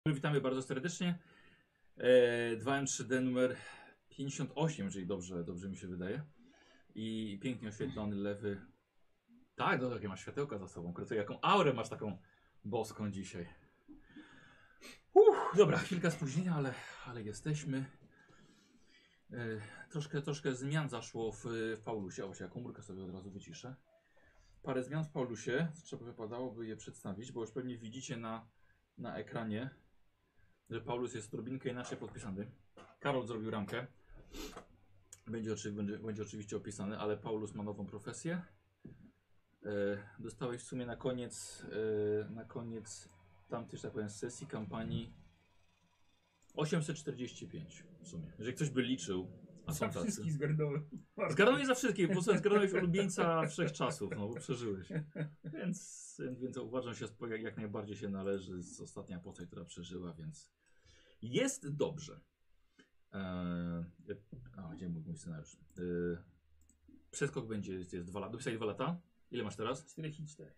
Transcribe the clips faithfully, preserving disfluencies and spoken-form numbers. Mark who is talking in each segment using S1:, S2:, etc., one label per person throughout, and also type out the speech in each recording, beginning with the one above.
S1: Witamy bardzo serdecznie. E, dwa M trzy D numer pięćdziesiąt osiem, jeżeli dobrze, dobrze mi się wydaje. I pięknie oświetlony lewy. Tak, no jakie masz światełka za sobą. Krótko, jaką aurę masz taką boską dzisiaj. Uff, dobra, chwilka spóźnienia, ale, ale jesteśmy. E, troszkę, troszkę zmian zaszło w, w Paulusie. O, ja komórkę sobie od razu wyciszę. Parę zmian w Paulusie. Trzeba wypadałoby je przedstawić, bo już pewnie widzicie na, na ekranie, że Paulus jest odrobinkę inaczej podpisany. Karol zrobił ramkę. Będzie, oczy, będzie, będzie oczywiście opisany, ale Paulus ma nową profesję. E, dostałeś w sumie na koniec, e, na koniec tamtej, że tak powiem, sesji kampanii osiemset czterdzieści pięć w sumie. Jeżeli ktoś by liczył, a są tacy.
S2: Wszystkich zgarnąłem.
S1: Zgarnąłeś za wszystkich, po prostu zgarnąłeś ulubieńca wszechczasów, no bo przeżyłeś. Więc, więc uważam się, jak, jak najbardziej się należy z ostatnia postać, która przeżyła, więc jest dobrze. Eee, a, gdzie mój, mój scenariusz? Eee, przeskok będzie, jest, jest dwa lata. Dopisałeś dwa lata? Ile masz teraz?
S2: czterdzieści cztery.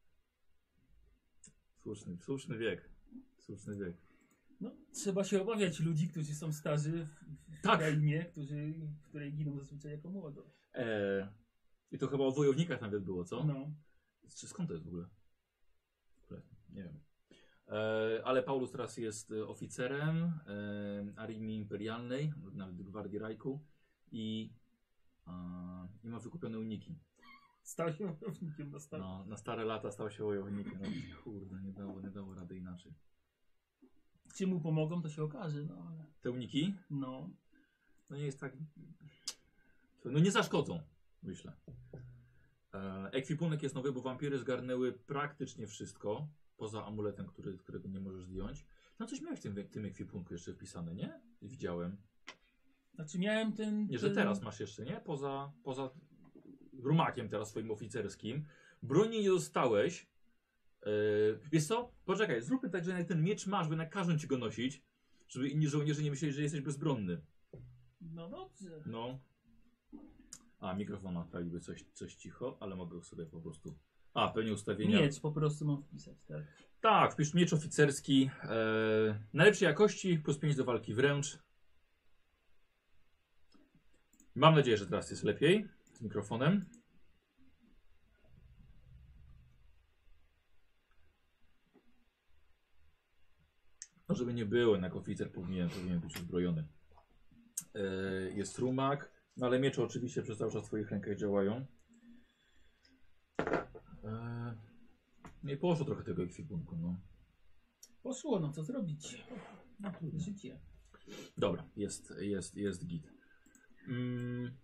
S1: Słuszny, słuszny wiek. Słuszny wiek.
S2: No, trzeba się obawiać ludzi, którzy są starzy w, w
S1: Tak.
S2: krainie, którzy, w której giną zazwyczaj jako młodość.
S1: Eee, I to chyba o wojownikach nawet było, co?
S2: No.
S1: Czy skąd to jest w ogóle? W ogóle nie wiem. E, ale Paulus teraz jest e, oficerem e, Armii Imperialnej, nawet Gwardii Rajku i, a, i ma wykupione uniki.
S2: Stał się wojownikiem na stałe.
S1: No, na stare lata stał się wojownikiem. No, kurde, nie dało, nie dało rady inaczej.
S2: Czy mu pomogą, to się okaże, no ale...
S1: Te uniki?
S2: No.
S1: No nie jest tak... No nie zaszkodzą, myślę. E, ekwipunek jest nowy, bo wampiry zgarnęły praktycznie wszystko. Poza amuletem, który, którego nie możesz zdjąć. No coś miałeś w tym, tym ekwipunku jeszcze wpisane, nie? Widziałem.
S2: Znaczy miałem ten...
S1: Nie, że
S2: ten...
S1: teraz masz jeszcze, nie? Poza, poza rumakiem teraz swoim oficerskim. Broni nie dostałeś. Yy, wiesz co? Poczekaj, zróbmy tak, że jak ten miecz masz, by na każą ci go nosić, żeby inni żołnierze nie myśleli, że jesteś bezbronny.
S2: No dobrze.
S1: No. A, mikrofon naprawiłby coś, coś cicho, ale mogę sobie po prostu... A, pewnie ustawienia...
S2: Miecz po prostu mam wpisać, tak?
S1: Tak, wpisz miecz oficerski. E, najlepszej jakości, plus pięć do walki wręcz. Mam nadzieję, że teraz jest lepiej z mikrofonem. No, żeby nie było, jak oficer powinien, powinien być uzbrojony. E, jest rumak, no ale miecze oczywiście przez cały czas w twoich rękach działają. E, nie poszło trochę tego ekwipunku, no.
S2: Poszło, no co zrobić? No, życie.
S1: Dobra, jest, jest, jest git. Mm.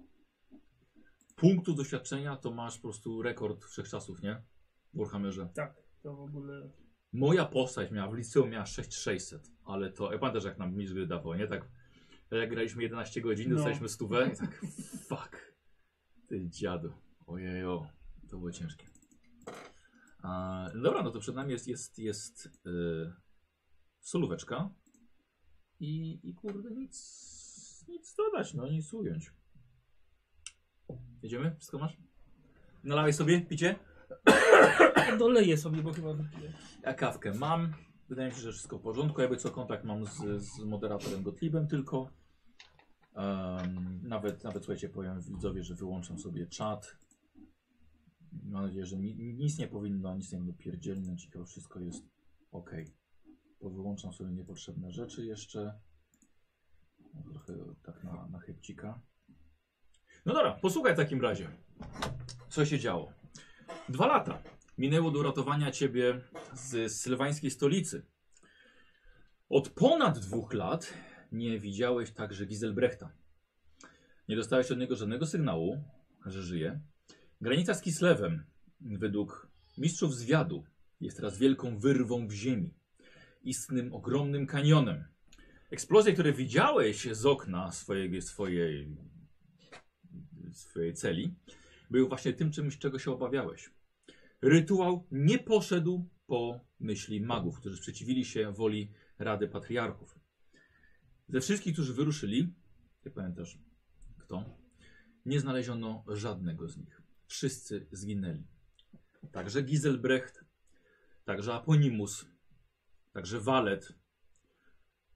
S1: Punktów doświadczenia to masz po prostu rekord wszechczasów, nie? W Warhammerze.
S2: Tak, to w ogóle...
S1: Moja postać miała, w liceum miała sześć tysięcy sześćset, ale to, ja pamiętasz jak nam mistrz gry dawał, nie? Tak, jak graliśmy jedenaście godzin,
S2: No.
S1: dostaliśmy stówę i tak, fuck, ty dziadu, ojejo, to było ciężkie. A, dobra, no to przed nami jest, jest, jest yy, solóweczka i, i kurde nic, nic dodać, no nic ująć. Jedziemy? Wszystko masz? Nalałeś sobie picie?
S2: Doleję sobie, bo chyba wypiję.
S1: Ja kawkę mam. Wydaje mi się, że wszystko w porządku. Jakby co, kontakt mam z, z moderatorem Gottliebem tylko. Um, nawet, nawet słuchajcie, powiem widzowie, że wyłączam sobie czat. Mam nadzieję, że ni, nic nie powinno, nic nie powinno pierdzielnąć i to wszystko jest ok. Bo wyłączam sobie niepotrzebne rzeczy jeszcze. No, trochę tak na, na chybcika. No dobra, posłuchaj w takim razie. Co się działo? Dwa lata minęło do uratowania ciebie z sylwańskiej stolicy. Od ponad dwóch lat nie widziałeś także Giselbrechta. Nie dostałeś od niego żadnego sygnału, że żyje. Granica z Kislewem, według mistrzów zwiadu, jest teraz wielką wyrwą w ziemi. Istnym, ogromnym kanionem. Eksplozje, które widziałeś z okna swojej, swojej, swojej celi, były właśnie tym czymś, czego się obawiałeś. Rytuał nie poszedł po myśli magów, którzy sprzeciwili się woli Rady Patriarchów. Ze wszystkich, którzy wyruszyli, nie pamiętasz kto, nie znaleziono żadnego z nich. Wszyscy zginęli. Także Giselbrecht, także Aponimus, także Walet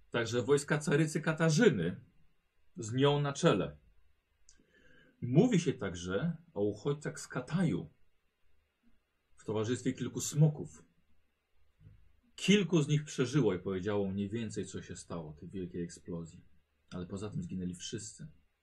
S1: także wojska carycy Katarzyny z nią na czele. Mówi się także o uchodźcach z Kataju w towarzystwie kilku smoków. Kilku z nich przeżyło i powiedziało mniej więcej, co się stało tej wielkiej eksplozji. Ale poza tym zginęli wszyscy.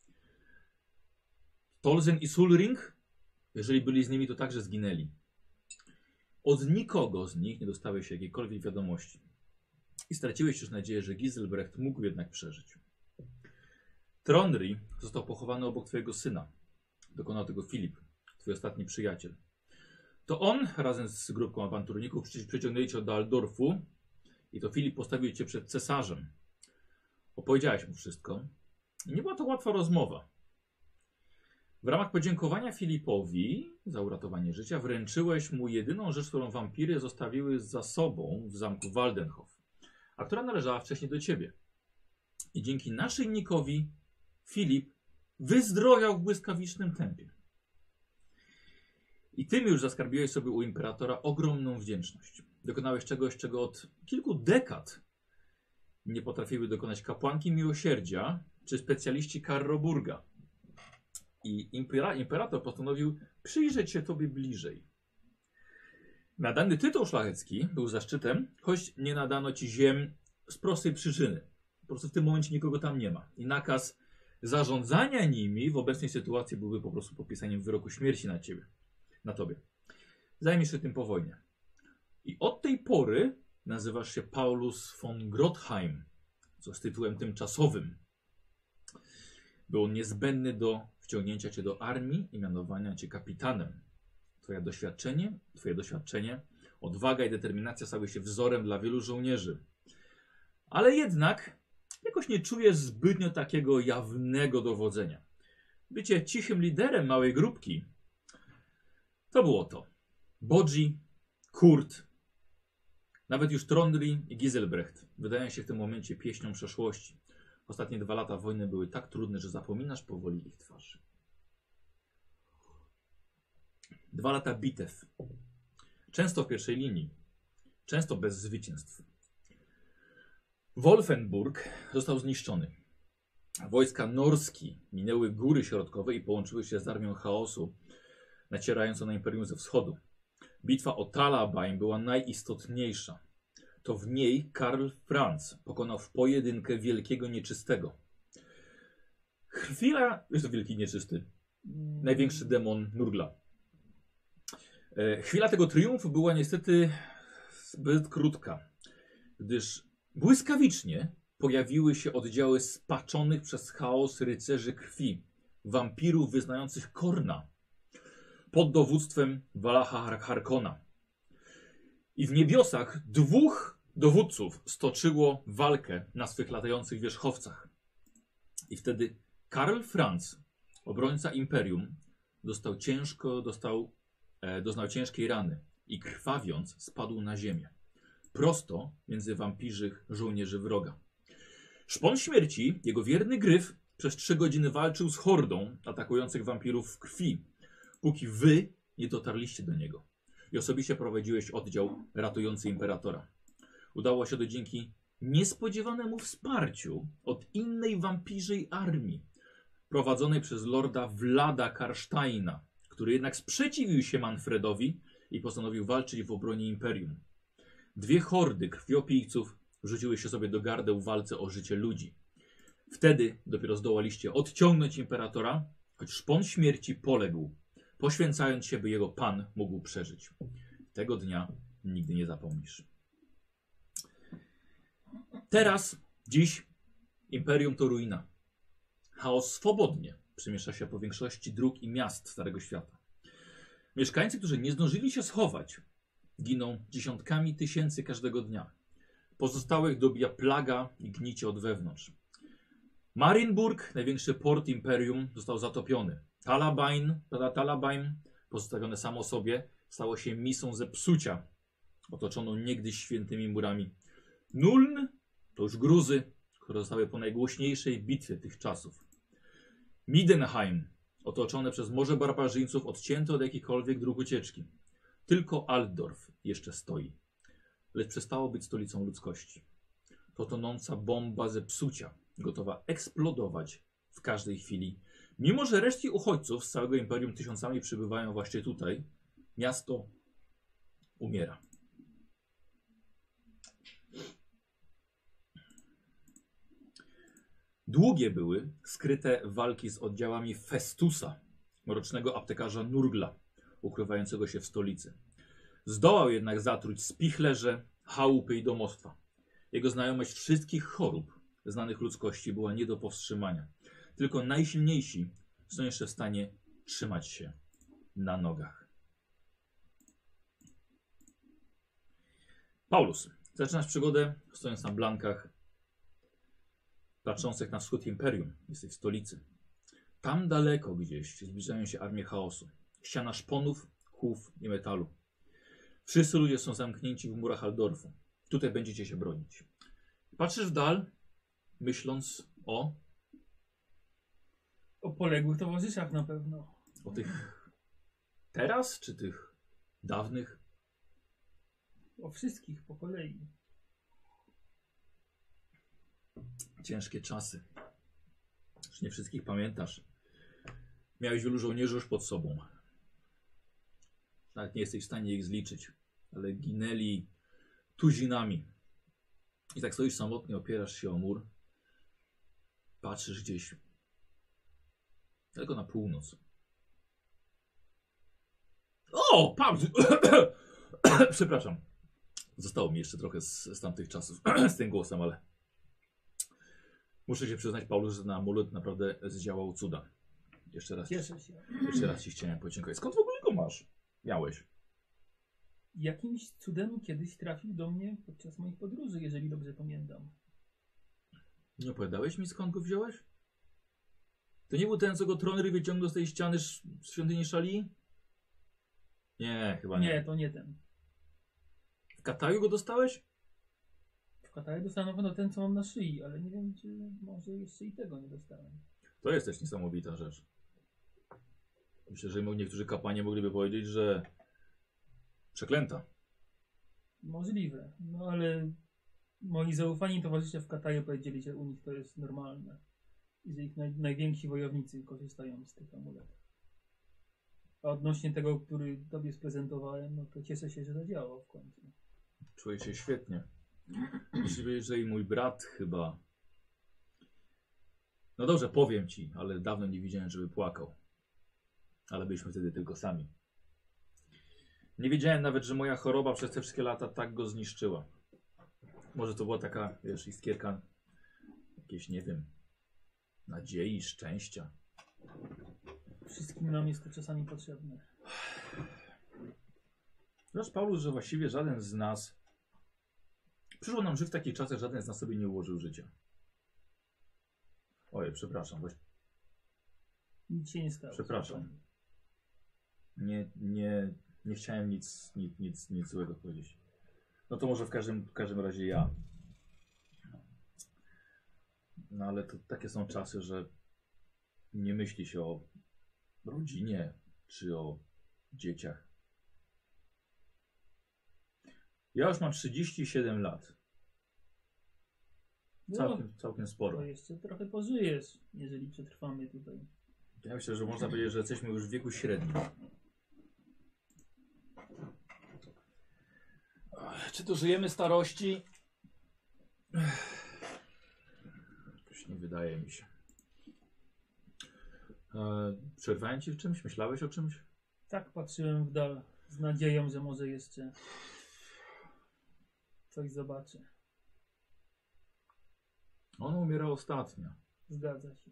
S1: Tolzen i Sulring, jeżeli byli z nimi, to także zginęli. Od nikogo z nich nie dostałeś się jakiejkolwiek wiadomości. I straciłeś już nadzieję, że Giselbrecht mógł jednak przeżyć. Tronri został pochowany obok twojego syna. Dokonał tego Filip, twój ostatni przyjaciel. To on razem z grupką awanturników przyciągnęli cię do Aldorfu i to Filip postawił cię przed cesarzem. Opowiedziałeś mu wszystko. I nie była to łatwa rozmowa. W ramach podziękowania Filipowi za uratowanie życia wręczyłeś mu jedyną rzecz, którą wampiry zostawiły za sobą w zamku Waldenhof, a która należała wcześniej do ciebie. I dzięki naszyjnikowi Filip wyzdrowiał w błyskawicznym tempie. I tym już zaskarbiłeś sobie u imperatora ogromną wdzięczność. Dokonałeś czegoś, czego od kilku dekad nie potrafiły dokonać kapłanki miłosierdzia czy specjaliści Karroburga. I impera imperator postanowił przyjrzeć się tobie bliżej. Nadany tytuł szlachecki był zaszczytem, choć nie nadano ci ziem z prostej przyczyny. Po prostu w tym momencie nikogo tam nie ma. I nakaz zarządzania nimi w obecnej sytuacji byłby po prostu podpisaniem wyroku śmierci na ciebie, na tobie. Zajmiesz się tym po wojnie. I od tej pory nazywasz się Paulus von Grotheim, co z tytułem tymczasowym. Był on niezbędny do wciągnięcia cię do armii i mianowania cię kapitanem. Twoje doświadczenie, twoje doświadczenie, odwaga i determinacja stały się wzorem dla wielu żołnierzy. Ale jednak jakoś nie czujesz zbytnio takiego jawnego dowodzenia. Bycie cichym liderem małej grupki to było to. Bodzi, Kurt, nawet już Trondri i Giselbrecht wydają się w tym momencie pieśnią przeszłości. Ostatnie dwa lata wojny były tak trudne, że zapominasz powoli ich twarzy. Dwa lata bitew. Często w pierwszej linii. Często bez zwycięstw. Wolfenburg został zniszczony. Wojska Norski minęły góry środkowe i połączyły się z armią chaosu nacierającą na Imperium ze wschodu. Bitwa o Talabain była najistotniejsza. To w niej Karl Franz pokonał w pojedynkę Wielkiego Nieczystego. Chwila... Jest to Wielki Nieczysty. Największy demon Nurgla. E, chwila tego triumfu była niestety zbyt krótka, gdyż błyskawicznie pojawiły się oddziały spaczonych przez chaos rycerzy krwi, wampirów wyznających Korna, pod dowództwem Walacha Harkona. I w niebiosach dwóch dowódców stoczyło walkę na swych latających wierzchowcach. I wtedy Karl Franz, obrońca Imperium, dostał ciężko, dostał, e, doznał ciężkiej rany i krwawiąc spadł na ziemię. Prosto między wampirzych żołnierzy wroga. Szpon śmierci, jego wierny gryf, przez trzy godziny walczył z hordą atakujących wampirów w krwi, póki wy nie dotarliście do niego i osobiście prowadziłeś oddział ratujący imperatora. Udało się to dzięki niespodziewanemu wsparciu od innej wampirzej armii, prowadzonej przez lorda Vlada Karsteina, który jednak sprzeciwił się Manfredowi i postanowił walczyć w obronie imperium. Dwie hordy krwiopijców rzuciły się sobie do gardeł w walce o życie ludzi. Wtedy dopiero zdołaliście odciągnąć imperatora, choć szpon śmierci poległ, poświęcając się, by jego pan mógł przeżyć. Tego dnia nigdy nie zapomnisz. Teraz, dziś, imperium to ruina. Chaos swobodnie przemieszcza się po większości dróg i miast Starego Świata. Mieszkańcy, którzy nie zdążyli się schować, giną dziesiątkami tysięcy każdego dnia. Pozostałych dobija plaga i gnicie od wewnątrz. Marienburg, największy port imperium, został zatopiony. Talabain, Talabain, pozostawione samo sobie, stało się misą zepsucia, otoczoną niegdyś świętymi murami. Nuln to już Gruzy, które zostały po najgłośniejszej bitwie tych czasów. Midenheim, otoczone przez morze barbarzyńców, odcięte od jakichkolwiek dróg ucieczki. Tylko Altdorf jeszcze stoi, lecz przestało być stolicą ludzkości. To tonąca bomba zepsucia, gotowa eksplodować w każdej chwili. Mimo że resztki uchodźców z całego Imperium tysiącami przybywają właśnie tutaj, miasto umiera. Długie były skryte walki z oddziałami Festusa, mrocznego aptekarza Nurgla, ukrywającego się w stolicy. Zdołał jednak zatruć spichlerze, chałupy i domostwa. Jego znajomość wszystkich chorób znanych ludzkości była nie do powstrzymania. Tylko najsilniejsi są jeszcze w stanie trzymać się na nogach. Paulus, zaczynasz przygodę stojąc na blankach, patrzących na wschód Imperium. Jesteś w stolicy. Tam daleko gdzieś zbliżają się armie chaosu. Ściana szponów, chów i metalu. Wszyscy ludzie są zamknięci w murach Aldorfu. Tutaj będziecie się bronić. Patrzysz w dal, myśląc o...
S2: O poległych towarzyszach na pewno.
S1: O tych teraz, czy tych dawnych?
S2: O wszystkich po kolei.
S1: Ciężkie czasy. Już nie wszystkich pamiętasz. Miałeś wielu żołnierzy już pod sobą. Nawet nie jesteś w stanie ich zliczyć. Ale ginęli tuzinami. I tak stoisz samotnie, opierasz się o mur. Patrzysz gdzieś daleko na północ. O! Patrz! Przepraszam. Zostało mi jeszcze trochę z, z tamtych czasów z tym głosem, ale muszę się przyznać, Paulus, że na amulet naprawdę zdziałał cuda. Jeszcze raz,
S2: Cieszę się.
S1: jeszcze raz ci chciałem podziękować. Skąd w ogóle go masz? Miałeś.
S2: Jakimś cudem kiedyś trafił do mnie podczas moich podróży, jeżeli dobrze pamiętam.
S1: Nie opowiadałeś mi, skąd go wziąłeś? To nie był ten, co go Tronry wyciągnął z tej ściany sz z świątyni Szali? Nie, chyba nie.
S2: Nie, to nie ten.
S1: W Kataju go dostałeś?
S2: W Kataju dostałem na pewno ten, co mam na szyi, ale nie wiem, czy może jeszcze i tego nie dostałem.
S1: To jest też niesamowita rzecz. Myślę, że niektórzy kapłani mogliby powiedzieć, że przeklęta.
S2: Możliwe, no ale moi zaufani towarzysze w Kataju powiedzieli, że u nich to jest normalne. I że ich naj, najwięksi wojownicy korzystają z tych amuletów. A odnośnie tego, który tobie sprezentowałem, no to cieszę się, że zadziałał w końcu.
S1: Czuję się świetnie. Muszę wiedzieć, że i mój brat chyba... No dobrze, powiem ci, ale dawno nie widziałem, żeby płakał. Ale byliśmy wtedy tylko sami. Nie wiedziałem nawet, że moja choroba przez te wszystkie lata tak go zniszczyła. Może to była taka, wiesz, iskierka jakieś, nie wiem, nadziei, szczęścia.
S2: Wszystkim nam jest to czasami potrzebne.
S1: Wiesz, Paulus, że właściwie żaden z nas... Przyszło nam, że w takich czasach żaden z nas sobie nie ułożył życia. Ojej, przepraszam. Właś...
S2: Nic się nie stało.
S1: Przepraszam. Nie, nie, nie chciałem nic, nic, nic, nic złego powiedzieć. No to może w każdym, w każdym razie ja. No ale to takie są czasy, że nie myśli się o rodzinie czy o dzieciach. Ja już mam trzydzieści siedem lat.
S2: No,
S1: Całkiem, całkiem sporo.
S2: to jeszcze trochę pożyjesz, jeżeli przetrwamy tutaj.
S1: Ja myślę, że można powiedzieć, że jesteśmy już w wieku średnim. Czy to żyjemy starości? Jakoś nie wydaje mi się. E, przerwałem ci w czymś? Myślałeś o czymś?
S2: Tak patrzyłem w dal z nadzieją, że może jeszcze coś zobaczę.
S1: Ona umiera ostatnia.
S2: Zgadza się.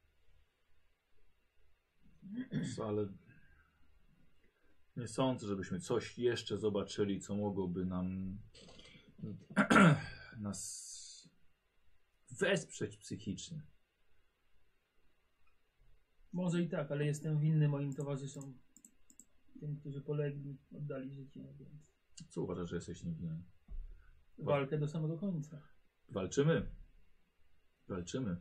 S1: Ale nie sądzę, żebyśmy coś jeszcze zobaczyli, co mogłoby nam nas wesprzeć psychicznie.
S2: Może i tak, ale jestem winny moim towarzyszom. Tym, którzy polegli, oddali życie, więc
S1: Co uważasz, że jesteś niewinny?
S2: walkę do samego końca.
S1: Walczymy. Walczymy.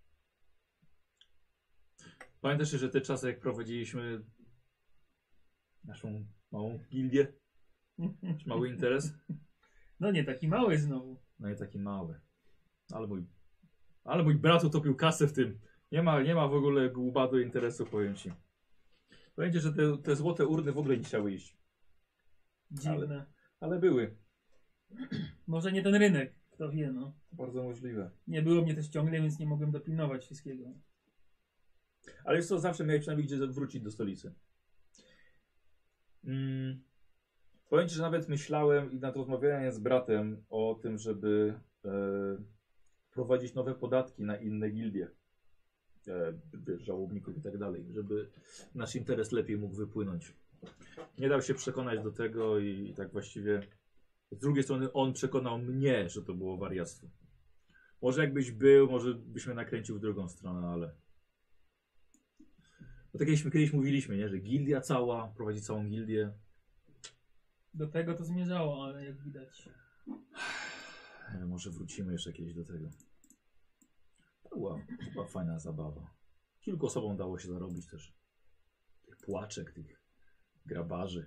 S1: Pamiętasz, że te czasy, jak prowadziliśmy naszą małą gildię? Czy mały interes?
S2: No nie taki mały znowu.
S1: No i taki mały. ale mój, ale mój brat utopił kasę w tym. Nie ma, nie ma w ogóle łba do interesu, powiem ci. Powiem ci, że te, te złote urny w ogóle nie chciały iść.
S2: Dziwne.
S1: Ale, ale były.
S2: Może nie ten rynek, kto wie, no.
S1: Bardzo możliwe.
S2: Nie było mnie też ciągle, więc nie mogłem dopilnować wszystkiego.
S1: Ale jest to zawsze miałeś przynajmniej gdzie wrócić do stolicy. Mm. Powiem ci, że nawet myślałem i nad rozmawiałem z bratem o tym, żeby e, wprowadzić nowe podatki na inne gildie. E, wiesz, żałobników i tak dalej, żeby nasz interes lepiej mógł wypłynąć. Nie dał się przekonać do tego i, i tak właściwie z drugiej strony on przekonał mnie, że to było wariactwo. Może jakbyś był, może byś mnie nakręcił w drugą stronę, ale... Bo tak jakśmy kiedyś mówiliśmy, nie? Że gildia cała, prowadzi całą gildię.
S2: Do tego to zmierzało, ale jak widać.
S1: Ale może wrócimy jeszcze kiedyś do tego. To była, to była fajna zabawa. Kilku osobom dało się zarobić też. Tych płaczek, tych grabarzy.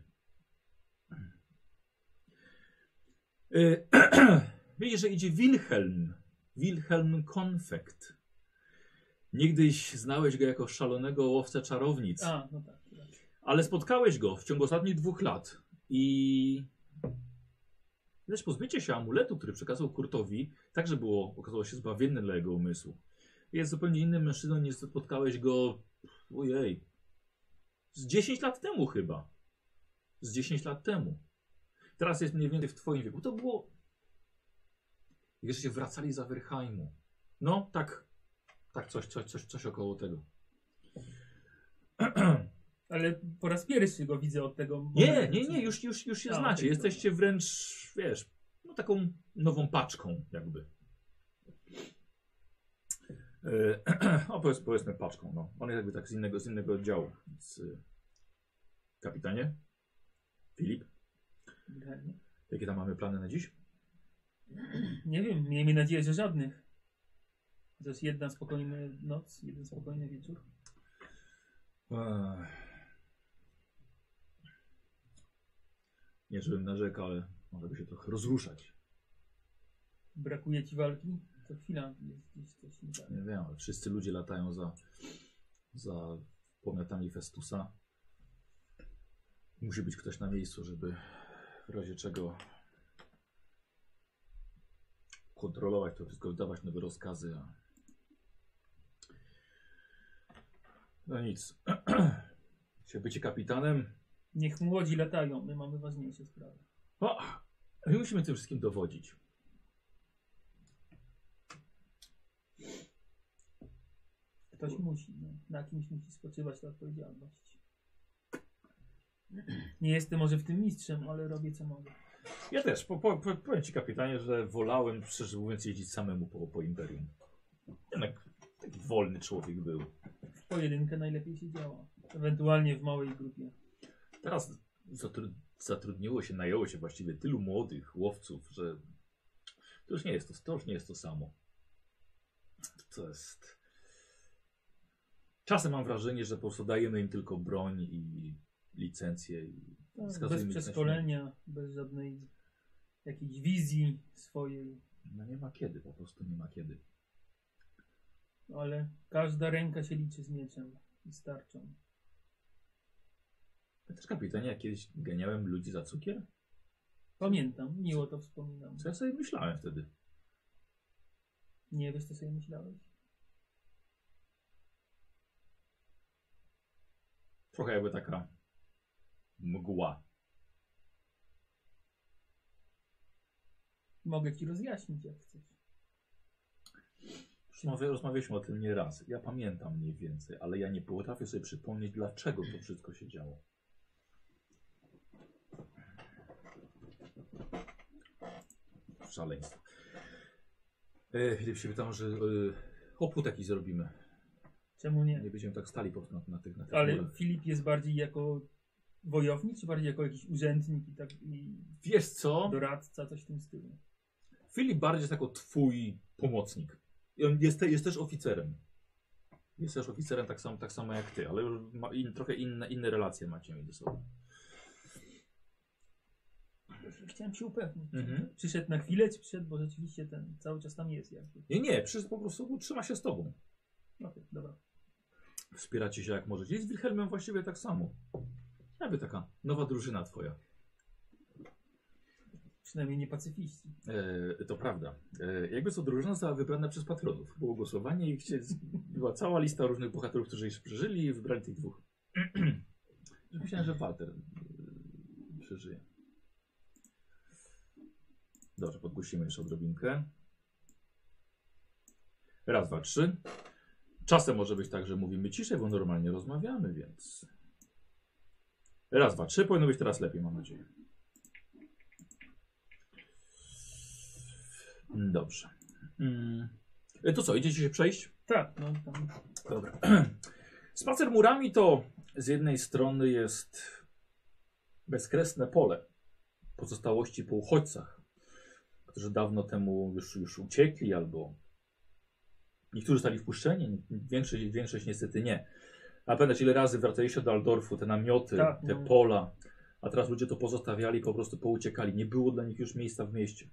S1: Yy, Widzisz, że idzie Wilhelm. Wilhelm Konfekt. Niegdyś znałeś go jako szalonego łowcę czarownic.
S2: A, no tak. tak.
S1: Ale spotkałeś go w ciągu ostatnich dwóch lat. I... Lecz pozbycie się amuletu, który przekazał Kurtowi, także było, okazało się zbawienne dla jego umysłu. Jest zupełnie innym mężczyzną, niż spotkałeś go, ojej, z dziesięć lat temu chyba. Z dziesięć lat temu. Teraz jest mniej więcej w twoim wieku. To było... Jak się wracali z Averheimu. No, tak, tak coś, coś, coś, coś około tego.
S2: Ale po raz pierwszy go widzę od tego momentu.
S1: Nie, nie, nie, już, już, już się
S2: A,
S1: znacie.
S2: okej,
S1: Jesteście wręcz, wiesz, no taką nową paczką jakby. Yy, o, powiedz, powiedzmy paczką, no. On jest jakby tak z innego, z innego oddziału. Z, y, kapitanie? Filip?
S2: Dokładnie.
S1: Jakie tam mamy plany na dziś?
S2: Nie wiem, miejmy nadzieję, że żadnych. To jest jedna spokojna noc, jeden spokojny wieczór.
S1: Ech. Nie, żebym narzekał, ale może by się trochę rozruszać.
S2: Brakuje ci walki? Co chwila jest gdzieś coś nie tak.
S1: Nie wiem, ale wszyscy ludzie latają za, za pomiotami Festusa. Musi być ktoś na miejscu, żeby w razie czego kontrolować to wszystko, wydawać nowe rozkazy. A... No nic. Się bycie kapitanem.
S2: Niech młodzi latają, my mamy ważniejsze sprawy.
S1: O, my musimy tym wszystkim dowodzić.
S2: Ktoś musi, no. Na kimś musi spoczywać ta odpowiedzialność. Nie jestem może w tym mistrzem, ale robię co mogę.
S1: Ja też, po, po, po, powiem ci kapitanie, że wolałem szczerze mówiąc jeździć samemu po, po Imperium. Jednak taki wolny człowiek był.
S2: W pojedynkę najlepiej się działa. Ewentualnie w małej grupie.
S1: Teraz zatru zatrudniło się, najęło się właściwie tylu młodych łowców, że to już nie jest to, to już nie jest to samo. To jest... Czasem mam wrażenie, że po prostu dajemy im tylko broń i licencję i
S2: Tak,
S1: wskazujemy
S2: bez
S1: ich na
S2: przeszkolenia, bez żadnej jakiejś wizji swojej.
S1: śmierć. No nie ma kiedy, po prostu nie ma kiedy.
S2: Ale każda ręka się liczy z mieczem i starczą.
S1: Ja też kapitanie, jak kiedyś ganiałem ludzi za cukier?
S2: Pamiętam, miło to wspominam.
S1: Co ja sobie myślałem wtedy?
S2: Nie wiesz, co sobie myślałeś?
S1: Trochę jakby taka mgła.
S2: Mogę ci rozjaśnić, jak chcesz.
S1: Rozmawia, rozmawialiśmy o tym nie raz. Ja pamiętam mniej więcej, ale ja nie potrafię sobie przypomnieć, dlaczego to wszystko się działo. Szaleństwo. E, Filip się pytał, że e, opłód jakiś zrobimy.
S2: Czemu nie?
S1: Nie będziemy tak stali po prostu na, na tych na tych
S2: Ale
S1: murach.
S2: Filip jest bardziej jako wojownik, czy bardziej jako jakiś urzędnik i tak i
S1: Wiesz co?
S2: doradca, coś w tym stylu?
S1: Filip bardziej jest jako twój pomocnik. I on jest, te, jest też oficerem. Jest też oficerem tak samo, tak samo jak ty, ale już ma in, trochę inne, inne relacje macie między sobą.
S2: Chciałem się upewnić.
S1: Mhm.
S2: Przyszedł na chwilę, czy przyszedł, bo rzeczywiście ten cały czas tam jest jakby.
S1: Nie, nie, przyszedł po prostu, trzyma się z tobą.
S2: Okej, dobra.
S1: Wspieracie się jak możecie. I z Wilhelmem właściwie tak samo. Jakby taka nowa drużyna twoja.
S2: Przynajmniej nie pacyfiści.
S1: E, to prawda. E, jakby co drużyna została wybrana przez patronów. Było głosowanie i chcie, była cała lista różnych bohaterów, którzy już przeżyli i wybrali tych dwóch. Myślałem, że Walter e, przeżyje. Dobrze, podgłosimy jeszcze odrobinkę. Raz, dwa, trzy. Czasem może być tak, że mówimy ciszej, bo normalnie rozmawiamy, więc... Raz, dwa, trzy. Powinno być teraz lepiej, mam nadzieję. Dobrze. Mm. To co, idziecie się przejść?
S2: Tak, no tam.
S1: Dobra. Spacer murami to z jednej strony jest bezkresne pole pozostałości po uchodźcach, którzy dawno temu już, już uciekli albo niektórzy zostali wpuszczeni, większość, większość niestety nie. A pamiętasz, ile razy wracaliście do Aldorfu, te namioty,
S2: Tak,
S1: te
S2: no.
S1: pola, a teraz ludzie to pozostawiali, po prostu pouciekali. Nie było dla nich już miejsca w mieście.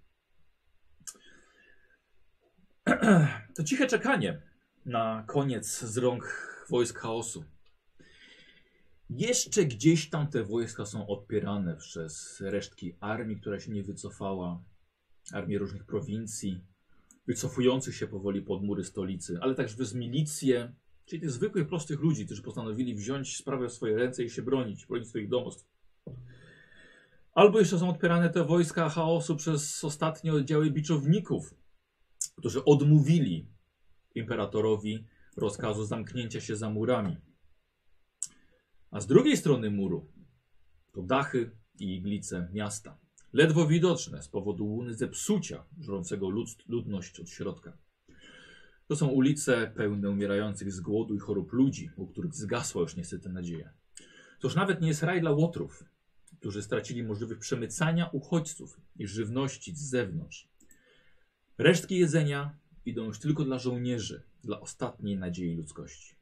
S1: To ciche czekanie na koniec z rąk wojsk chaosu. Jeszcze gdzieś tam te wojska są odpierane przez resztki armii, która się nie wycofała, armii różnych prowincji, wycofujących się powoli pod mury stolicy, ale także przez milicję, czyli tych zwykłych, prostych ludzi, którzy postanowili wziąć sprawę w swoje ręce i się bronić, bronić swoich domostw. Albo jeszcze są odpierane te wojska chaosu przez ostatnie oddziały biczowników, którzy odmówili imperatorowi rozkazu zamknięcia się za murami. A z drugiej strony muru to dachy i iglice miasta, ledwo widoczne z powodu łuny zepsucia żrącego lud ludność od środka. To są ulice pełne umierających z głodu i chorób ludzi, u których zgasła już niestety nadzieja. Toż nawet nie jest raj dla łotrów, którzy stracili możliwość przemycania uchodźców i żywności z zewnątrz. Resztki jedzenia idą już tylko dla żołnierzy, dla ostatniej nadziei ludzkości.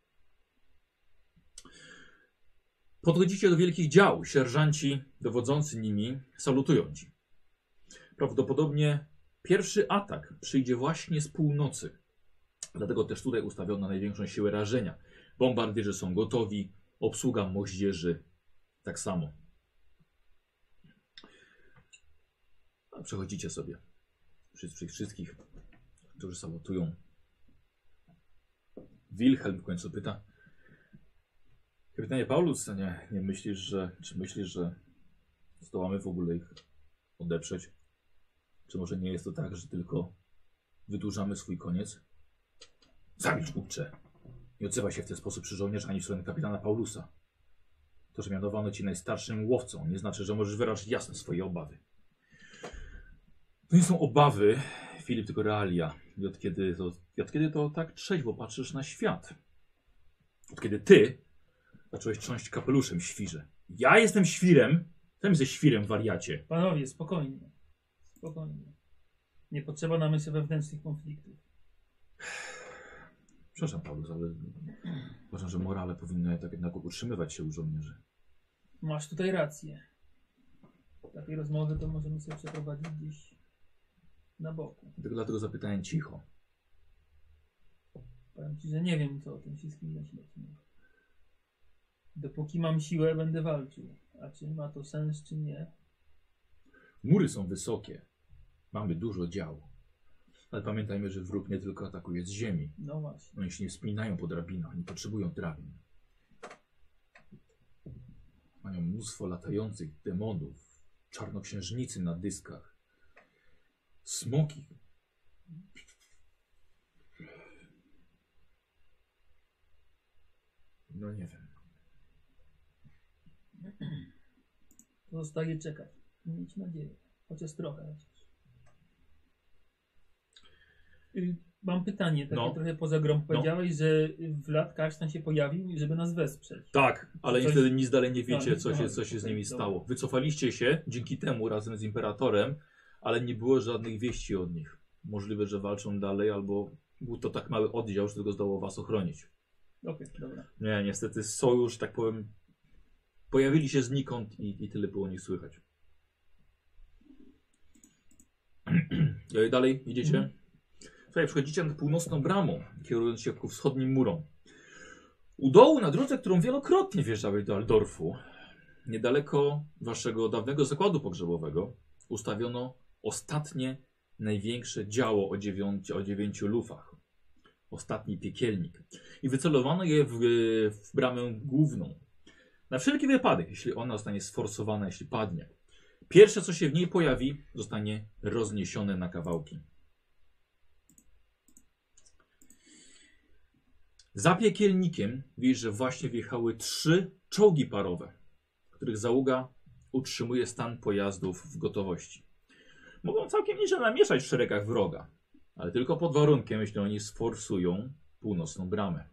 S1: Podchodzicie do wielkich dział. Sierżanci dowodzący nimi salutują ci. Prawdopodobnie pierwszy atak przyjdzie właśnie z północy. Dlatego też tutaj ustawiono największą siłę rażenia. Bombardierzy są gotowi, obsługa moździerzy tak samo. A przechodzicie sobie przez, przez wszystkich, którzy salutują. Wilhelm w końcu pyta: Kapitanie Paulus, nie, nie myślisz, że, czy myślisz, że zdołamy w ogóle ich odeprzeć? Czy może nie jest to tak, że tylko wydłużamy swój koniec? Zamilcz, kupcze. Nie odzywa się w ten sposób przy żołnierzu ani w stronę kapitana Paulusa. To, że mianowano ci najstarszym łowcą, nie znaczy, że możesz wyrazić jasno swoje obawy. To nie są obawy, Filip, tylko realia. I od kiedy to, i od kiedy to tak trzeźwo patrzysz na świat? Od kiedy ty zacząłeś trząść kapeluszem, świrze. Ja jestem świrem? Tam ze świrem, wariacie.
S2: Panowie, spokojnie. Spokojnie. Nie potrzeba nam jeszcze wewnętrznych konfliktów.
S1: Przepraszam, Paulus, ale uważam, że morale powinny tak jednak utrzymywać się u żołnierzy.
S2: Masz tutaj rację. Takiej rozmowy to możemy sobie przeprowadzić gdzieś na boku.
S1: Dlatego, dlatego zapytałem cicho.
S2: Powiem ci, że nie wiem, co o tym wszystkim myśleć. Dopóki mam siłę, będę walczył. A czy ma to sens, czy nie?
S1: Mury są wysokie. Mamy dużo dział. Ale pamiętajmy, że wróg nie tylko atakuje z ziemi.
S2: No właśnie.
S1: Oni się nie wspinają po drabinach, nie potrzebują drabin. Mają mnóstwo latających demonów, czarnoksiężnicy na dyskach, smoki. No nie wiem.
S2: Zostaje czekać. Mieć nadzieję. Chociaż trochę. Chociaż. Y, Mam pytanie, takie
S1: No.
S2: trochę poza grą. Powiedziałeś, że Vlad Kasztan się pojawił, żeby nas wesprzeć.
S1: Tak, ale
S2: Coś-
S1: niestety nic dalej nie wiecie,
S2: No,
S1: co się,
S2: no,
S1: co się z
S2: okej,
S1: nimi
S2: dobra.
S1: stało. Wycofaliście się dzięki temu razem z Imperatorem, ale nie było żadnych wieści od nich. Możliwe, że walczą dalej, albo był to tak mały oddział, że tylko zdołał was ochronić.
S2: Okej, dobra.
S1: Nie, niestety sojusz, tak powiem, pojawili się znikąd i, i tyle było o nich słychać. E, Dalej idziecie?
S2: Mhm.
S1: Słuchaj, przechodzicie nad północną bramą, kierując się ku wschodnim murom. U dołu na drodze, którą wielokrotnie wjeżdżałeś do Aldorfu, niedaleko waszego dawnego zakładu pogrzebowego, ustawiono ostatnie, największe działo o, dziewięciu, o dziewięciu lufach. Ostatni piekielnik. I wycelowano je w, w bramę główną. Na wszelki wypadek, jeśli ona zostanie sforsowana, jeśli padnie. Pierwsze, co się w niej pojawi, zostanie rozniesione na kawałki. Za piekielnikiem widzisz, że właśnie wjechały trzy czołgi parowe, których załoga utrzymuje stan pojazdów w gotowości. Mogą całkiem nieźle namieszać w szeregach wroga, ale tylko pod warunkiem, jeśli oni sforsują północną bramę.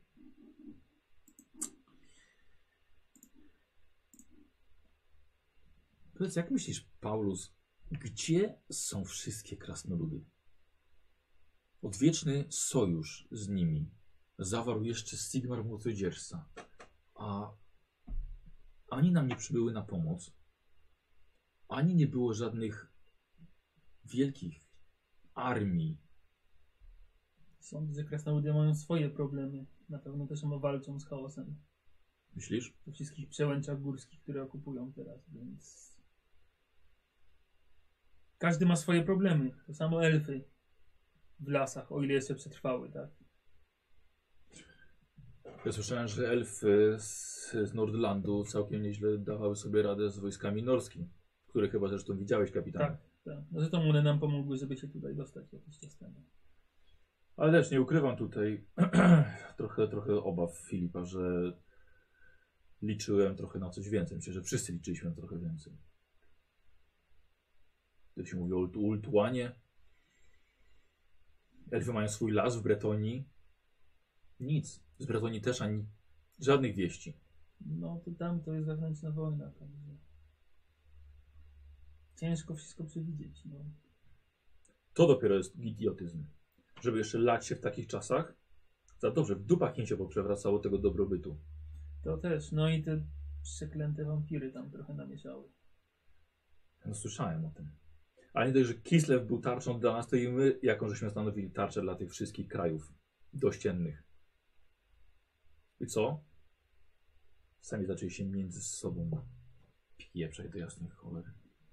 S1: Powiedz, jak myślisz, Paulus, gdzie są wszystkie krasnoludy? Odwieczny sojusz z nimi zawarł jeszcze Sigmar Młocodzieżca, a ani nam nie przybyły na pomoc, ani nie było żadnych wielkich armii.
S2: Sądzę, że krasnoludy mają swoje problemy. Na pewno też walczą z chaosem.
S1: Myślisz?
S2: We wszystkich przełęczach górskich, które okupują teraz, więc... Każdy ma swoje problemy. To samo elfy w lasach, o ile jeszcze przetrwały, tak?
S1: Ja słyszałem, że elfy z, z Nordlandu całkiem nieźle dawały sobie radę z wojskami norskimi, które chyba zresztą widziałeś, kapitanie.
S2: Tak, tak. No zresztą one nam pomogły, żeby się tutaj dostać jakiś czas temu.
S1: Ale też nie ukrywam tutaj trochę, trochę obaw Filipa, że liczyłem trochę na coś więcej. Myślę, że wszyscy liczyliśmy na trochę więcej. Jak się mówi o Ult- Ultuanie, elfy mają swój las w Bretonii. Nic. Z Bretonii też ani żadnych wieści.
S2: No to tam to jest wewnętrzna wojna, także... Ciężko wszystko przewidzieć, no.
S1: To dopiero jest idiotyzm. Żeby jeszcze lać się w takich czasach, za dobrze, w dupach im się poprzewracało tego dobrobytu.
S2: To też, no i te przeklęte wampiry tam trochę namieszały.
S1: No, słyszałem o tym. Ale nie dość, że Kislev był tarczą dla nas, to i my, jaką żeśmy stanowili tarczę dla tych wszystkich krajów dościennych. I co? Sami zaczęli się między sobą pieprzać do jasnej cholery.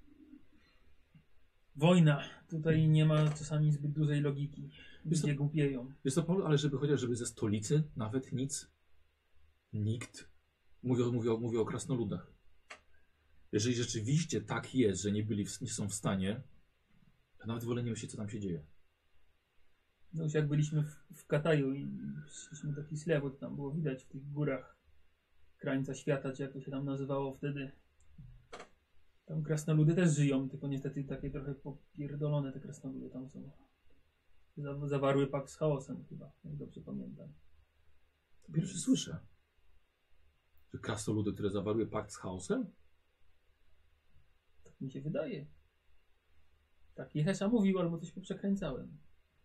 S2: Wojna. Tutaj nie ma czasami zbyt dużej logiki. Ludzie głupieją.
S1: Jest to Paul, ale żeby chociaż żeby ze stolicy nawet nic, nikt. Mówię, mówię, mówię o krasnoludach. Jeżeli rzeczywiście tak jest, że nie byli, w, nie są w stanie, to nawet wolę nie myśleć, co tam się dzieje.
S2: No już jak byliśmy w, w Kataju i szliśmy do Kislewu, to tam było widać w tych górach krańca świata, czy jak to się tam nazywało wtedy. Tam krasnoludy też żyją, tylko niestety takie trochę popierdolone te krasnoludy tam są. Za- Zawarły pakt z chaosem chyba, jak dobrze pamiętam.
S1: To pierwszy słyszę. Że krasnoludy, które zawarły pakt z chaosem?
S2: Tak mi się wydaje. Tak Jehesza mówił, albo coś poprzekręcałem.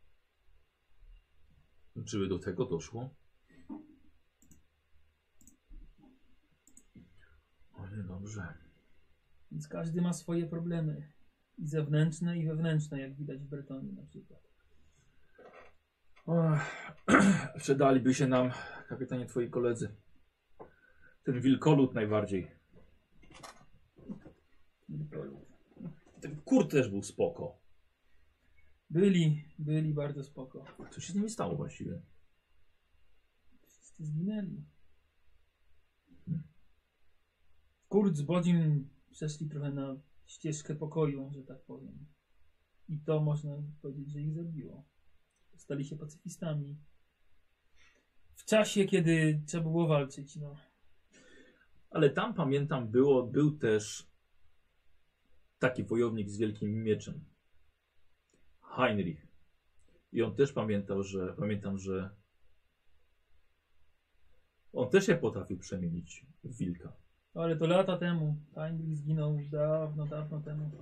S1: Czy by do tego doszło? O nie, dobrze.
S2: Więc każdy ma swoje problemy. I zewnętrzne, i wewnętrzne, jak widać w Bretonii na przykład.
S1: Przydaliby się nam, kapitanie, twoi koledzy. Ten wilkolud najbardziej. Ten kurt też był spoko.
S2: Byli, byli bardzo spoko.
S1: Co się z nimi stało właściwie?
S2: Wszyscy zginęli. Kurt z Bodzin przeszli trochę na ścieżkę pokoju, że tak powiem. I to można powiedzieć, że ich zabiło. Stali się pacyfistami. W czasie, kiedy trzeba było walczyć, no.
S1: Ale tam, pamiętam, było, był też taki wojownik z wielkim mieczem. Heinrich. I on też pamiętał, że pamiętam, że on też się potrafił przemienić w wilka.
S2: Ale to lata temu. Heinrich zginął dawno, dawno temu.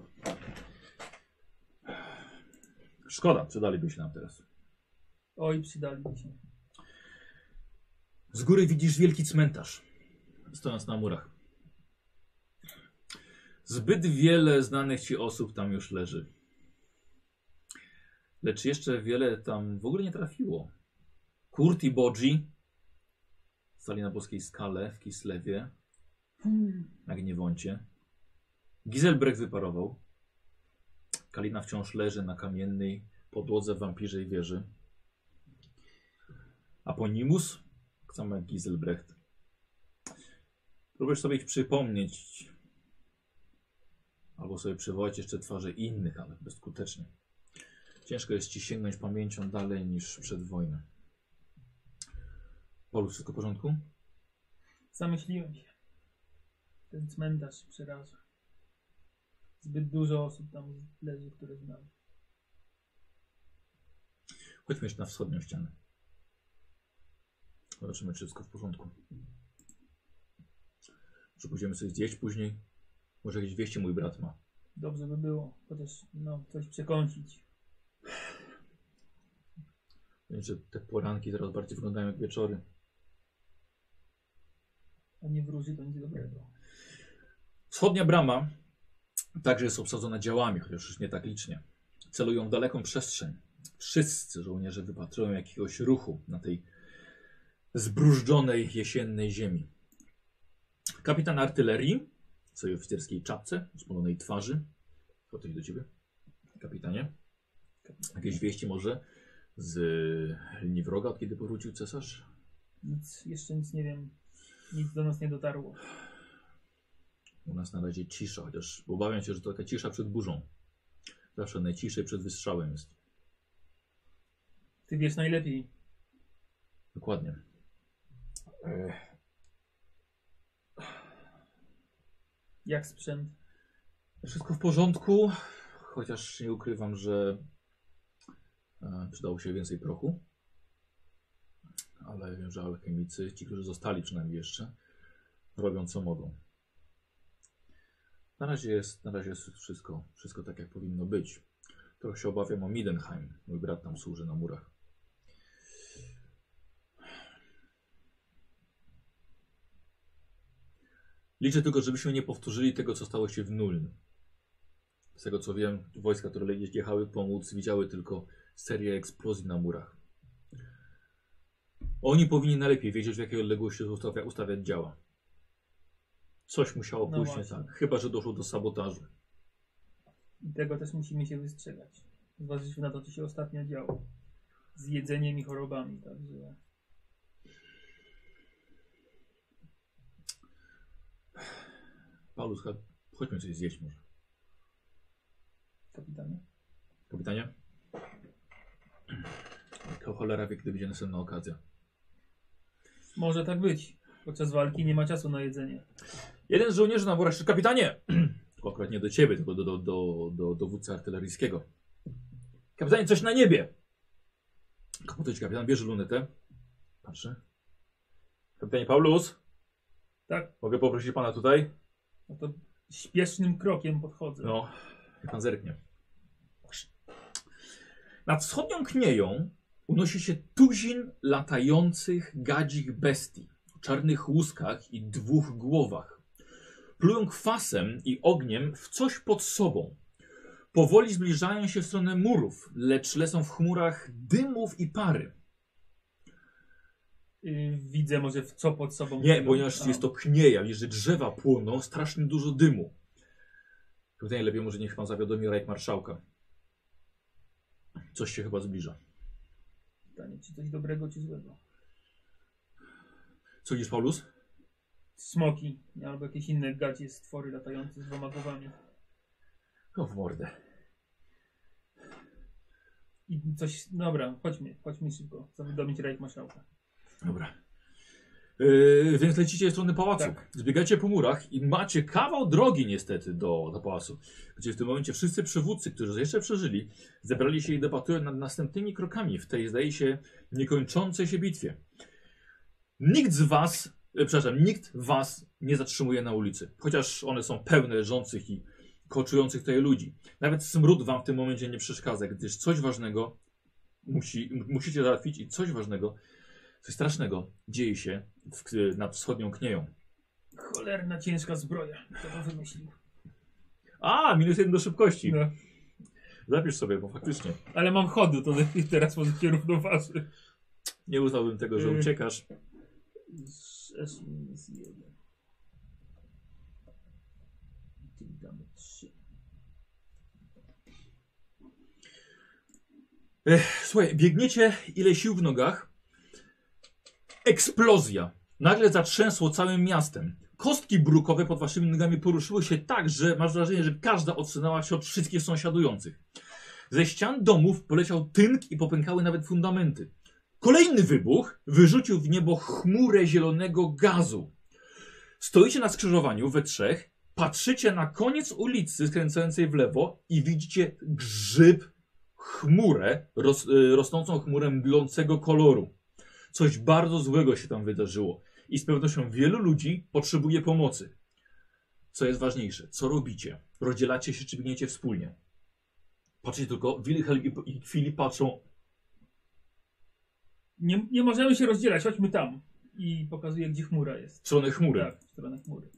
S1: Szkoda, przydaliby się nam teraz.
S2: Oj, przydaliby się.
S1: Z góry widzisz wielki cmentarz, stojąc na murach. Zbyt wiele znanych ci osób tam już leży. Lecz jeszcze wiele tam w ogóle nie trafiło. Kurt i Bodzi stali na boskiej skale w Kislewie, na Gniewoncie. Giselbrecht wyparował. Kalina wciąż leży na kamiennej podłodze wampirzej wieży. Aponimus, tak samo jak Giselbrecht. Próbujesz sobie ich przypomnieć, albo sobie przywołać jeszcze twarze innych, ale bezskutecznie. Ciężko jest ci sięgnąć pamięcią dalej niż przed wojną. Paulus, wszystko w porządku?
S2: Zamyśliłem się. Ten cmentarz przeraża. Zbyt dużo osób tam leży, które znam.
S1: Chodźmy jeszcze na wschodnią ścianę. Zobaczymy, czy wszystko w porządku. Może pójdziemy sobie zjeść później. Może jakieś wieści mój brat ma.
S2: Dobrze by było, chociaż no, coś przekąsić.
S1: Wiem, że te poranki teraz bardziej wyglądają jak wieczory.
S2: A nie wróży to nic dobrego.
S1: Wschodnia brama także jest obsadzona działami, chociaż już nie tak licznie. Celują w daleką przestrzeń. Wszyscy żołnierze wypatrują jakiegoś ruchu na tej zbrużdżonej jesiennej ziemi. Kapitan artylerii w swojej oficerskiej czapce, spalonej twarzy. Chodź do ciebie, kapitanie. Jakieś wieści może z linii wroga, od kiedy powrócił cesarz?
S2: Nic, jeszcze nic nie wiem. Nic do nas nie dotarło.
S1: U nas na razie cisza, chociaż obawiam się, że to taka cisza przed burzą. Zawsze najciszej przed wystrzałem jest.
S2: Ty wiesz najlepiej.
S1: Dokładnie.
S2: Jak sprzęt?
S1: Wszystko w porządku, chociaż nie ukrywam, że e, przydało się więcej prochu. Ale wiem, że alchemicy, ci, którzy zostali przynajmniej jeszcze, robią co mogą. Na razie jest, na razie jest wszystko, wszystko tak, jak powinno być. Trochę się obawiam o Midenheim. Mój brat tam służy na murach. Liczę tylko, żebyśmy nie powtórzyli tego, co stało się w Nuln. Z tego co wiem, wojska, które jechały pomóc, widziały tylko serię eksplozji na murach. Oni powinni najlepiej wiedzieć, w jakiej odległości ustawia, ustawiać działa. Coś musiało
S2: No
S1: pójść nie
S2: właśnie.
S1: tak. Chyba że doszło do sabotażu.
S2: I tego też musimy się wystrzegać. Zważywszy na to, co się ostatnio działo. Z jedzeniem i chorobami, także...
S1: Paulus, chodźmy coś zjeść może.
S2: Kapitanie?
S1: Kapitanie? To cholera wie, kiedy będzie następna okazja.
S2: Może tak być. Podczas walki nie ma czasu na jedzenie.
S1: Jeden z żołnierzy na murach, kapitanie! To akurat nie do ciebie, tylko do, do, do, do dowódcy artyleryjskiego. Kapitanie, coś na niebie! Kapitanie, kapitan bierze lunetę. Patrzy. Kapitanie Paulus?
S2: Tak?
S1: Mogę poprosić pana tutaj?
S2: No to śpiesznym krokiem podchodzę.
S1: No, jak pan zerknie. Nad wschodnią knieją unosi się tuzin latających gadzich bestii o czarnych łuskach i dwóch głowach. Plują kwasem i ogniem w coś pod sobą. Powoli zbliżają się w stronę murów, lecz lecą w chmurach dymów i pary.
S2: Yy, widzę może w co pod sobą.
S1: Nie,
S2: mówią.
S1: ponieważ
S2: A,
S1: jest to knieja, widzisz, że drzewa płoną, strasznie dużo dymu. Tutaj lepiej może niech pan zawiadomi rajmarszałka. Coś się chyba zbliża.
S2: Pytanie, czy coś dobrego, czy złego.
S1: Co widzisz, Paulus?
S2: Smoki, albo jakieś inne gadzie stwory latające z dwoma głowami.
S1: O, w mordę.
S2: I coś, dobra, chodźmy, chodźmy szybko, zawiadomić Rajmarszałka.
S1: Dobra. Yy, więc lecicie w stronę pałacu.
S2: Tak.
S1: Zbiegacie po murach i macie kawał drogi niestety do, do pałacu. Gdzie w tym momencie wszyscy przywódcy, którzy jeszcze przeżyli, zebrali się i debatują nad następnymi krokami w tej, zdaje się, niekończącej się bitwie. Nikt z was, e, przepraszam, nikt was nie zatrzymuje na ulicy. Chociaż one są pełne leżących i koczujących tutaj ludzi. Nawet smród wam w tym momencie nie przeszkadza, gdyż coś ważnego musi, musicie załatwić i coś ważnego, coś strasznego dzieje się w, nad wschodnią knieją.
S2: Cholerna ciężka zbroja, kto to wymyślił.
S1: A, minus jeden do szybkości.
S2: No.
S1: Zapisz sobie, bo faktycznie
S2: Ale mam chodu, to teraz może się równoważy.
S1: nie uznałbym tego, że
S2: Yy.
S1: uciekasz.
S2: sześć minus jeden. Czyli damy trzy.
S1: Ech, słuchaj, biegniecie ile sił w nogach. Eksplozja. Nagle zatrzęsło całym miastem. Kostki brukowe pod waszymi nogami poruszyły się tak, że masz wrażenie, że każda odsunęła się od wszystkich sąsiadujących. Ze ścian domów poleciał tynk i popękały nawet fundamenty. Kolejny wybuch wyrzucił w niebo chmurę zielonego gazu. Stoicie na skrzyżowaniu we trzech, patrzycie na koniec ulicy skręcającej w lewo i widzicie grzyb, chmurę, ros, y, rosnącą chmurę mdlącego koloru. Coś bardzo złego się tam wydarzyło i z pewnością wielu ludzi potrzebuje pomocy. Co jest ważniejsze, co robicie? Rozdzielacie się czy biegniecie wspólnie? Patrzycie tylko, Wilhelm i, i Filip patrzą.
S2: Nie, nie możemy się rozdzielać, chodźmy tam. I pokazuję, gdzie chmura jest.
S1: W stronę chmury.
S2: Tak, w stronę chmury.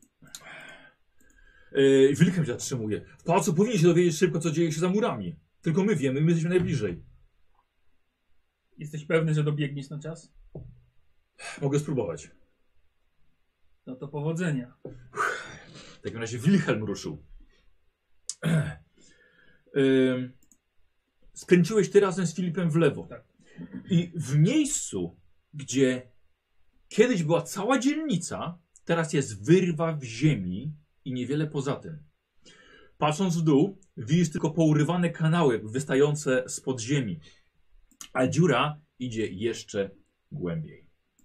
S1: Yy, Wilhelm się zatrzymuje. W pałacu powinien się dowiedzieć szybko, co dzieje się za murami. Tylko my wiemy, my jesteśmy najbliżej.
S2: Jesteś pewny, że dobiegniesz na czas?
S1: Mogę spróbować.
S2: No to powodzenia.
S1: W takim razie Wilhelm ruszył. Yy, skręciłeś ty razem z Filipem w lewo.
S2: Tak.
S1: I w miejscu, gdzie kiedyś była cała dzielnica, teraz jest wyrwa w ziemi i niewiele poza tym. Patrząc w dół, widzisz tylko pourywane kanały wystające spod ziemi, a dziura idzie jeszcze głębiej.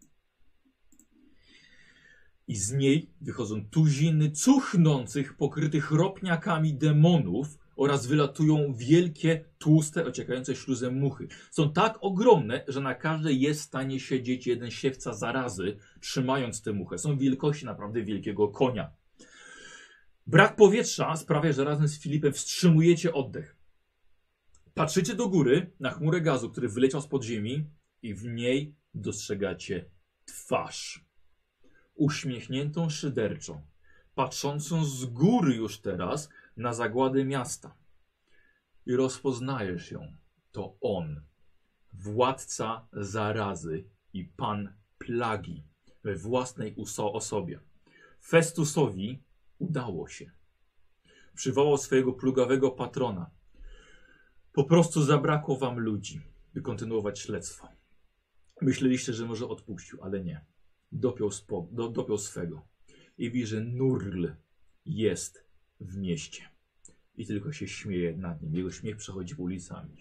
S1: I z niej wychodzą tuziny cuchnących, pokrytych ropniakami demonów oraz wylatują wielkie, tłuste, ociekające śluzem muchy. Są tak ogromne, że na każdej jest w stanie siedzieć jeden siewca zarazy, trzymając tę muchę. Są wielkości naprawdę wielkiego konia. Brak powietrza sprawia, że razem z Filipem wstrzymujecie oddech. Patrzycie do góry na chmurę gazu, który wyleciał z podziemi i w niej dostrzegacie twarz. Uśmiechniętą szyderczą, patrzącą z góry już teraz na zagładę miasta. I rozpoznajesz ją. To on, władca zarazy i pan plagi we własnej osobie. Festusowi udało się. Przywołał swojego plugawego patrona. Po prostu zabrakło wam ludzi, by kontynuować śledztwo. Myśleliście, że może odpuścił, ale nie. Dopiął, spo, do, dopiął swego. I widzi, że Nurl jest w mieście. I tylko się śmieje nad nim. Jego śmiech przechodzi ulicami.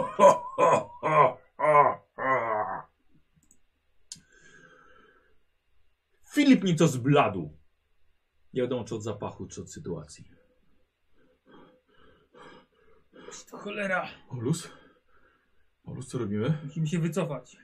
S1: Filip nieco zbladł. Nie wiadomo, czy od zapachu, czy od sytuacji.
S2: Cholera.
S1: Paulus? Paulus, co robimy?
S2: Musimy się wycofać.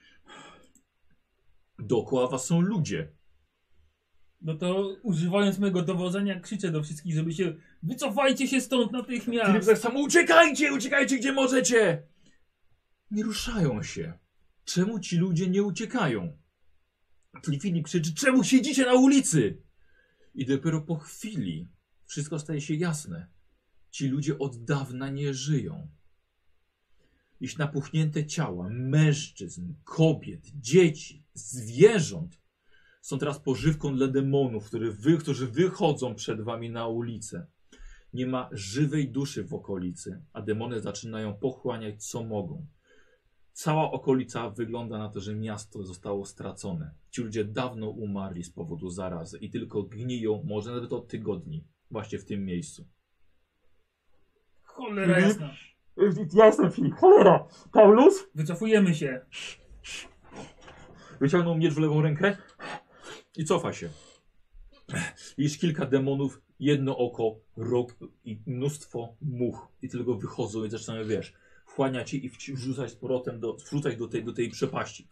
S1: Dookoła was są ludzie.
S2: No to używając mojego dowodzenia krzyczę do wszystkich, żeby się wycofajcie się stąd
S1: Filip
S2: natychmiast.
S1: tak samo, uciekajcie, uciekajcie gdzie możecie. Nie ruszają się. Czemu ci ludzie nie uciekają? Czyli Filip krzyczy, czemu siedzicie na ulicy? I dopiero po chwili wszystko staje się jasne. Ci ludzie od dawna nie żyją. Iż napuchnięte ciała mężczyzn, kobiet, dzieci, zwierząt są teraz pożywką dla demonów, które wy, którzy wychodzą przed wami na ulicę. Nie ma żywej duszy w okolicy, a demony zaczynają pochłaniać co mogą. Cała okolica wygląda na to, że miasto zostało stracone. Ci ludzie dawno umarli z powodu zarazy i tylko gniją, może nawet od tygodni, właśnie w tym miejscu.
S2: Cholera jasna.
S1: Jasne, Filip, cholera! Paulus?
S2: Wycofujemy się.
S1: Wyciągnął miecz w lewą rękę i cofa się. Jest kilka demonów, jedno oko, rok i mnóstwo much. I tylko wychodzą i zaczynają, wiesz, wchłaniać je i wrzucać z powrotem do, wrzucać do tej, do tej przepaści.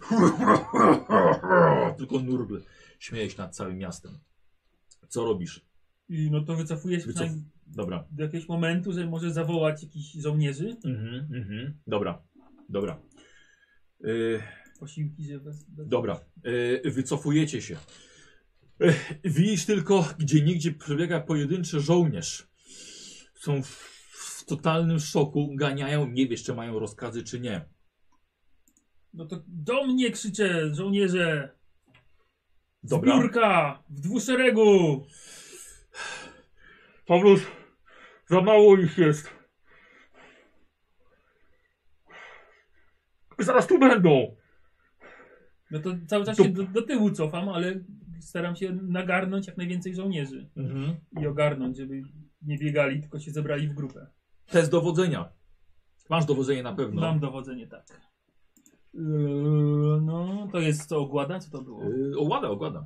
S1: Tylko Nurgle śmieje się nad całym miastem. Co robisz?
S2: I no to wycofuję się
S1: Wycof...
S2: przynajmniej
S1: Dobra.
S2: do jakiegoś momentu, że może zawołać jakichś żołnierzy.
S1: Mhm, mhm. Dobra, dobra. Yy,
S2: Posiłki, że bez, bez...
S1: dobra, yy, wycofujecie się. Yy, widzisz tylko, gdzie nigdzie przebiega pojedynczy żołnierz. Są w w totalnym szoku, ganiają, nie wiesz, czy mają rozkazy, czy nie.
S2: No to do mnie krzyczę, żołnierze!
S1: Dobra.
S2: Zbiórka! W dwuszeregu!
S1: Paulus, za mało ich jest. Zaraz tu będą.
S2: No to cały czas
S1: To-
S2: się do, do tyłu cofam, ale staram się nagarnąć jak najwięcej żołnierzy.
S1: Mhm.
S2: I ogarnąć, żeby nie biegali, tylko się zebrali w grupę.
S1: Test dowodzenia. Masz dowodzenie na pewno.
S2: Mam dowodzenie, tak. Yy, no, to jest co, ogłada? Co to było?
S1: Yy, ogłada, ogłada.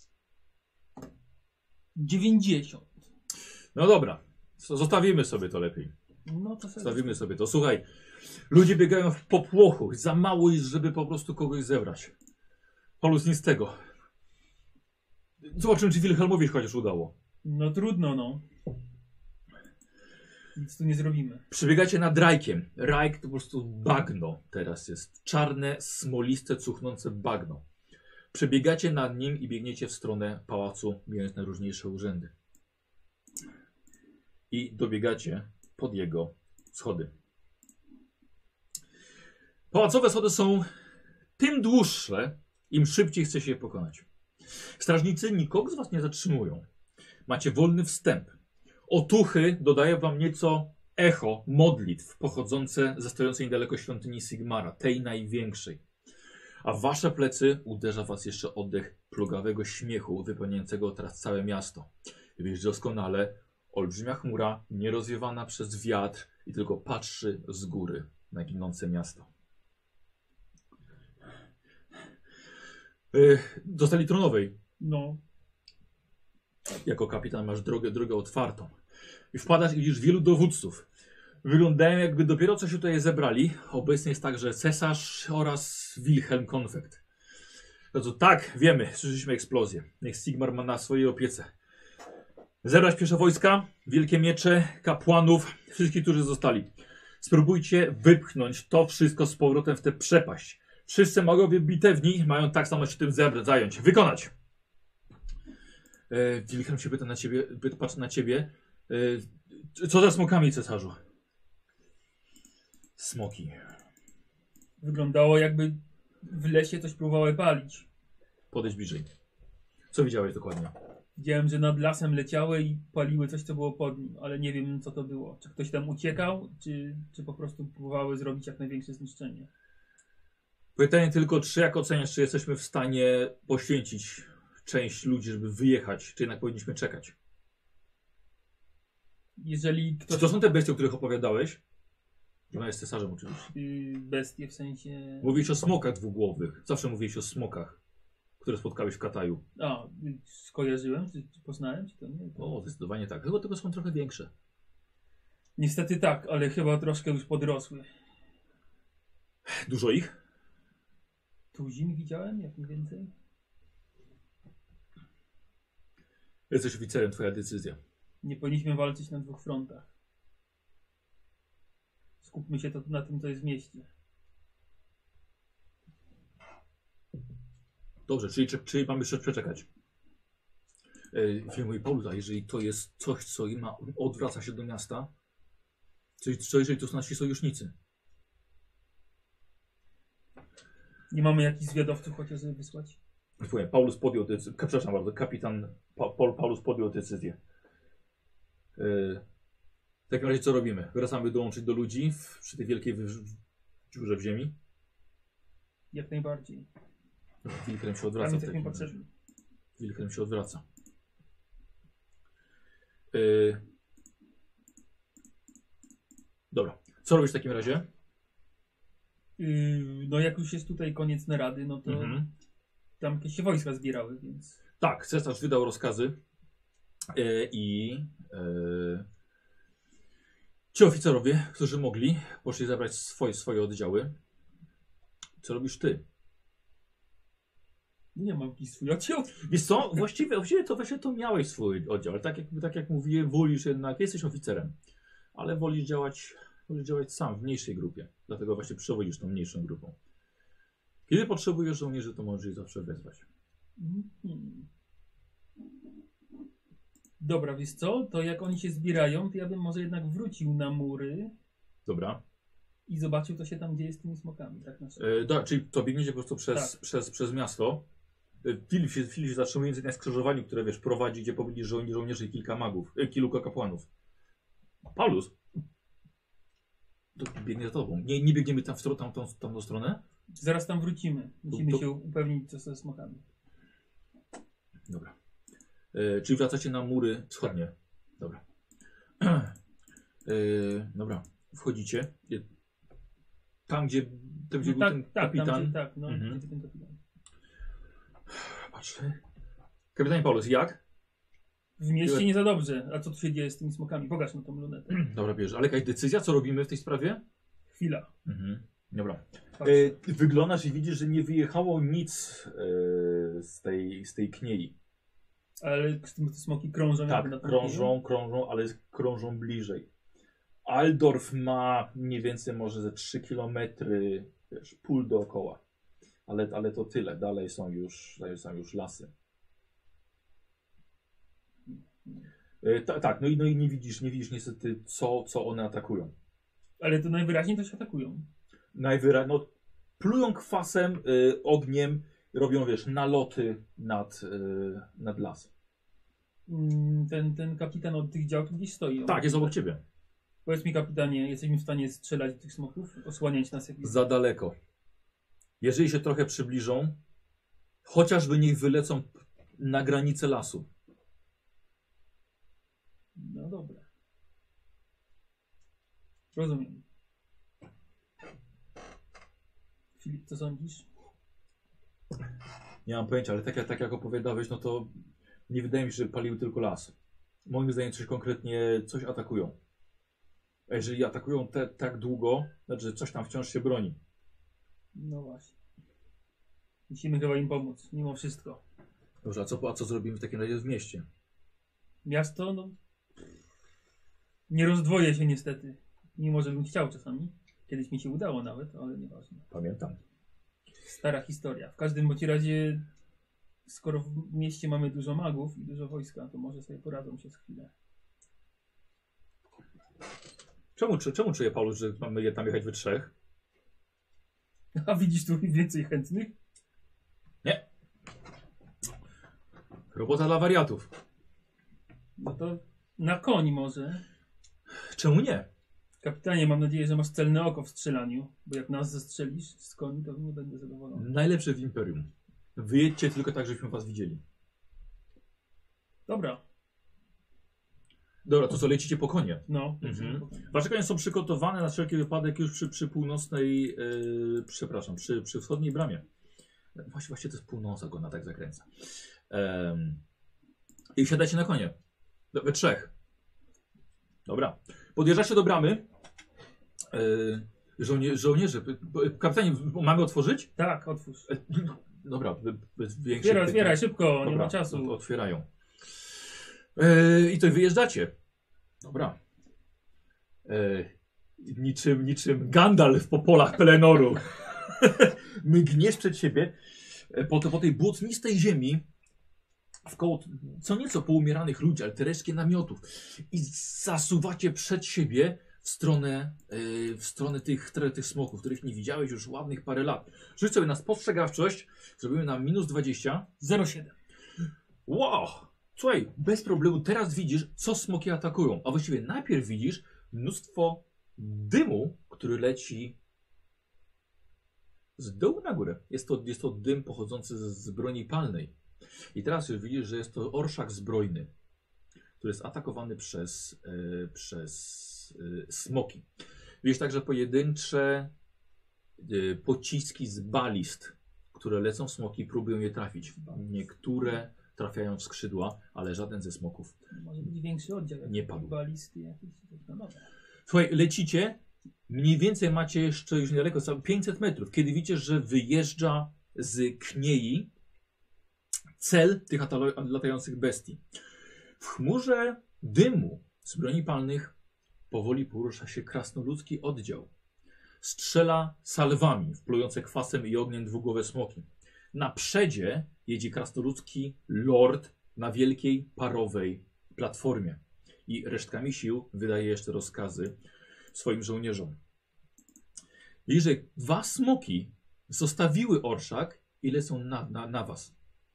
S2: dziewięćdziesiąt.
S1: No dobra, Z- zostawimy sobie to lepiej.
S2: No to sobie...
S1: Zostawimy sobie to. Słuchaj, ludzie biegają w popłochu. Za mało jest, żeby po prostu kogoś zebrać. Paulus, nic z tego. Zobaczymy, czy Wilhelmowi chociaż udało.
S2: No trudno, no. Nic tu nie zrobimy.
S1: Przebiegacie nad Rajkiem. Rajk to po prostu bagno teraz jest. Czarne, smoliste, cuchnące bagno. Przebiegacie nad nim i biegniecie w stronę pałacu, mijając najróżniejsze urzędy. I dobiegacie pod jego schody. Pałacowe schody są tym dłuższe, im szybciej chce się je pokonać. Strażnicy nikogo z was nie zatrzymują. Macie wolny wstęp. Otuchy dodaje wam nieco echo modlitw pochodzące ze stojącej niedaleko świątyni Sigmara, tej największej. A w wasze plecy uderza was jeszcze oddech plugawego śmiechu wypełniającego teraz całe miasto. Wiesz doskonale, olbrzymia chmura nierozwiewana przez wiatr i tylko patrzy z góry na ginące miasto. Yy, do sali tronowej.
S2: No.
S1: Jako kapitan masz drogę, drogę otwartą. I wpadasz i widzisz wielu dowódców. Wyglądają jakby dopiero co się tutaj zebrali. Obecnie jest także cesarz oraz Wilhelm Konfekt. No to tak, wiemy, słyszeliśmy eksplozję. Niech Sigmar ma na swojej opiece. Zebrać pierwsze wojska, wielkie miecze, kapłanów, wszystkich, którzy zostali. Spróbujcie wypchnąć to wszystko z powrotem w tę przepaść. Wszyscy magowie bitewni mają tak samo się tym zebra- zająć. Wykonać! E, Wilhelm się pyta na ciebie, pyta, patrzy na ciebie. E, co za smokami, cesarzu? Smoki.
S2: Wyglądało jakby w lesie coś próbowały palić.
S1: Podejdź bliżej. Co widziałeś dokładnie?
S2: Widziałem, że nad lasem leciały i paliły coś, co było pod nim, ale nie wiem, co to było. Czy ktoś tam uciekał, czy, czy po prostu próbowały zrobić jak największe zniszczenie.
S1: Pytanie tylko, czy jak oceniasz, czy jesteśmy w stanie poświęcić część ludzi, żeby wyjechać, czy jednak powinniśmy czekać?
S2: Jeżeli
S1: Czy
S2: ktoś...
S1: to są te bestie, o których opowiadałeś? Ona jest cesarzem oczywiście.
S2: Yy, bestie w sensie...
S1: Mówiłeś o smokach dwugłowych. Zawsze mówiłeś o smokach, które spotkałeś w Kataju.
S2: A, y, skojarzyłem, czy, czy poznałem, czy to nie? To...
S1: O, zdecydowanie tak. Chyba tylko są trochę większe.
S2: Niestety tak, ale chyba troszkę już podrosły.
S1: Dużo ich?
S2: Tuzin widziałem, jak nie więcej.
S1: Jesteś oficerem, twoja decyzja.
S2: Nie powinniśmy walczyć na dwóch frontach. Skupmy się to na tym, co jest w mieście.
S1: Dobrze, czyli, czyli mamy jeszcze przeczekać. E, Filmuj Paulus, a jeżeli to jest coś, co ma, odwraca się do miasta, czyli co jeżeli to są nasi sojusznicy?
S2: Nie mamy jakichś zwiadowców chociaż żeby wysłać?
S1: Powiem, Paulus podjął decyzję, przepraszam bardzo, kapitan pa, Paul, Paulus podjął decyzję. E, w takim razie co robimy? Wracamy dołączyć do ludzi w, przy tej wielkiej wy- dziurze w ziemi?
S2: Jak najbardziej.
S1: Wilhelm się
S2: Dla
S1: odwraca.
S2: mnie
S1: w
S2: tak
S1: takim
S2: nie
S1: razie.
S2: potrzebny.
S1: Wilhelm się odwraca. Yy... Dobra. Co robisz w takim razie?
S2: Yy, no jak już jest tutaj koniec narady, no to
S1: Mhm.
S2: tam jakieś się wojska zbierały, więc...
S1: Tak, cesarz wydał rozkazy yy, i yy... ci oficerowie, którzy mogli, poszli zabrać swoje, swoje oddziały. Co robisz ty?
S2: Nie mam jakiś swój oddział.
S1: Wiesz co, właściwie, właściwie to właśnie to miałeś swój oddział, ale tak jak, tak jak mówiłem, wolisz jednak, jesteś oficerem, ale wolisz działać, wolisz działać sam w mniejszej grupie, dlatego właśnie przewodzisz tą mniejszą grupą. Kiedy potrzebujesz żołnierzy, to możesz ich zawsze wezwać.
S2: Mhm. Dobra, wiesz co? To jak oni się zbierają, to ja bym może jednak wrócił na mury
S1: Dobra.
S2: i zobaczył, co się tam dzieje z tymi smokami. Tak na szybko.
S1: E, da, czyli to biegniecie po prostu przez,
S2: Tak.
S1: przez, przez miasto. E, Filip się, Filip się zatrzymuje na skrzyżowaniu, które wiesz, prowadzi, gdzie powinni żo żołnierze i kilka magów, e, kilku kapłanów. Paulus, to biegnie za tobą. Nie, nie biegniemy tam w stro, tam, tam, tamtą stronę?
S2: Zaraz tam wrócimy. Musimy
S1: To-
S2: się upewnić, co ze smokami.
S1: Dobra. E, czyli wracacie na mury wschodnie. Dobra. E, dobra. Wchodzicie. E, Tam, gdzie, tam, gdzie
S2: No
S1: był
S2: tak,
S1: ten
S2: tak, tam,
S1: kapitan.
S2: gdzie, tak, no,
S1: Mhm.
S2: gdzie ten kapitan.
S1: Patrzę. Kapitanie Paulus, jak?
S2: W mieście nie za dobrze. A co tu się dzieje z tymi smokami? Pokaż na tą lunetę.
S1: Dobra, bierze. Ale jakaś decyzja, co robimy w tej sprawie?
S2: Chwila.
S1: Mhm. Dobra.
S2: Patrzę.
S1: E, wyglądasz i widzisz, że nie wyjechało nic e, z, tej, z tej kniei.
S2: Ale z tym te smoki krążą jakby
S1: Tak,
S2: na tą
S1: krążą, krążą, ale krążą bliżej. Aldorf ma mniej więcej może ze trzy kilometry, wiesz, pól dookoła. Ale, ale to tyle. Dalej są już, dalej są już lasy. E, ta, tak, no i, no i nie widzisz, nie widzisz niestety, co, co one atakują.
S2: Ale to najwyraźniej to się atakują.
S1: Najwyraźniej, no, plują kwasem, y, ogniem, robią, wiesz, naloty nad, y, nad las.
S2: Mm, Ten, ten kapitan od tych działk gdzieś stoi.
S1: Tak, jest obok ciebie.
S2: Powiedz mi, kapitanie, jesteśmy w stanie strzelać do tych smoków? Osłaniać nas jakieś...
S1: Za daleko. Jeżeli się trochę przybliżą, chociażby niech wylecą na granicę lasu.
S2: No dobra. Rozumiem. Filip, co sądzisz?
S1: Nie mam pojęcia, ale tak jak, tak jak opowiadałeś, no to nie wydaje mi się, że paliły tylko las. Moim zdaniem coś konkretnie, coś atakują. A jeżeli atakują te, tak długo, znaczy, że coś tam wciąż się broni.
S2: No właśnie. Musimy chyba im pomóc, mimo wszystko.
S1: Dobrze, a co, a co zrobimy w takim razie w mieście?
S2: Miasto, no... Nie rozdwoję się niestety. Mimo, że bym chciał czasami. Kiedyś mi się udało nawet, ale nieważne.
S1: Pamiętam.
S2: Stara historia. W każdym bądź razie, skoro w mieście mamy dużo magów i dużo wojska, to może sobie poradzą przez chwilę.
S1: Czemu, czy- czemu czuję, Paulus, że mamy je tam jechać we trzech?
S2: A widzisz tu więcej chętnych?
S1: Nie. Robota dla wariatów.
S2: No to na koń może.
S1: Czemu nie?
S2: Kapitanie, mam nadzieję, że masz celne oko w strzelaniu, bo jak nas zestrzelisz z koni, to nie będę zadowolony.
S1: Najlepsze w Imperium. Wyjedźcie tylko tak, żebyśmy was widzieli.
S2: Dobra,
S1: Dobra, to co, lecicie po konie?
S2: no.
S1: Mhm. Wasze konie są przygotowane na wszelki wypadek już przy, przy północnej, yy, przepraszam, przy, przy wschodniej bramie. Właśnie, właśnie to jest północ, jak ona tak zakręca. Em, I wsiadacie na konie. We we trzech. Dobra. Podjeżdżacie do bramy. Yy, żołnie, żołnierze, p- p- kapitanie, mamy otworzyć?
S2: Tak, otwórz.
S1: E, Dobra, be- bez większych
S2: Otwieraj,
S1: pytań.
S2: otwieraj, szybko, nie
S1: Dobra,
S2: ma czasu.
S1: ot- Otwierają. E, I to wyjeżdżacie. Dobra. E, niczym, niczym Gandalf po polach Pelenoru. Mgniesz przed siebie e, po, to, po tej błotnistej ziemi w koło co nieco poumieranych ludzi, ale te resztki namiotów. I zasuwacie przed siebie w stronę, e, w stronę tych, tych, tych smoków, których nie widziałeś już ładnych parę lat. Rzuć sobie na spostrzegawczość. Zrobimy na minus dwadzieścia.
S2: zero siedem.
S1: Wow! Słuchaj, bez problemu teraz widzisz, co smoki atakują. A właściwie najpierw widzisz mnóstwo dymu, który leci z dołu na górę. Jest to, jest to dym pochodzący z, z broni palnej. I teraz już widzisz, że jest to orszak zbrojny, który jest atakowany przez, e, przez e, smoki. Widzisz także pojedyncze e, pociski z balist, które lecą w smoki i próbują je trafić. Niektóre trafiają w skrzydła, ale żaden ze smoków
S2: Może być większy oddział. jak
S1: nie padł.
S2: Balisty jakieś. No dobra.
S1: Słuchaj, lecicie, mniej więcej macie jeszcze już niedaleko, całe pięćset metrów, kiedy widzicie, że wyjeżdża z kniei cel tych ata- latających bestii. W chmurze dymu z broni palnych powoli porusza się krasnoludzki oddział. Strzela salwami, wplujące kwasem i ogniem dwugłowe smoki. Na przedzie jedzie krasnoludzki lord na wielkiej parowej platformie i resztkami sił wydaje jeszcze rozkazy swoim żołnierzom. Widzisz, że dwa smoki zostawiły orszak i lecą na, na, na was.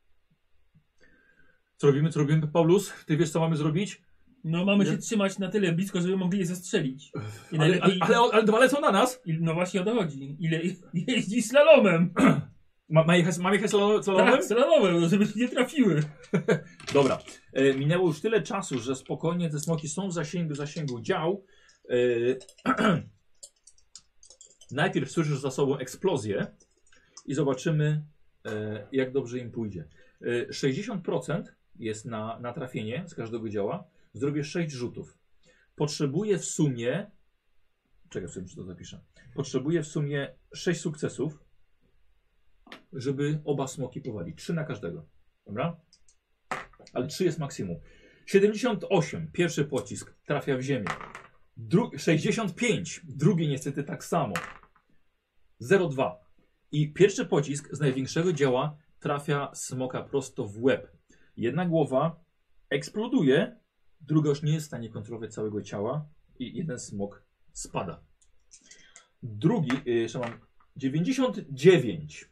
S1: Co robimy, co robimy, Paulus? Ty wiesz, co mamy zrobić?
S2: No mamy
S1: Nie?
S2: się trzymać na tyle blisko, żeby mogli je zastrzelić. I
S1: Ale, ale,
S2: najlepiej...
S1: ale, ale dwa lecą na nas?
S2: I, no właśnie o to chodzi. Ile jeździ slalomem.
S1: Ma, ma jechać, mam jechać slalomem?
S2: Tak, slalomem, no żeby się nie trafiły.
S1: Dobra. E, minęło już tyle czasu, że spokojnie te smoki są w zasięgu, zasięgu dział. E, najpierw słyszysz za sobą eksplozję i zobaczymy, e, jak dobrze im pójdzie. E, sześćdziesiąt procent jest na, na trafienie z każdego działa. Zrobię sześć rzutów. Potrzebuję w sumie... Czekaj, sobie to zapiszę. Potrzebuję w sumie sześć sukcesów, żeby oba smoki powalić. trzy na każdego. Dobra? Ale trzy jest maksimum. siedemdziesiąt osiem. Pierwszy pocisk trafia w ziemię. Dru sześćdziesiąt pięć. Drugi niestety tak samo. zero przecinek dwa. I pierwszy pocisk z największego działa trafia smoka prosto w łeb. Jedna głowa eksploduje, druga już nie jest w stanie kontrolować całego ciała i jeden smok spada. Drugi, yy, jeszcze mam dziewięćdziesiąt dziewięć.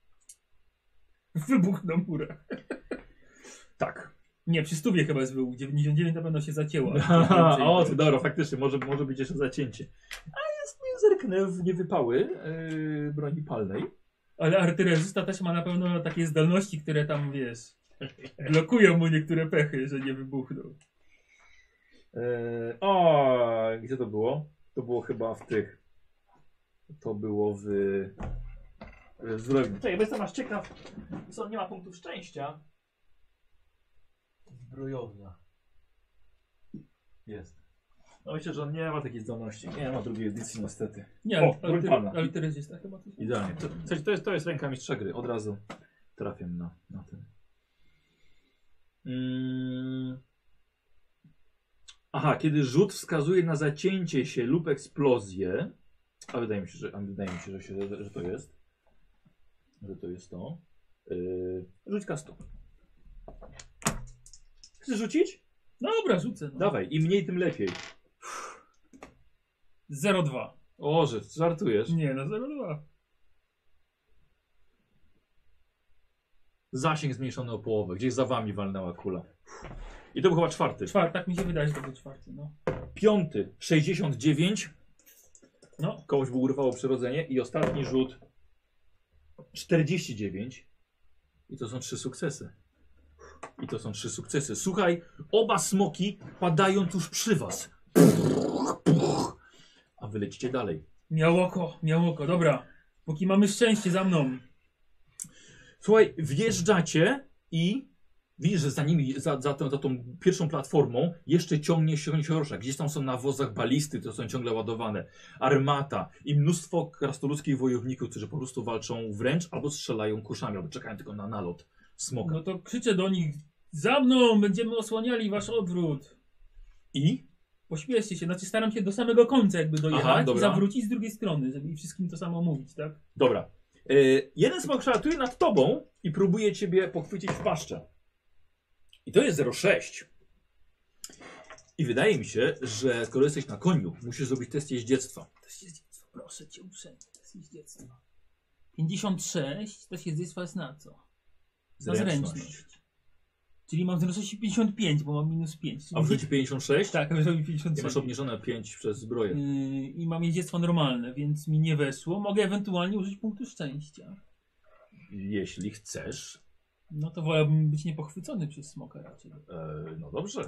S2: Wybuch na murach.
S1: Tak.
S2: Nie, przy stówie chyba jest był. dziewięćdziesiąt dziewięć na pewno się zacięło.
S1: O, to dobra, faktycznie, może, może być jeszcze zacięcie. A jest, nie zerknę w niewypały yy, broni palnej.
S2: Ale artylerzysta też ma na pewno takie zdolności, które tam, wiesz, blokują mu niektóre pechy, że nie wybuchną.
S1: Yy, o, gdzie to było? To było chyba w tych. To było w. w zbrojni. Czekaj, bo jestem aż ciekaw. Co, nie ma punktów szczęścia. Zbrojownia. Jest. No myślę, że on nie ma takiej zdolności. Nie ma drugiej edycji niestety.
S2: Nie,
S1: O,
S2: ale
S1: broń palna.
S2: artylerzysta chyba coś.
S1: Idealnie. To, to, to, jest, to jest ręka mistrza gry. Od razu trafię na, na ten. Mm. Aha, kiedy rzut wskazuje na zacięcie się lub eksplozję. A wydaje mi się, że, a wydaje mi się, że, się, że, że to jest. Że to jest to. Yy, rzuć kastu. Chcesz rzucić?
S2: Dobra, rzucę. No.
S1: Dawaj, im mniej, tym lepiej.
S2: zero przecinek dwa.
S1: O, że żartujesz.
S2: Nie, no zero przecinek dwa.
S1: Zasięg zmniejszony o połowę. Gdzieś za wami walnęła kula. I to był chyba czwarty.
S2: Czwarty, tak mi się wydaje, że to był czwarty, no.
S1: Piąty, sześćdziesiąt dziewięć.
S2: No.
S1: Komuś by urwało przyrodzenie. I ostatni rzut, czterdzieści dziewięć. I to są trzy sukcesy. I to są trzy sukcesy. Słuchaj, oba smoki padają tuż przy was. A wy lecicie dalej.
S2: Miał oko, miał oko, dobra. Póki mamy szczęście, za mną.
S1: Słuchaj, wjeżdżacie i widzisz, że za nimi, za, za, tą, za tą pierwszą platformą jeszcze ciągnie się orszak. Gdzieś tam są na wozach balisty, to są ciągle ładowane. Armata i mnóstwo krasnoludzkich wojowników, którzy po prostu walczą wręcz albo strzelają kuszami, albo czekają tylko na nalot smoka.
S2: No to krzyczę do nich, za mną, będziemy osłaniali wasz odwrót.
S1: I?
S2: Pośpieszcie się, znaczy staram się do samego końca jakby dojechać.
S1: Aha,
S2: i
S1: dobra.
S2: zawrócić z drugiej strony, żeby im wszystkim to samo mówić, tak?
S1: Dobra. Yy, jeden smok przelatuje nad tobą i próbuje ciebie pochwycić w paszczę. I to jest zero przecinek sześć. I wydaje mi się, że skoro jesteś na koniu, musisz zrobić test jeździectwa.
S2: To jest jeździectwo, proszę cię uprzejmie, to jest jeździectwo. pięćdziesiąt sześć, to jest jeździectwo jest na co? Na zręczność. Czyli mam zręczności pięćdziesiąt pięć, bo mam minus pięć.
S1: A w rzucie pięćdziesiąt sześć?
S2: Tak, a w rzucie
S1: I
S2: pięćdziesiąt sześć.
S1: masz obniżone pięć przez zbroję.
S2: Yy, I mam jeździectwo normalne, więc mi nie weszło. Mogę ewentualnie użyć punktu szczęścia.
S1: Jeśli chcesz.
S2: No to wolałbym być niepochwycony przez smoka raczej.
S1: E, no dobrze.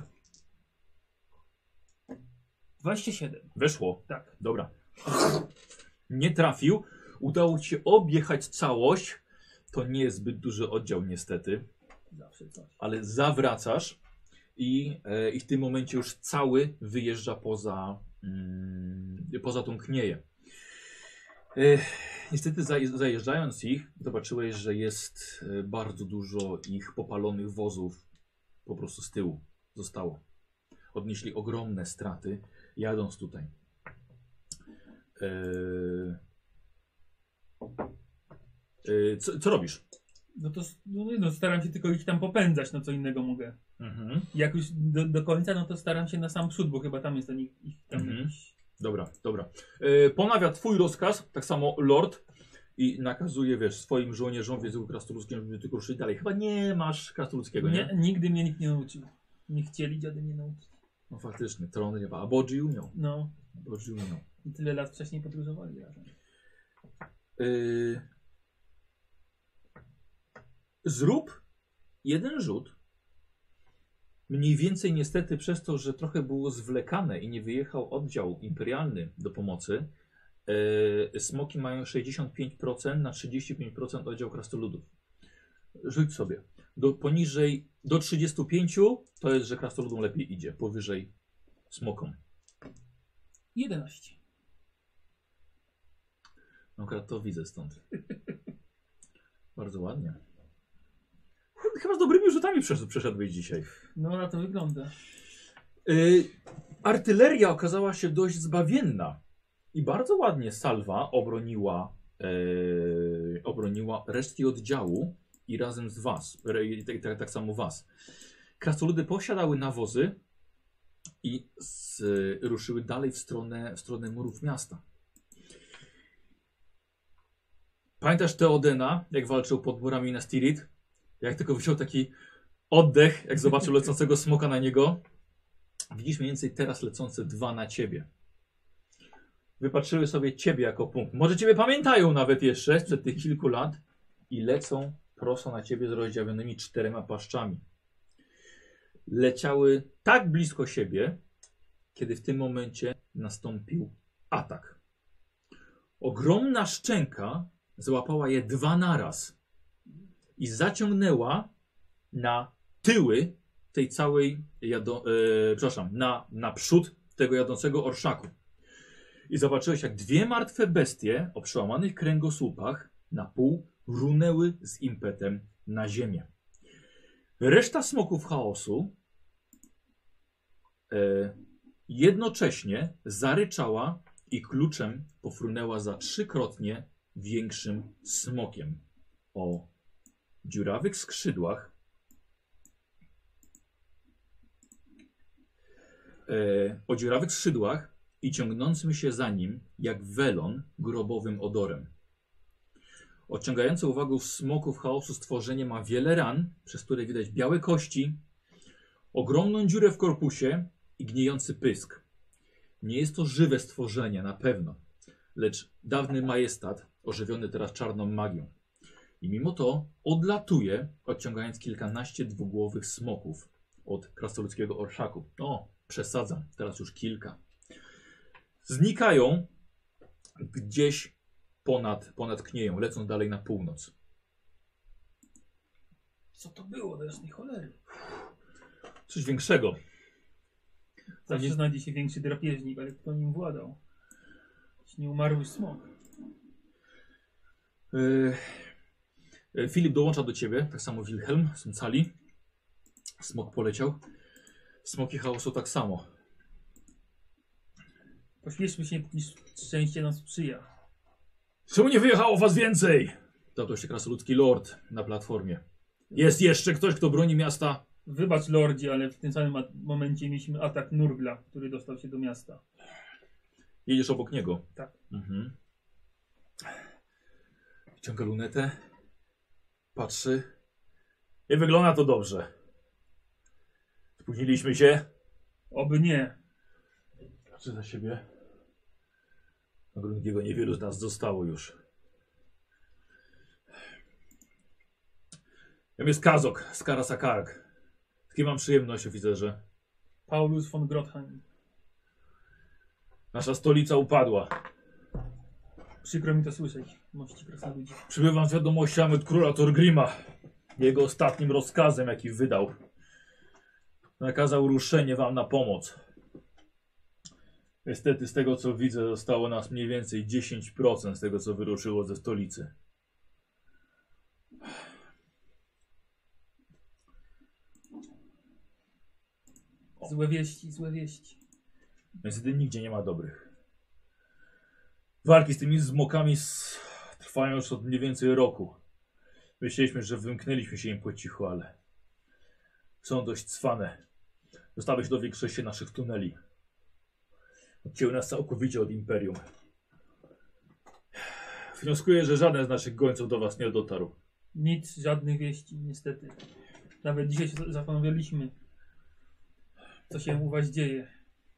S2: dwadzieścia siedem.
S1: Weszło.
S2: Tak.
S1: Dobra. Nie trafił. Udało ci się objechać całość. To nie jest zbyt duży oddział niestety.
S2: Zawsze coś.
S1: Ale zawracasz i, e, i w tym momencie już cały wyjeżdża poza, mm, poza tą knieję. E, niestety zaj- zajeżdżając ich, zobaczyłeś, że jest e, bardzo dużo ich popalonych wozów po prostu z tyłu zostało. Odnieśli ogromne straty jadąc tutaj. E, e, co, co robisz?
S2: No to s- no, no, staram się tylko ich tam popędzać, no co innego mogę.
S1: Mhm.
S2: Jak już do, do końca, no to staram się na sam przód, bo chyba tam jest ten ich, ich tam
S1: Mhm.
S2: jakiś...
S1: Dobra, dobra. E, ponawia twój rozkaz, tak samo Lord, i nakazuje, wiesz, swoim żołnierzom w języku krasnoludzkim, żeby tylko ruszyć dalej. Chyba nie masz krasnoludzkiego, nie?
S2: Nie, nigdy mnie nikt nie nauczył. Nie chcieli dziady mnie nauczyć.
S1: No faktycznie, trony nie ma. A Bodzi umiał.
S2: No.
S1: Bodzi umiał.
S2: I tyle lat wcześniej podróżowali razem.
S1: Yy... Zrób jeden rzut. Mniej więcej niestety przez to, że trochę było zwlekane i nie wyjechał oddział imperialny do pomocy, yy, smoki mają sześćdziesiąt pięć procent na trzydzieści pięć procent oddział krastoludów. Rzuć sobie. Do, poniżej, do trzydziestu pięciu to jest, że krastoludom lepiej idzie. Powyżej smokom.
S2: jedenaście.
S1: No akurat to widzę stąd. Bardzo ładnie. Chyba z dobrymi rzutami przesz- przeszedłeś dzisiaj.
S2: No na to wygląda.
S1: Yy, artyleria okazała się dość zbawienna. I bardzo ładnie Salwa obroniła, yy, obroniła resztki oddziału i razem z was. Re, i tak, tak, tak samo was. Krasnoludy posiadały nawozy i z, ruszyły dalej w stronę, w stronę murów miasta. Pamiętasz Teodena, jak walczył pod murami na Styrit? Jak tylko wziął taki oddech, jak zobaczył lecącego smoka na niego. Widzisz mniej więcej teraz lecące dwa na ciebie. Wypatrzyły sobie ciebie jako punkt. Może ciebie pamiętają nawet jeszcze sprzed tych kilku lat i lecą prosto na ciebie z rozdziawionymi czterema paszczami. Leciały tak blisko siebie, kiedy w tym momencie nastąpił atak. Ogromna szczęka złapała je dwa naraz i zaciągnęła na tyły tej całej, jado, e, przepraszam, na, na przód tego jadącego orszaku. I zobaczyłeś, jak dwie martwe bestie o przełamanych kręgosłupach na pół runęły z impetem na ziemię. Reszta smoków chaosu e, jednocześnie zaryczała i kluczem pofrunęła za trzykrotnie większym smokiem o dziurawych skrzydłach, e, o dziurawych skrzydłach i ciągnącym się za nim jak welon grobowym odorem. Odciągające uwagę smoków chaosu stworzenie ma wiele ran, przez które widać białe kości, ogromną dziurę w korpusie i gnijący pysk. Nie jest to żywe stworzenie na pewno, lecz dawny majestat ożywiony teraz czarną magią. I mimo to odlatuje, odciągając kilkanaście dwugłowych smoków od krasnoludzkiego orszaku. O, przesadzam, teraz już kilka. Znikają gdzieś ponad, ponad Knieją, lecą dalej na północ.
S2: Co to było do jasnej cholery?
S1: Coś większego.
S2: Zawsze
S1: Nie-
S2: znajdzie się większy drapieżnik, ale kto nim władał? Jakiś nieumarły smok.
S1: Yy, yy, Filip dołącza do ciebie, tak samo Wilhelm, są cali. Smok poleciał. Smoki chaosu tak samo.
S2: Pośpieszmy się, póki szczęście nam sprzyja.
S1: Czemu nie wyjechało was więcej? Zapytał się krasnoludzki lord na platformie. Jest jeszcze ktoś, kto broni miasta?
S2: Wybacz, lordzie, ale w tym samym a- momencie mieliśmy atak Nurgla, który dostał się do miasta.
S1: Jedziesz obok niego.
S2: Tak.
S1: Mhm. Wyciąga lunetę. Patrzy. Nie wygląda to dobrze. Spóźniliśmy się.
S2: Oby nie.
S1: Patrzy za siebie. Na Grungiego niewielu z nas zostało już. Jam jest Kazok z Karasakark. Z kim mam przyjemność, oficerze?
S2: Paulus von Grotheim.
S1: Nasza stolica upadła.
S2: Przykro mi to słyszeć, mości krasnoludzi.
S1: Przybywam z wiadomościami od króla Torgrima. Jego ostatnim rozkazem, jaki wydał. Nakazał ruszenie wam na pomoc. Niestety z tego co widzę zostało nas mniej więcej dziesięć procent z tego co wyruszyło ze stolicy.
S2: Złe wieści, złe wieści.
S1: Niestety nigdzie nie ma dobrych. Walki z tymi zmokami s- trwają już od mniej więcej roku. Myśleliśmy, że wymknęliśmy się im po cichu, ale są dość cwane. Dostały się do większości naszych tuneli. Odcięły nas całkowicie od Imperium. Wnioskuję, że żaden z naszych gońców do was nie dotarł.
S2: Nic, żadnych wieści, niestety. Nawet dzisiaj się zastanawialiśmy, co się u was dzieje.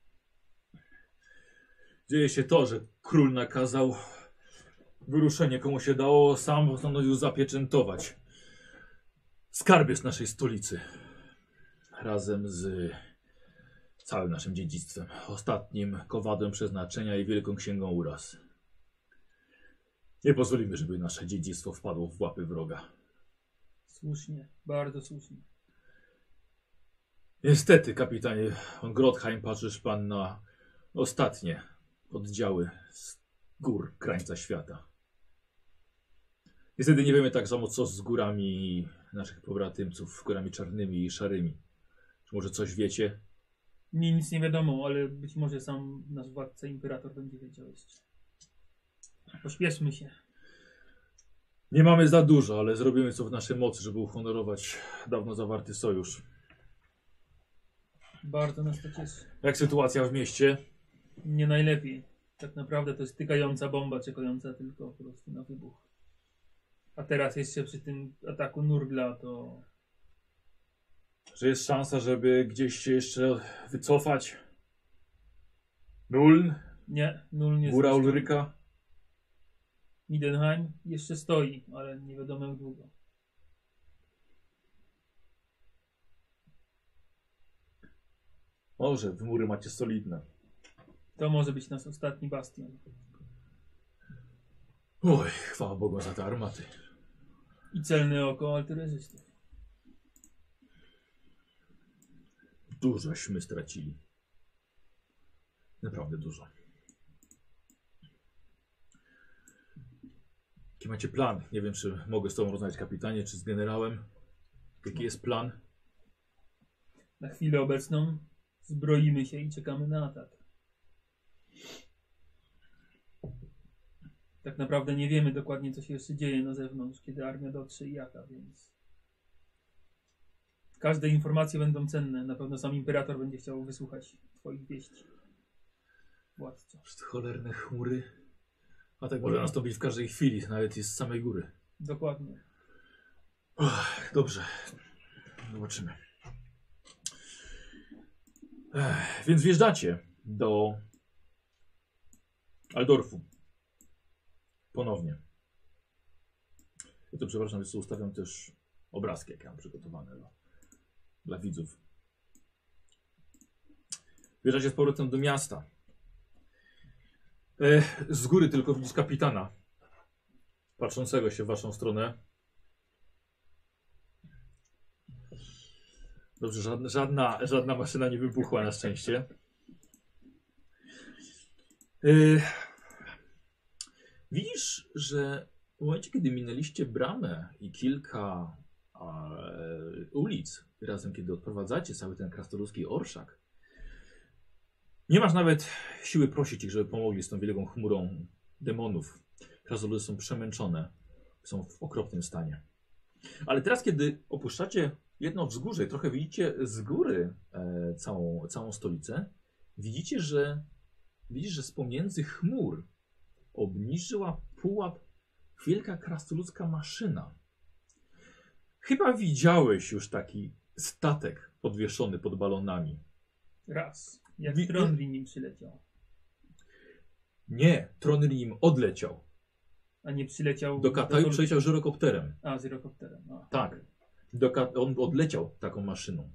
S1: Dzieje się to, że król nakazał wyruszenie komu się dało, sam postanowił zapieczętować skarbiec naszej stolicy. Razem z całym naszym dziedzictwem. Ostatnim kowadłem przeznaczenia i wielką księgą uraz. Nie pozwolimy, żeby nasze dziedzictwo wpadło w łapy wroga.
S2: Słusznie, bardzo słusznie.
S1: Niestety, kapitanie von Grotheim, patrzysz pan na ostatnie oddziały z gór krańca świata. Niestety nie wiemy tak samo, co z górami naszych pobratymców, górami czarnymi i szarymi. Czy może coś wiecie?
S2: Mnie nic nie wiadomo, ale być może sam nasz władca, imperator, będzie wiedział jeszcze. Pośpieszmy się.
S1: Nie mamy za dużo, ale zrobimy co w naszej mocy, żeby uhonorować dawno zawarty sojusz.
S2: Bardzo nas to cieszy.
S1: Jak sytuacja w mieście?
S2: Nie najlepiej. Tak naprawdę to jest tykająca bomba, czekająca tylko po prostu na wybuch. A teraz jeszcze przy tym ataku Nurgla to...
S1: Że jest szansa, żeby gdzieś się jeszcze wycofać? Nuln?
S2: Nie, nul nie
S1: Góra
S2: zniszczony.
S1: Ulryka?
S2: Midenheim jeszcze stoi, ale nie wiadomo jak długo.
S1: Może, wy mury macie solidne.
S2: To może być nasz ostatni bastion.
S1: Oj, chwała Bogu za te armaty.
S2: I celne oko alterezystów.
S1: Dużośmy stracili. Naprawdę dużo. Jaki macie plan? Nie wiem, czy mogę z tobą rozmawiać, kapitanie, czy z generałem. Jaki jest plan?
S2: Na chwilę obecną zbroimy się i czekamy na atak. Tak naprawdę nie wiemy dokładnie, co się jeszcze dzieje na zewnątrz, kiedy armia dotrze i jaka, więc... Każde informacje będą cenne. Na pewno sam imperator będzie chciał wysłuchać twoich wieści. Władco.
S1: Te cholerne chmury. A tak może nastąpić w każdej chwili, nawet i z samej góry.
S2: Dokładnie.
S1: Uch, dobrze. Zobaczymy. Ech, więc wjeżdżacie do Aldorfu. Ponownie. Ja to przepraszam, że ustawiam też obrazki, jakie mam przygotowane dla, dla widzów. Wjeżdżacie z powrotem do miasta. E, z góry tylko widzisz kapitana, patrzącego się w waszą stronę. Dobrze, żadna, żadna, żadna maszyna nie wybuchła na szczęście. E, widzisz, że w momencie, kiedy minęliście bramę i kilka e, ulic, razem kiedy odprowadzacie cały ten krasnoludzki orszak, nie masz nawet siły prosić ich, żeby pomogli z tą wielką chmurą demonów. Krasnoludy są przemęczone, są w okropnym stanie. Ale teraz, kiedy opuszczacie jedno wzgórze i trochę widzicie z góry e, całą, całą stolicę, widzicie, że widzisz, że z pomiędzy chmur obniżyła pułap wielka krasnoludzka maszyna. Chyba widziałeś już taki statek podwieszony pod balonami.
S2: Raz. Jak
S1: Wi-
S2: Trondri nim przyleciał.
S1: Nie, Tron nim odleciał.
S2: A nie przyleciał...
S1: Do Kataju
S2: do-
S1: przyleciał żyrokopterem.
S2: A, z helikopterem. A.
S1: Tak. Do Ka- on odleciał taką maszyną.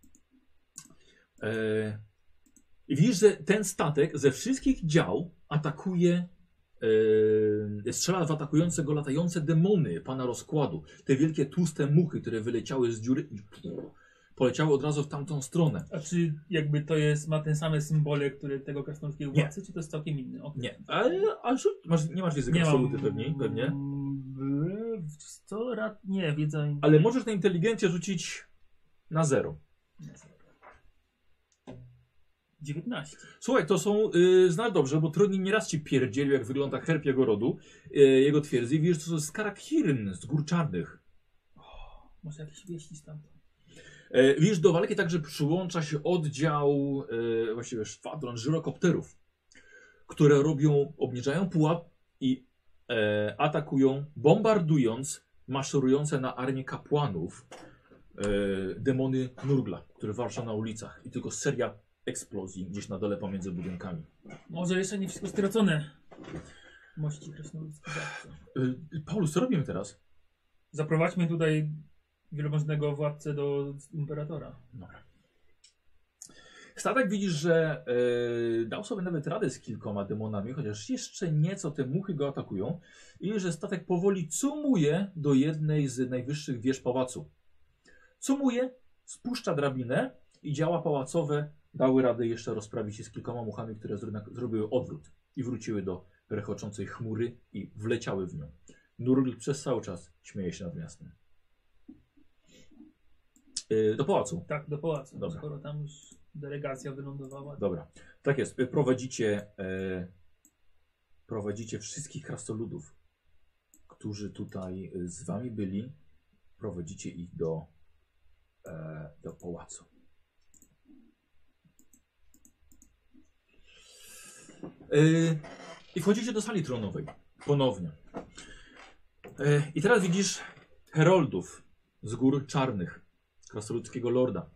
S1: E, I widzisz, że ten statek ze wszystkich dział atakuje, e, strzela w atakujące go latające demony pana rozkładu. Te wielkie tłuste muchy, które wyleciały z dziury i poleciały od razu w tamtą stronę.
S2: A czy jakby to jest, ma ten same symbole, które tego krasnoludzkiego
S1: Nie.
S2: władcy, czy to jest całkiem inny? Okay.
S1: Nie, ale, ale rzuć- masz, nie masz wiedzy absoluty pewnie, pewnie.
S2: w- Co? Rad... Nie, wiedza...
S1: Ale możesz na inteligencję rzucić na zero.
S2: dziewiętnaście.
S1: Słuchaj, to są, yy, znasz dobrze, bo Tronin nieraz ci pierdzielił, jak wygląda herb jego rodu, yy, jego twierdzy. I wiesz, to jest Skarak Hirn z Gór Czarnych.
S2: Może jakieś wieści stamtąd.
S1: E, widzisz, do walki także przyłącza się oddział, e, właściwie szwadron żyrokopterów, które robią, obniżają pułap i e, atakują, bombardując maszerujące na armię kapłanów e, demony Nurgla, które walczą na ulicach i tylko seria eksplozji gdzieś na dole pomiędzy budynkami.
S2: Może jeszcze nie wszystko stracone. Mości krasnoludzki zawsze.
S1: E, Paulus, co robimy teraz?
S2: Zaprowadźmy tutaj wielmożnego władcę do imperatora.
S1: Dobra. Statek widzisz, że e, dał sobie nawet radę z kilkoma demonami, chociaż jeszcze nieco te muchy go atakują. I że statek powoli cumuje do jednej z najwyższych wież pałacu. Cumuje, spuszcza drabinę i działa pałacowe dały radę jeszcze rozprawić się z kilkoma muchami, które zro- zrobiły odwrót i wróciły do rechoczącej chmury i wleciały w nią. Nurgl przez cały czas śmieje się nad miastem. E, do pałacu.
S2: Tak, do pałacu,
S1: Dobra.
S2: skoro tam już delegacja wylądowała.
S1: Dobra, tak jest. Y, Prowadzicie, e, prowadzicie wszystkich krasnoludów, którzy tutaj y, z wami byli. Prowadzicie ich do, e, do pałacu. E, I wchodzicie do sali tronowej. Ponownie. E, I teraz widzisz heroldów z gór czarnych, krasnoludzkiego lorda.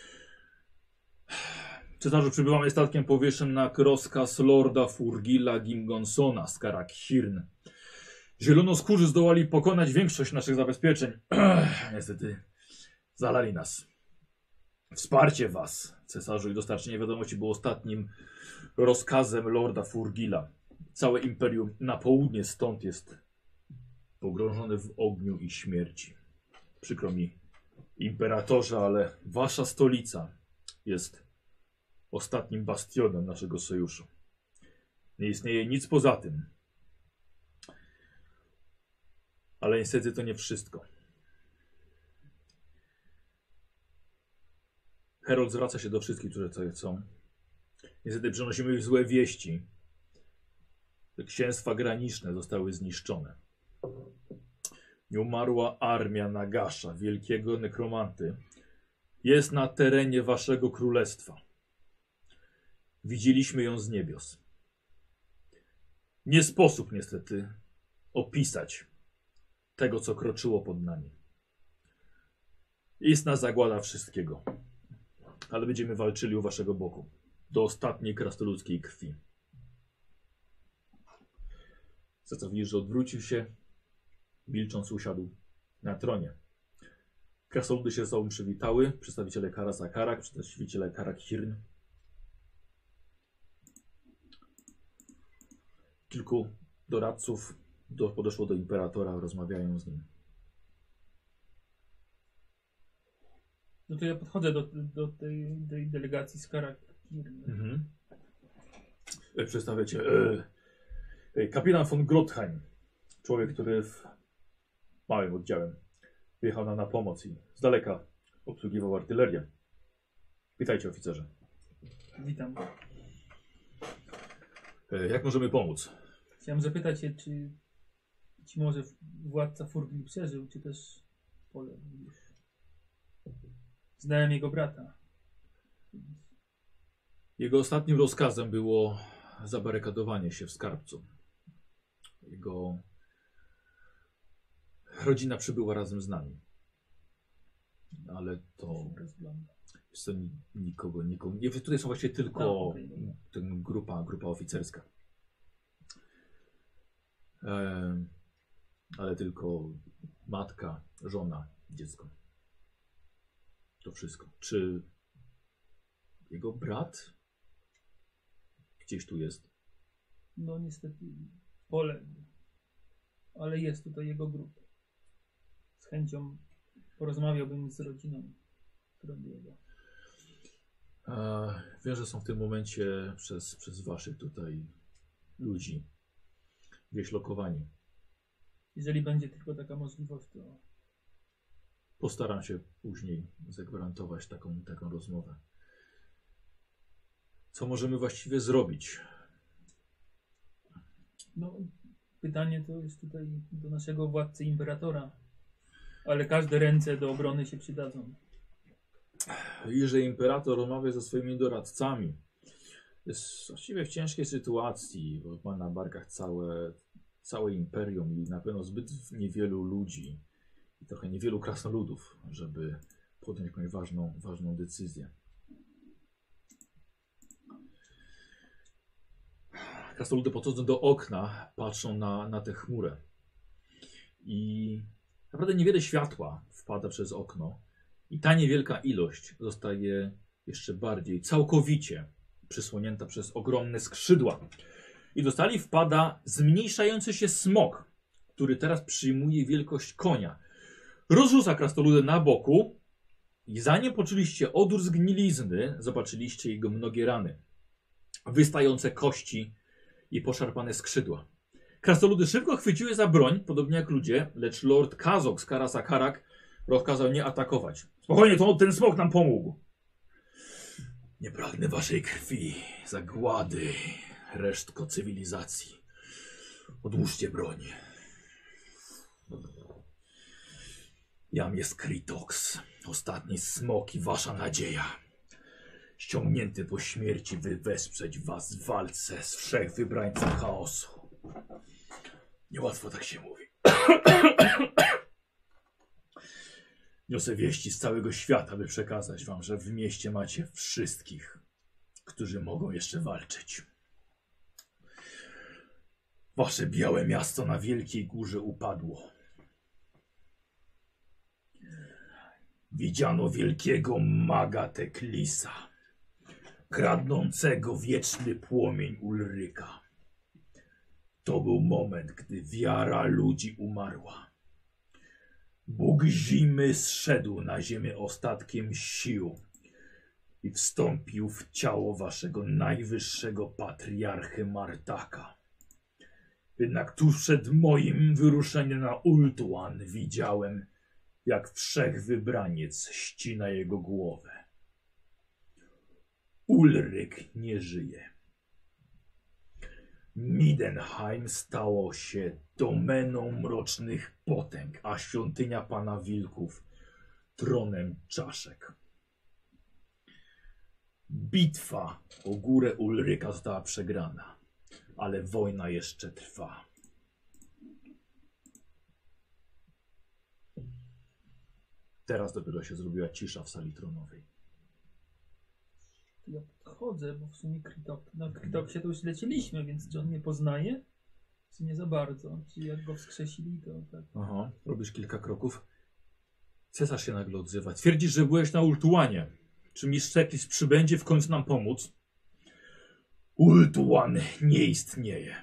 S1: Cesarzu, przybywamy statkiem powietrznym na rozkaz lorda Furgila Gimgonsona z Karak-Hirn. Zielonoskórzy zdołali pokonać większość naszych zabezpieczeń. Niestety zalali nas. Wsparcie was, cesarzu, i dostarczenie wiadomości było ostatnim rozkazem lorda Furgila. Całe imperium na południe stąd jest pogrążone w ogniu i śmierci. Przykro mi, imperatorze, ale wasza stolica jest ostatnim bastionem naszego sojuszu. Nie istnieje nic poza tym. Ale niestety to nie wszystko. Herold zwraca się do wszystkich, którzy tutaj chcą. Niestety przynosimy już złe wieści. Te księstwa graniczne zostały zniszczone. Nieumarła armia Nagasza, wielkiego nekromanty, jest na terenie waszego królestwa. Widzieliśmy ją z niebios. Nie sposób niestety opisać tego, co kroczyło pod nami. Istna zagłada wszystkiego. Ale będziemy walczyli u waszego boku. Do ostatniej krasnoludzkiej krwi. Co co widzisz, że odwrócił się, milcząc usiadł na tronie. Krasnoludy się ze sobą przywitały. Przedstawiciele Karasa Karak, przedstawiciele Karak-Hirn. Kilku doradców do, podeszło do imperatora, rozmawiają z nim.
S2: No to ja podchodzę do, do tej, tej delegacji z Karak-Hirn.
S1: Mhm. E, Przedstawiacie e, e, kapitan von Grotheim, człowiek, który w małym oddziałem wyjechał nam na pomoc i z daleka obsługiwał artylerię. Witajcie, oficerze.
S2: Witam.
S1: E, jak możemy pomóc?
S2: Chciałem zapytać się, czy ci może władca Furgil przeżył, czy też poległ już. Znałem jego brata.
S1: Jego ostatnim rozkazem było zabarykadowanie się w skarbcu. Jego rodzina przybyła razem z nami. Ale to... Wiesz co, ni- nikogo, nikogo... Nie, tutaj są właściwie tylko
S2: No, okej, dobra.
S1: ten grupa, grupa oficerska. E, ale tylko matka, żona, dziecko. To wszystko. Czy jego brat gdzieś tu jest?
S2: No niestety poległ. Ale jest tutaj jego grób. Z chęcią porozmawiałbym z rodziną Frogiego.
S1: E, wiem, że są w tym momencie przez, przez waszych tutaj ludzi gdzieś lokowani.
S2: Jeżeli będzie tylko taka możliwość, to
S1: Postaram się później zagwarantować taką, taką rozmowę. Co możemy właściwie zrobić?
S2: no, pytanie to jest tutaj do naszego władcy imperatora. Ale każde ręce do obrony się przydadzą.
S1: I że imperator rozmawia ze swoimi doradcami. Jest właściwie w ciężkiej sytuacji, bo ma na barkach całe, całe imperium i na pewno zbyt niewielu ludzi i trochę niewielu krasnoludów, żeby podjąć jakąś ważną, ważną decyzję. Krasnoludy podchodzą do okna, patrzą na, na tę chmurę i naprawdę niewiele światła wpada przez okno i ta niewielka ilość zostaje jeszcze bardziej całkowicie przysłonięta przez ogromne skrzydła. I do stali wpada zmniejszający się smok, który teraz przyjmuje wielkość konia. Rozrzuca krasnoludę na boku i zanim poczuliście odór zgnilizny, zobaczyliście jego mnogie rany, wystające kości i poszarpane skrzydła. Krasnoludy szybko chwyciły za broń, podobnie jak ludzie, lecz Lord Kazok z Karasa Karak rozkazał nie atakować. Spokojnie, to ten smok nam pomógł. Nie pragnę waszej krwi, zagłady, resztko cywilizacji. Odłóżcie broń. Jam jest Kritox, ostatni smok i wasza nadzieja. Ściągnięty po śmierci, by wesprzeć was w walce z wszech wybrańców chaosu. Niełatwo tak się mówi. Niosę wieści z całego świata, by przekazać wam, że w mieście macie wszystkich, którzy mogą jeszcze walczyć. Wasze białe miasto na wielkiej górze upadło. Widziano wielkiego maga Teklisa, kradnącego wieczny płomień Ulryka. To był moment, gdy wiara ludzi umarła. Bóg zimy zszedł na ziemię ostatkiem sił i wstąpił w ciało waszego najwyższego patriarchy Martaka. Jednak tuż przed moim wyruszeniem na Ultuan widziałem, jak wszechwybraniec ścina jego głowę. Ulryk nie żyje. Midenheim stało się domeną mrocznych potęg, a świątynia Pana Wilków tronem czaszek. Bitwa o górę Ulryka została przegrana, ale wojna jeszcze trwa. Teraz dopiero się zrobiła cisza w sali tronowej.
S2: Ja podchodzę, bo w sumie Kritok, na Kritoksie to już lecieliśmy, więc czy on mnie poznaje? Czy nie za bardzo? Czy jak go wskrzesili, to tak.
S1: Aha, robisz kilka kroków. Cesarz się nagle odzywa. Twierdzisz, że byłeś na Ultuanie. Czy mistrz Teklis przybędzie w końcu nam pomóc? Ultuan nie istnieje.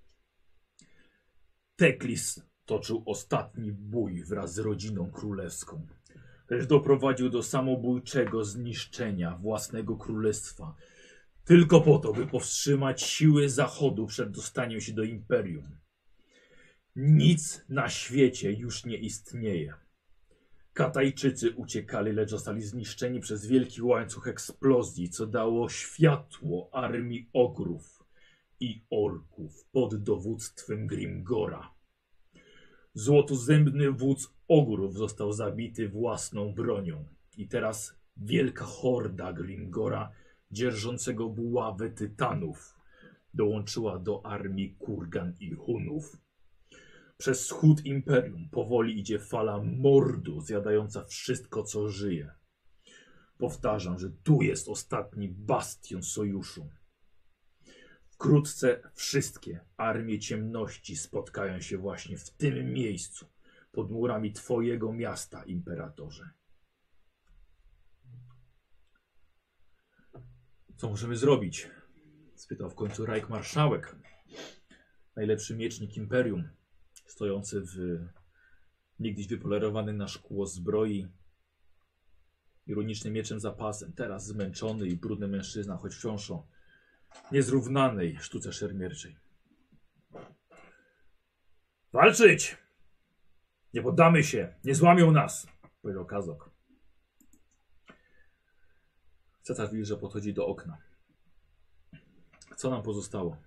S1: Teklis toczył ostatni bój wraz z rodziną królewską, lecz doprowadził do samobójczego zniszczenia własnego królestwa, tylko po to, by powstrzymać siły Zachodu przed dostaniem się do Imperium. Nic na świecie już nie istnieje. Katajczycy uciekali, lecz zostali zniszczeni przez wielki łańcuch eksplozji, co dało światło armii ogrów i orków pod dowództwem Grimgora. Złotozębny wódz ogrów został zabity własną bronią i teraz wielka horda Grimgora, dzierżącego buławę tytanów, dołączyła do armii Kurgan i Hunów. Przez wschód imperium powoli idzie fala mordu zjadająca wszystko, co żyje. Powtarzam, że tu jest ostatni bastion sojuszu. Wkrótce wszystkie armie ciemności spotkają się właśnie w tym miejscu, pod murami twojego miasta, imperatorze. Co możemy zrobić? Spytał w końcu Rajk Marszałek, najlepszy miecznik imperium, stojący w niegdyś wypolerowany na szkło zbroi, ironicznym mieczem zapasem, teraz zmęczony i brudny mężczyzna, choć wciąż o niezrównanej sztuce szermierczej. Walczyć! Nie poddamy się, nie złamią nas, powiedział Kazok. Cesarz widzi, że podchodzi do okna. Co nam pozostało?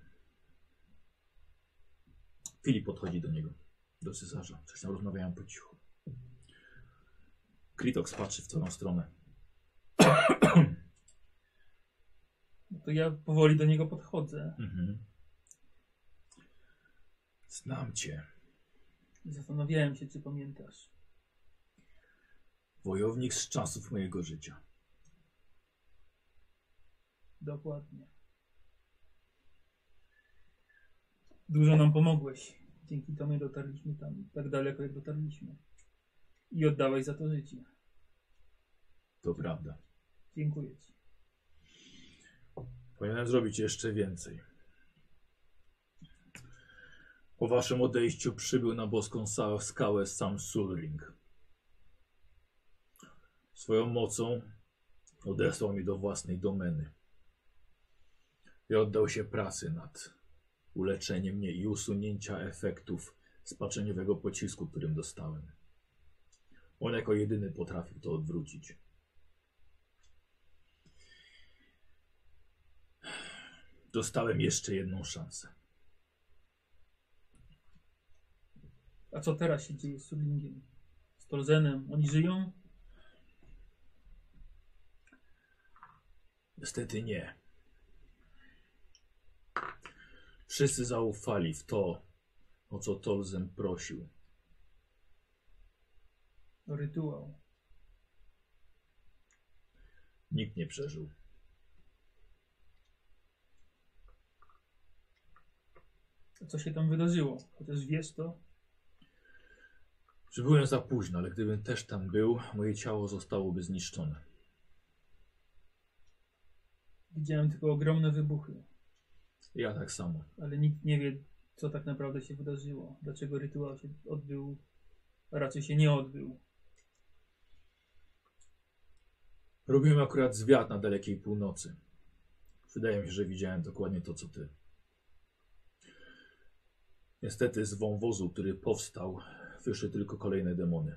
S1: Filip podchodzi do niego, do cesarza. Coś tam rozmawiają po cichu. Kritox patrzy w twoją stronę.
S2: No to ja powoli do niego podchodzę.
S1: Mhm. Znam cię.
S2: I zastanawiałem się, czy pamiętasz.
S1: Wojownik z czasów mojego życia.
S2: Dokładnie. Dużo nam pomogłeś. Dzięki tobie dotarliśmy tam tak daleko, jak dotarliśmy. I oddałeś za to życie.
S1: To prawda.
S2: Dziękuję ci.
S1: Powinienem zrobić jeszcze więcej. Po waszym odejściu przybył na boską sa- skałę sam Sulring. Swoją mocą odesłał mnie do własnej domeny. I oddał się pracy nad uleczeniem mnie i usunięcia efektów spaczeniowego pocisku, którym dostałem. On jako jedyny potrafił to odwrócić. Dostałem jeszcze jedną szansę.
S2: A co teraz się dzieje z Sulingiem? Z Tolzenem? Oni żyją?
S1: Niestety nie. Wszyscy zaufali w to, o co Tolzen prosił.
S2: Rytuał.
S1: Nikt nie przeżył.
S2: A co się tam wydarzyło? Chociaż wiesz to?
S1: Przybyłem za późno, ale gdybym też tam był, moje ciało zostałoby zniszczone.
S2: Widziałem tylko ogromne wybuchy.
S1: Ja tak samo.
S2: Ale nikt nie wie, co tak naprawdę się wydarzyło. Dlaczego rytuał się odbył, a raczej się nie odbył.
S1: Robiłem akurat zwiat na dalekiej północy. Wydaje mi się, że widziałem dokładnie to, co ty. Niestety z wąwozu, który powstał, wyszły tylko kolejne demony.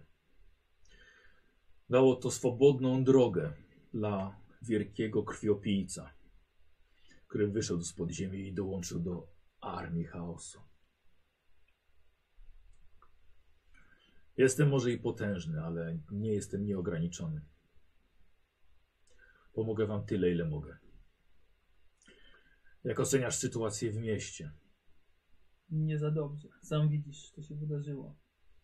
S1: Dało to swobodną drogę dla wielkiego krwiopijca, który wyszedł z podziemi i dołączył do armii chaosu. Jestem może i potężny, ale nie jestem nieograniczony. Pomogę wam tyle, ile mogę. Jak oceniasz sytuację w mieście?
S2: Nie za dobrze. Sam widzisz, co się wydarzyło.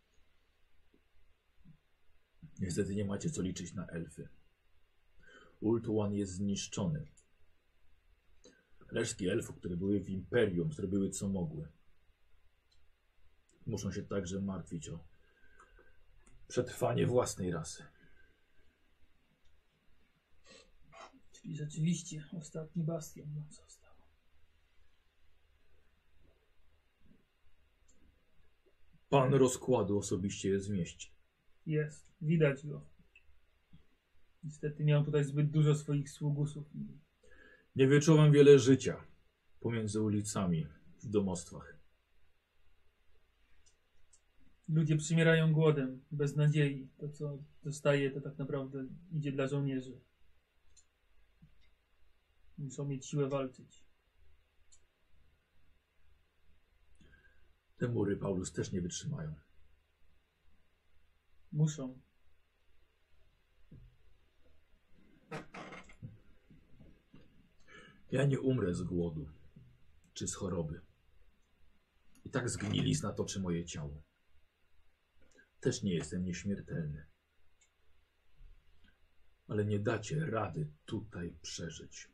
S1: Niestety nie macie co liczyć na elfy. Ultuan jest zniszczony. Resztki elfów, które były w Imperium, zrobiły co mogły. Muszą się także martwić o przetrwanie własnej rasy.
S2: Czyli rzeczywiście ostatni bastion nam został.
S1: Pan rozkładu osobiście jest w mieście.
S2: Jest. Widać go. Niestety miał tutaj zbyt dużo swoich sługusów.
S1: Nie wyczuwam wiele życia pomiędzy ulicami w domostwach.
S2: Ludzie przymierają głodem, bez nadziei. To, co dostaje, to tak naprawdę idzie dla żołnierzy. Muszą mieć siłę walczyć.
S1: Te mury, Paulus, też nie wytrzymają.
S2: Muszą.
S1: Ja nie umrę z głodu czy z choroby. I tak zgnilizna toczy moje ciało. Też nie jestem nieśmiertelny. Ale nie dacie rady tutaj przeżyć.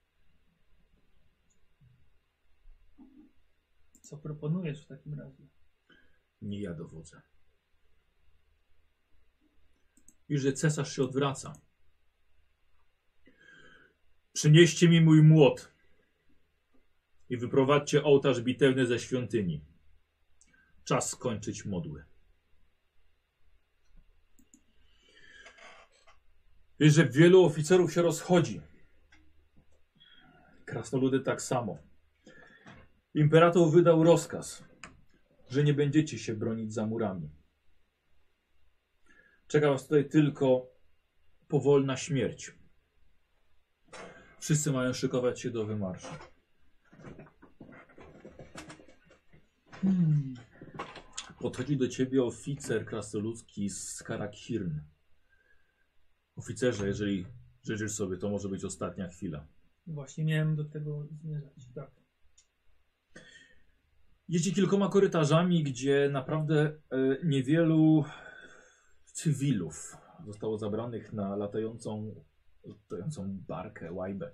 S2: Co proponujesz w takim razie?
S1: Nie ja dowodzę. I że cesarz się odwraca. Przynieście mi mój młot i wyprowadźcie ołtarz bitewny ze świątyni. Czas skończyć modły. Wiesz, że wielu oficerów się rozchodzi. Krasnoludy tak samo. Imperator wydał rozkaz, że nie będziecie się bronić za murami. Czeka was tutaj tylko powolna śmierć. Wszyscy mają szykować się do wymarszu.
S2: Hmm.
S1: Podchodzi do ciebie oficer krasnoludzki z Karakhirn. Oficerze, jeżeli życzysz sobie, to może być ostatnia chwila.
S2: Właśnie miałem do tego zmierzać. Tak.
S1: Jeździ kilkoma korytarzami, gdzie naprawdę e, niewielu cywilów zostało zabranych na latającą, latającą barkę, łajbę.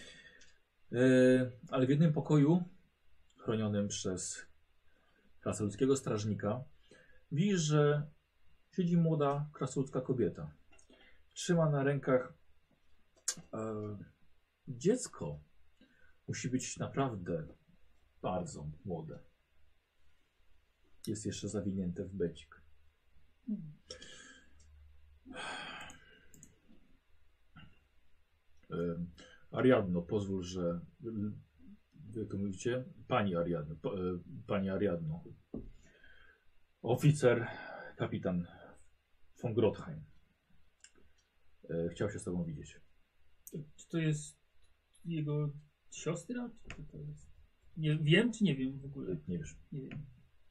S1: E, ale w jednym pokoju, chronionym przez krasnoludzkiego strażnika, widzisz, że siedzi młoda krasnoludzka kobieta. Trzyma na rękach e, dziecko. Musi być naprawdę bardzo młode. Jest jeszcze zawinięte w becik. E, Ariadno, pozwól, że wy to mówicie? Pani Ariadno, pa, e, pani Ariadno. Oficer, kapitan von Grotheim. E, chciał się z tobą widzieć.
S2: Czy to jest jego siostra? Czy to, to jest... Nie, wiem czy nie wiem w ogóle?
S1: Nie wiesz.
S2: Nie wiem.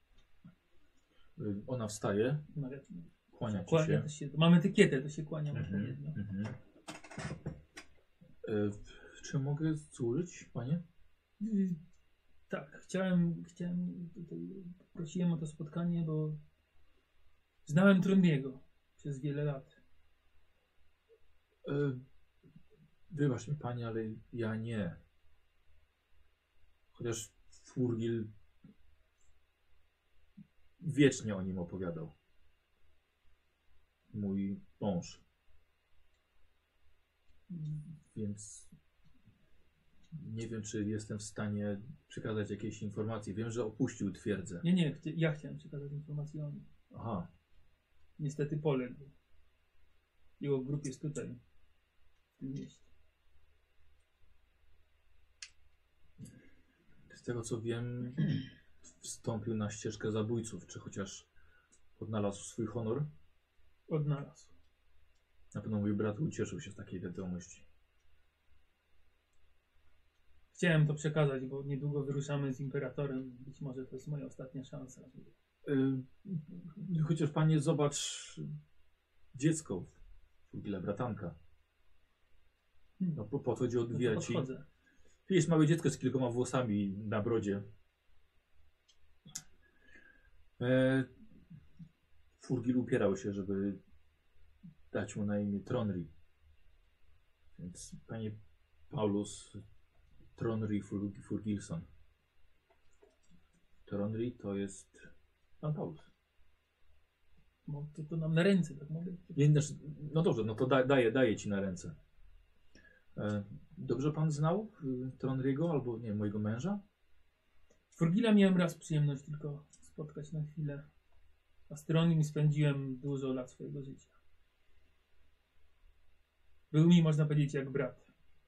S1: E, Ona wstaje,
S2: Maria,
S1: kłania ci
S2: kłania
S1: się.
S2: też się. Mam etykietę, to się kłaniam
S1: Mhm,
S2: odpowiednio.
S1: mhm. E, czy mogę służyć, panie?
S2: Y, Tak, chciałem, chciałem tutaj, prosiłem o to spotkanie, bo znałem Trondiego przez wiele lat.
S1: E, wybacz mi, panie, ale ja nie. Chociaż Furgil wiecznie o nim opowiadał. Mój mąż. Więc nie wiem, czy jestem w stanie przekazać jakieś informacje. Wiem, że opuścił twierdzę.
S2: Nie, nie, chci- ja chciałem przekazać informację o nim.
S1: Aha.
S2: Niestety poległ. Jego grup jest tutaj, w tym mieście.
S1: Z tego co wiem, wstąpił na ścieżkę zabójców. Czy chociaż odnalazł swój honor?
S2: Odnalazł.
S1: Na pewno mój brat ucieszył się z takiej wiadomości.
S2: Chciałem to przekazać, bo niedługo wyruszamy z Imperatorem. Być może to jest moja ostatnia szansa. Żeby...
S1: Yy, chociaż panie, zobacz dziecko, Furgila, bratanka.
S2: Hmm.
S1: No, po, po co ci
S2: No to
S1: odbija ci?
S2: podchodzę.
S1: Widzisz małe dziecko z kilkoma włosami na brodzie. E, Furgil upierał się, żeby dać mu na imię Tronri. Więc panie Paulus, Tronri Fur- Furgilson. Tronri to jest pan Paulus.
S2: Mo- To, to nam na ręce, tak mogę?
S1: Nie, znaczy, no dobrze, no to da, daję, daję ci na ręce. E, dobrze pan znał y, Tronriego albo nie, mojego męża?
S2: Furgila miałem raz przyjemność tylko spotkać na chwilę. A z Tronim spędziłem dużo lat swojego życia. Był mi, można powiedzieć, jak brat.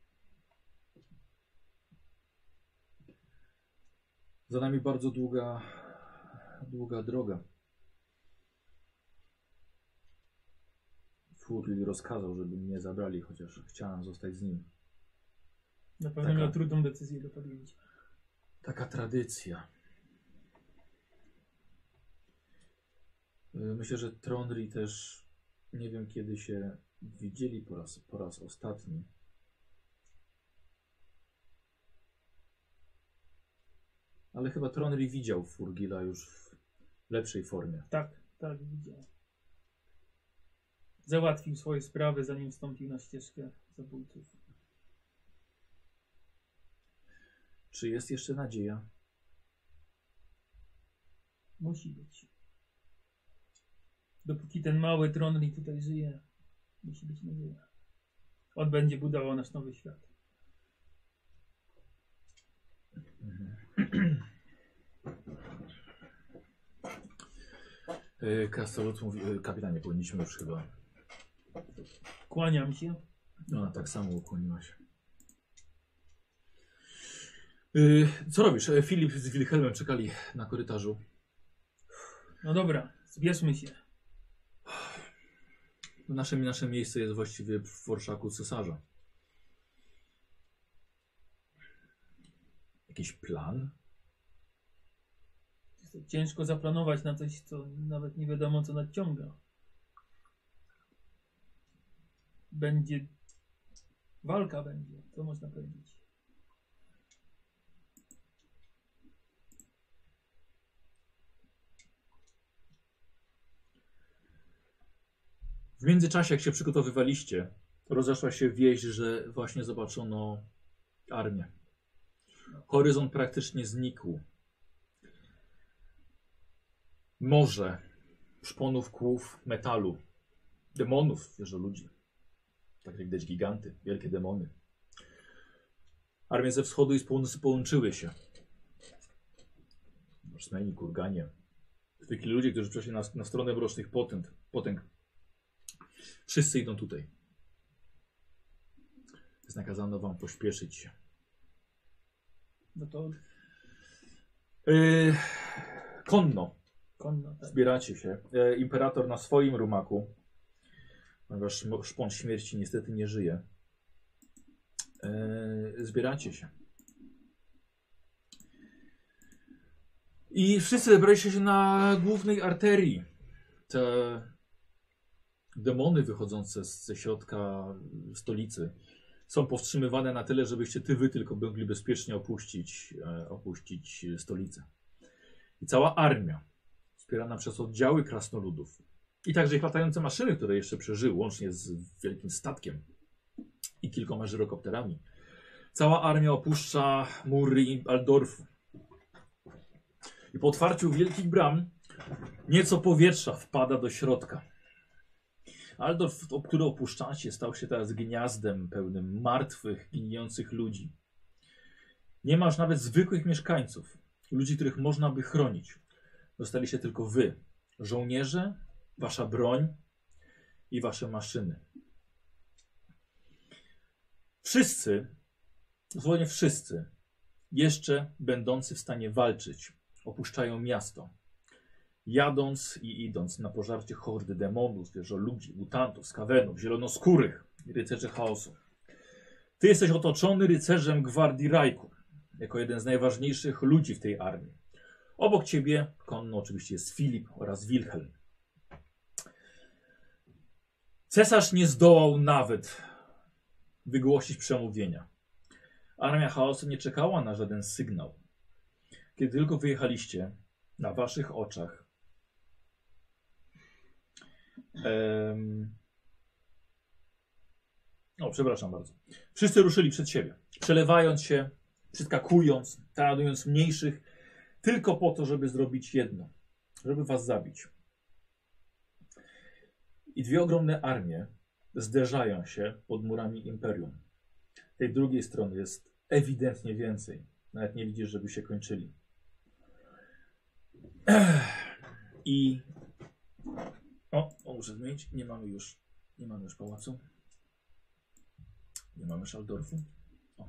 S1: Za nami bardzo długa, długa droga. Furli rozkazał, żeby mnie zabrali, chociaż chciałem zostać z nim.
S2: Na pewno
S1: Taka-
S2: miał trudną decyzję do podjęcia.
S1: Taka tradycja. Y, Myślę, że Tronri też, nie wiem kiedy się widzieli po raz, po raz ostatni. Ale chyba Tronri widział Furgila już w lepszej formie.
S2: Tak, tak, widziałem. Załatwił swoje sprawy, zanim wstąpił na ścieżkę zabójców.
S1: Czy jest jeszcze nadzieja?
S2: Musi być. Dopóki ten mały Tronli tutaj żyje, musi być nadzieja. On będzie budował nasz nowy świat.
S1: Yy, Krasnolud mówi, yy, kapitanie, powinniśmy już chyba.
S2: Kłaniam się.
S1: Ona tak samo ukłoniła się. Yy, co robisz? E, Filip z Wilhelmem czekali na korytarzu.
S2: No dobra, zbierzmy się.
S1: Nasze, nasze miejsce jest właściwie w orszaku cesarza. Jakiś plan?
S2: Jest to ciężko zaplanować na coś, co nawet nie wiadomo, co nadciąga. będzie walka będzie, co można powiedzieć.
S1: W międzyczasie, jak się przygotowywaliście, rozeszła się wieść, że właśnie zobaczono armię. Horyzont praktycznie znikł. Morze szponów, kłów, metalu, demonów, wierzę ludzi. Tak jak widać giganty, wielkie demony. Armie ze wschodu i z północy połączyły się. Szmeni, kurganie. Zwykli ludzie, którzy przeszli na, na stronę mrocznych potęg, potęg. Wszyscy idą tutaj. Jest nakazano wam pośpieszyć się.
S2: No to
S1: Yy, konno.
S2: konno, tak.
S1: Zbieracie się. Yy, imperator na swoim rumaku, ponieważ szpon śmierci niestety nie żyje. Yy, zbieracie się. I wszyscy zebraliście się na głównej arterii. Te demony wychodzące z, ze środka stolicy są powstrzymywane na tyle, żebyście ty wy tylko mogli bezpiecznie opuścić, e, opuścić stolicę. I cała armia, wspierana przez oddziały krasnoludów i także ich latające maszyny, które jeszcze przeżyły, łącznie z wielkim statkiem i kilkoma żyrokopterami. Cała armia opuszcza mury Aldorfu. I po otwarciu wielkich bram nieco powietrza wpada do środka. Aldorf, który opuszczacie, stał się teraz gniazdem pełnym martwych, giniących ludzi. Nie masz nawet zwykłych mieszkańców, ludzi, których można by chronić. Zostaliście tylko wy, żołnierze, wasza broń i wasze maszyny. Wszyscy, dosłownie wszyscy, jeszcze będący w stanie walczyć, opuszczają miasto. Jadąc i idąc na pożarcie hordy demonów, ludzi, mutantów, skawenów, zielonoskórych i rycerzy chaosu. Ty jesteś otoczony rycerzem Gwardii Rajku, jako jeden z najważniejszych ludzi w tej armii. Obok ciebie konno oczywiście jest Filip oraz Wilhelm. Cesarz nie zdołał nawet wygłosić przemówienia. Armia chaosu nie czekała na żaden sygnał. Kiedy tylko wyjechaliście, na waszych oczach Um, o, przepraszam bardzo. Wszyscy ruszyli przed siebie, przelewając się, przeskakując, taradując mniejszych, tylko po to, żeby zrobić jedno, żeby was zabić. I dwie ogromne armie zderzają się pod murami Imperium. Tej drugiej strony jest ewidentnie więcej. Nawet nie widzisz, żeby się kończyli. I O, o, muszę zmienić. Nie mamy już, nie mamy już pałacu. Nie mamy Szaldorfu. O.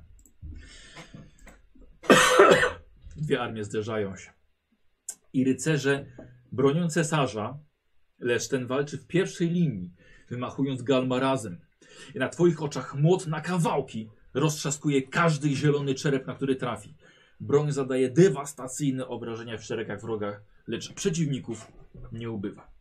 S1: Dwie armie zderzają się. I rycerze bronią cesarza, lecz ten walczy w pierwszej linii, wymachując galmarazem. I na twoich oczach młot na kawałki roztrzaskuje każdy zielony czerep, na który trafi. Broń zadaje dewastacyjne obrażenia w szeregach wrogach, lecz przeciwników nie ubywa.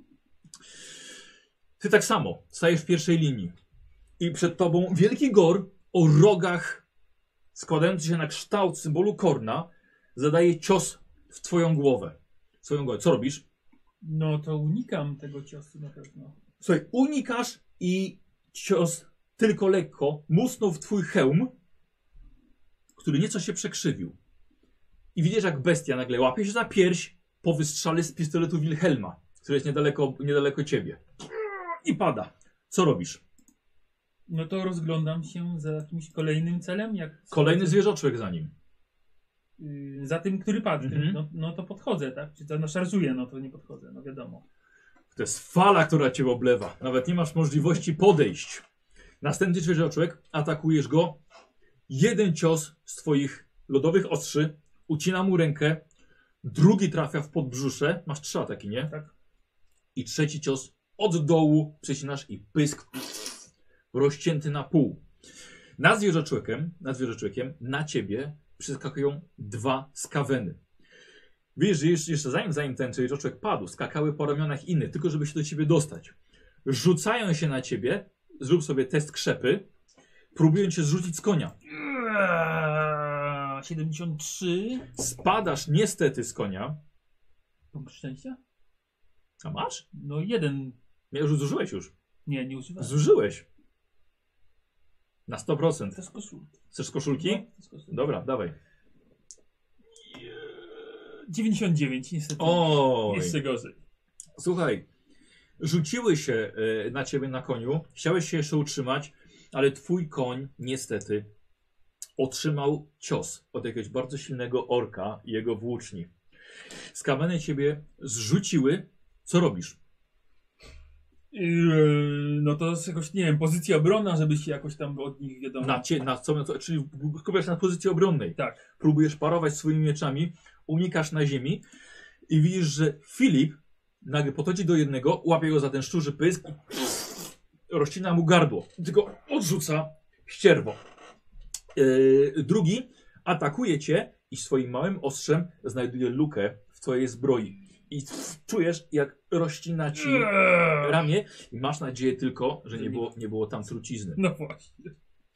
S1: Ty tak samo stajesz w pierwszej linii i przed tobą wielki gor o rogach składający się na kształt symbolu korna zadaje cios w twoją głowę. W swoją głowę. Co robisz?
S2: No to unikam tego ciosu na pewno.
S1: Słuchaj, unikasz i cios tylko lekko musnął w twój hełm, który nieco się przekrzywił. I widzisz, jak bestia nagle łapie się za pierś po wystrzale z pistoletu Wilhelma, który jest niedaleko, niedaleko ciebie. I pada. Co robisz?
S2: No to rozglądam się za jakimś kolejnym celem. Jak
S1: Kolejny zwierzoczłek za nim.
S2: Yy, za tym, który padł.
S1: Mhm.
S2: No, no to podchodzę, tak? Czy to no, szarżuję, no to nie podchodzę, no wiadomo.
S1: To jest fala, która cię oblewa. Nawet nie masz możliwości podejść. Następny zwierzoczłek, atakujesz go. Jeden cios z twoich lodowych ostrzy ucina mu rękę. Drugi trafia w podbrzusze. Masz trzy ataki, nie?
S2: Tak.
S1: I trzeci cios od dołu przecinasz i pysk rozcięty na pół. Nad zwierzoczłekiem, nad zwierzoczłekiem na ciebie przeskakują dwa skaweny. Wiesz, że jeszcze, jeszcze zanim, zanim ten zwierzoczłek padł, skakały po ramionach innych, tylko żeby się do ciebie dostać. Rzucają się na ciebie zrób sobie test krzepy, próbując się zrzucić z konia.
S2: Eee, siedemdziesiąt trzy.
S1: Spadasz niestety z konia.
S2: Punkt szczęścia?
S1: A masz?
S2: No jeden.
S1: Nie, już zużyłeś już.
S2: Nie, nie używałem.
S1: Zużyłeś. Na sto procent.
S2: To jest koszulki.
S1: Chcesz koszulki?
S2: No, to jest koszulki.
S1: Dobra, dawaj.
S2: dziewięćdziesiąt dziewięć niestety.
S1: Oj.
S2: Jeszcze gorzej.
S1: Słuchaj, rzuciły się e, na ciebie na koniu, chciałeś się jeszcze utrzymać, ale twój koń niestety otrzymał cios od jakiegoś bardzo silnego orka i jego włóczni. Skaweny ciebie zrzuciły. Co robisz?
S2: Yy, no to jest jakoś, nie wiem, pozycja obronna, żeby się jakoś tam od nich wiadomo.
S1: Na cie, na co, co- czyli skupiasz się na pozycji obronnej.
S2: Tak.
S1: Próbujesz parować swoimi mieczami, unikasz na ziemi i widzisz, że Filip nagle podchodzi do jednego, łapie go za ten szczurzy pysk i rozcina mu gardło. Tylko odrzuca ścierwo. Yy, drugi atakuje cię i swoim małym ostrzem znajduje lukę w twojej zbroi. I czujesz, jak rozcina ci
S2: Eee.
S1: ramię i masz nadzieję tylko, że nie było, nie było tam trucizny.
S2: No właśnie.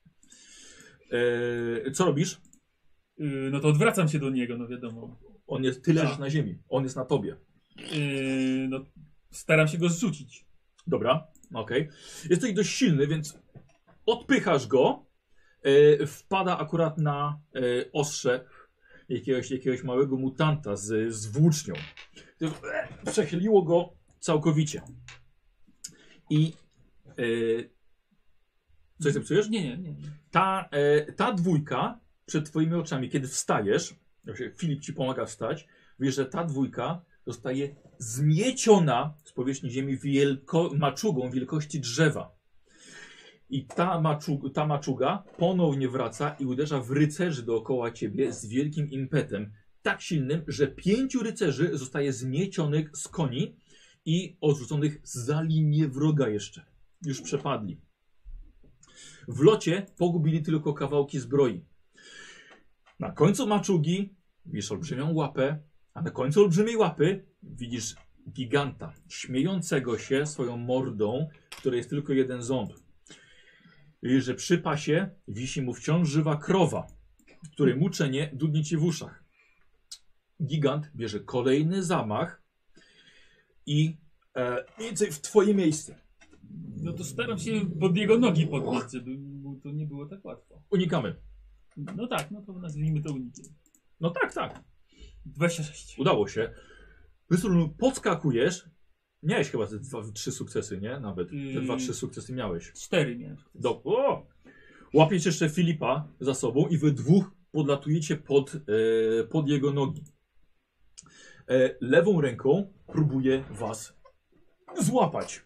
S1: Yy, co robisz?
S2: Yy, no to odwracam się do niego, no wiadomo.
S1: On jest, ty leżysz
S2: A.
S1: na ziemi, on jest na tobie.
S2: Yy, no staram się go zrzucić.
S1: Dobra, okej. Jesteś dość silny, więc odpychasz go. E, wpada akurat na e, ostrze jakiegoś, jakiegoś małego mutanta z, z włócznią. E, przechyliło go całkowicie. I e, coś zepsujesz?
S2: Nie, nie, nie.
S1: Ta, e, ta dwójka przed twoimi oczami, kiedy wstajesz, właśnie Filip ci pomaga wstać, wiesz, że ta dwójka zostaje zmieciona z powierzchni ziemi wielko, maczugą wielkości drzewa. I ta, maczug, ta maczuga ponownie wraca i uderza w rycerzy dookoła ciebie z wielkim impetem. Tak silnym, że pięciu rycerzy zostaje zmiecionych z koni i odrzuconych za linię wroga jeszcze. Już przepadli. W locie pogubili tylko kawałki zbroi. Na końcu maczugi widzisz olbrzymią łapę, a na końcu olbrzymiej łapy widzisz giganta, śmiejącego się swoją mordą, w której jest tylko jeden ząb. Widzisz, że przy pasie wisi mu wciąż żywa krowa, której muczenie dudni ci w uszach. Gigant bierze kolejny zamach i e, mniej więcej w twoje miejsce.
S2: No to staram się pod jego nogi podnieść, żeby mu to nie było tak łatwo.
S1: Unikamy.
S2: No tak, no to nazwijmy to unikiem.
S1: No tak, tak.
S2: dwadzieścia sześć.
S1: Udało się. Wystarczy, podskakujesz. Miałeś chyba te dwa, trzy sukcesy, nie? Nawet te
S2: Yy.
S1: dwa, trzy sukcesy miałeś.
S2: cztery miałem.
S1: Do, o! Łapiesz jeszcze Filipa za sobą i wy dwóch podlatujecie pod, e, pod jego nogi. E, lewą ręką próbuje was złapać.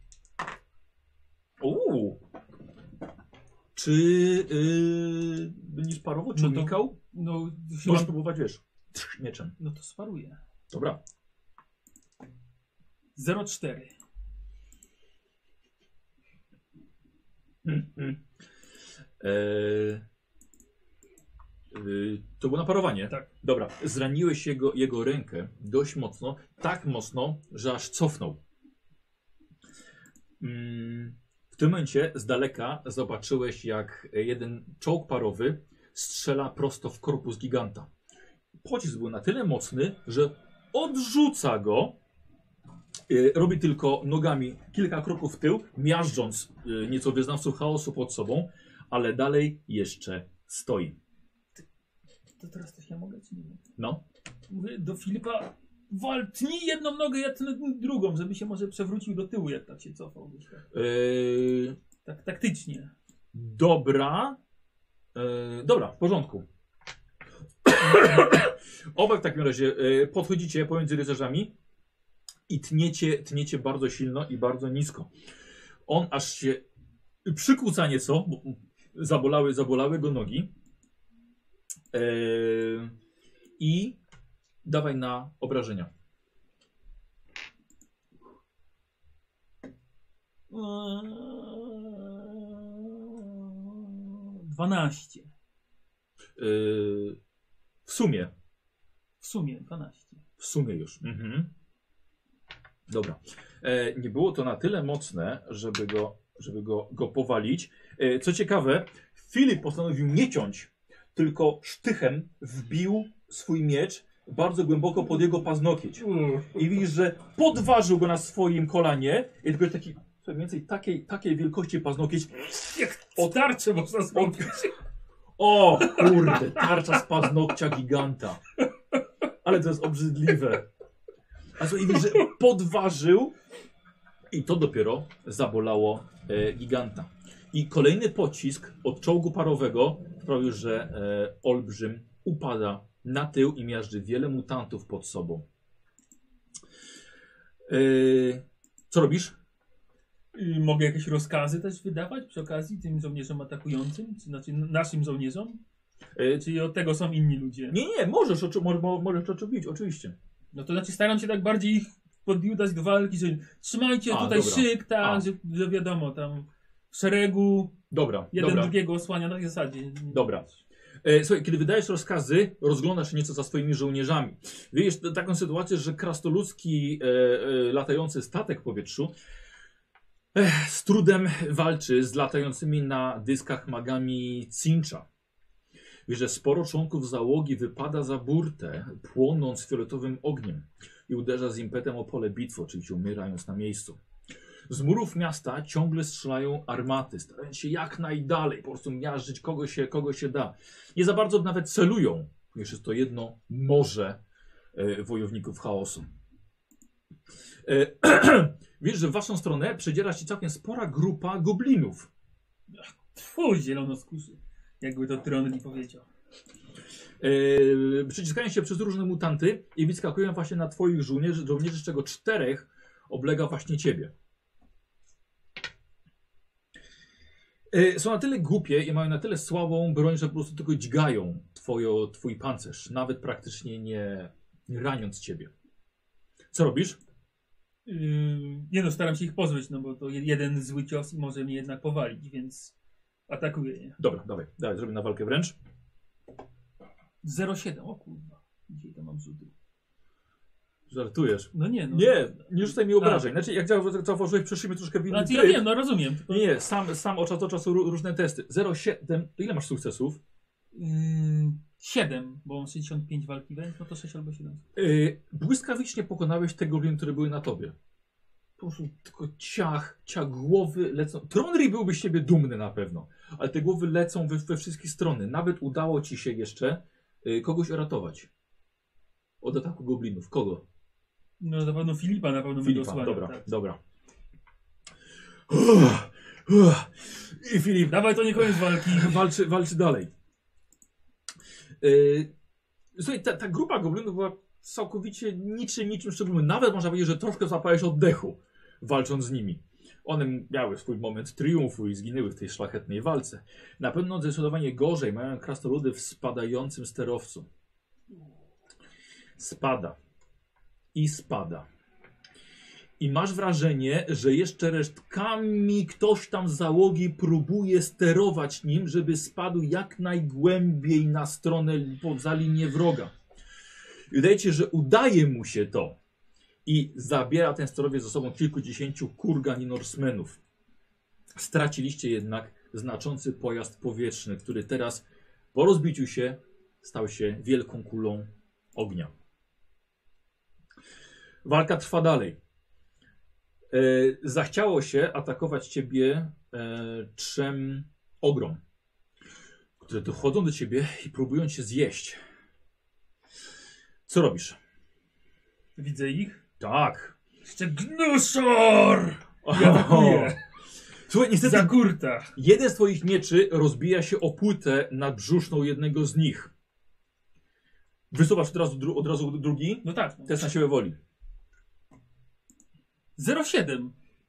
S1: Uuu. Czy yy, będziesz parował, czy
S2: No to-
S1: unikał?
S2: No,
S1: Możesz
S2: chyba,
S1: próbować, wiesz, trz, mieczem.
S2: no to sparuję.
S1: Dobra.
S2: zero cztery.
S1: Hmm, hmm. Eee, yy, to było naparowanie.
S2: Tak.
S1: Dobra, zraniłeś jego, jego rękę dość mocno, tak mocno, że aż cofnął. Mm, w tym momencie z daleka zobaczyłeś, jak jeden czołg parowy strzela prosto w korpus giganta. Pocisk był na tyle mocny, że odrzuca go. Yy, robi tylko nogami kilka kroków w tył, miażdżąc yy, nieco wyznawców chaosu pod sobą, ale dalej jeszcze stoi.
S2: To teraz też ja mogę, czy nie?
S1: No,
S2: Mówię do Filipa, wal, tnij jedną nogę, ja tnę drugą, żeby się może przewrócił do tyłu, jak tak się cofał. Wiesz, tak,
S1: yy,
S2: tak taktycznie.
S1: dobra. Yy, dobra, w porządku. Obaj w takim razie yy, podchodzicie pomiędzy rycerzami i tniecie, tniecie bardzo silno i bardzo nisko. On aż się przykłóca nieco, bo zabolały, zabolały go nogi. Yy, I dawaj na obrażenia.
S2: dwanaście.
S1: Yy, w sumie.
S2: W sumie dwanaście.
S1: W sumie już. Mhm. Dobra. E, nie było to na tyle mocne, żeby go, żeby go, go powalić. E, co ciekawe, Filip postanowił nie ciąć, tylko sztychem wbił swój miecz bardzo głęboko pod jego paznokieć. I widzisz, że podważył go na swoim kolanie i tylko taki, mniej więcej takiej, takiej wielkości paznokieć.
S2: Jak o tarczę można zrobić.
S1: O kurde, tarcza z paznokcia giganta. Ale to jest obrzydliwe. A co, i widzisz, że podważył i to dopiero zabolało e, giganta. I kolejny pocisk od czołgu parowego sprawił, że e, olbrzym upada na tył i miażdży wiele mutantów pod sobą. E, co robisz?
S2: Y, Mogę jakieś rozkazy też wydawać przy okazji tym żołnierzom atakującym? Czy znaczy naszym żołnierzom?
S1: E,
S2: Czyli od tego są inni ludzie?
S1: nie, nie, możesz, oczy, mo, mo, możesz oczywiście, oczywiście.
S2: No to znaczy staram się tak bardziej ich podjudzać do walki, że trzymajcie
S1: A,
S2: tutaj
S1: dobra.
S2: szyk,
S1: A.
S2: tak, że, że wiadomo, tam w szeregu
S1: Dobra,
S2: jeden
S1: dobra,
S2: drugiego osłania na tej zasadzie.
S1: dobra. E, słuchaj, kiedy wydajesz rozkazy, rozglądasz się nieco za swoimi żołnierzami. Widzisz t- taką sytuację, że krasnoludzki e, e, latający statek w powietrzu e, z trudem walczy z latającymi na dyskach magami Cincha. Widzisz, że sporo członków załogi wypada za burtę, płonąc fioletowym ogniem i uderza z impetem o pole bitwy, oczywiście umierając na miejscu. Z murów miasta ciągle strzelają armaty, starając się jak najdalej, po prostu miażdżyć kogo się, kogo się da. Nie za bardzo nawet celują, ponieważ jest to jedno morze e, wojowników chaosu. E, wiesz, że w waszą stronę przedziera się całkiem spora grupa goblinów.
S2: Twój zielonoskórzy, jakby to Tronli powiedział.
S1: E, przyciskają się przez różne mutanty i wyskakują właśnie na twoich żołnierzy, żołnierzy, z czego czterech oblega właśnie ciebie. E, są na tyle głupie i mają na tyle słabą broń, że po prostu tylko dźgają twojo, twój pancerz, nawet praktycznie nie, nie raniąc ciebie. Co robisz?
S2: Yy, nie no, staram się ich pozbyć, no bo to je- jeden zły cios i może mnie jednak powalić, więc atakuję je.
S1: Dobra, dawaj, dawaj, zrobię na walkę wręcz.
S2: zero siedem, o kurwa. Dzisiaj to mam rzuty.
S1: Żartujesz.
S2: No nie no.
S1: Nie, nie rzucaj mi obrażeń.
S2: A.
S1: Znaczy, jak zau- zauważyłeś, przeszliśmy troszkę w inny
S2: Znaczy ja
S1: tryb.
S2: wiem, no rozumiem. Tylko...
S1: Nie, nie, sam, sam od czasu do czasu ró- różne testy. zero siedem, to ile masz sukcesów?
S2: Yy, siedem, bo mam sześćdziesiąt pięć walki wręcz, no to sześć albo siedem.
S1: Yy, błyskawicznie pokonałeś te gobliny, które były na tobie. Po prostu tylko ciach, ciach głowy lecą. Tronry byłby z siebie dumny na pewno, ale te głowy lecą we, we wszystkie strony. Nawet udało ci się jeszcze yy, kogoś uratować. Od ataku goblinów. Kogo?
S2: No na pewno Filipa na pewno będę
S1: Filipa,
S2: osłaniał,
S1: dobra,
S2: tak.
S1: dobra. I Filip
S2: Dawaj, to nie koniec walki.
S1: walczy, walczy dalej. Yy, słuchaj, ta, ta grupa goblinów była całkowicie niczym, niczym szczególnym. Nawet można powiedzieć, że troszkę złapałeś oddechu, walcząc z nimi. One miały swój moment triumfu i zginęły w tej szlachetnej walce. Na pewno zdecydowanie gorzej mają krasnoludy w spadającym sterowcu. Spada. I spada. I masz wrażenie, że jeszcze resztkami ktoś tam z załogi próbuje sterować nim, żeby spadł jak najgłębiej na stronę poza linię wroga. I wydaje ci się, że udaje mu się to. I zabiera ten sterowiec ze sobą kilkudziesięciu kurgan i Norsemenów. Straciliście jednak znaczący pojazd powietrzny, który teraz po rozbiciu się stał się wielką kulą ognia. Walka trwa dalej. E, zachciało się atakować ciebie e, trzem ogrom, które dochodzą do ciebie i próbują cię zjeść. Co robisz?
S2: Widzę ich.
S1: Tak.
S2: Jeszcze Gnuszor! Ja atakuję.
S1: Słuchaj, niestety
S2: Za kurta.
S1: jeden z twoich mieczy rozbija się o płytę nadbrzuszną jednego z nich. Wysuwasz od razu, dru- od razu drugi.
S2: No tak. No.
S1: Test na siłę woli.
S2: zero siedem.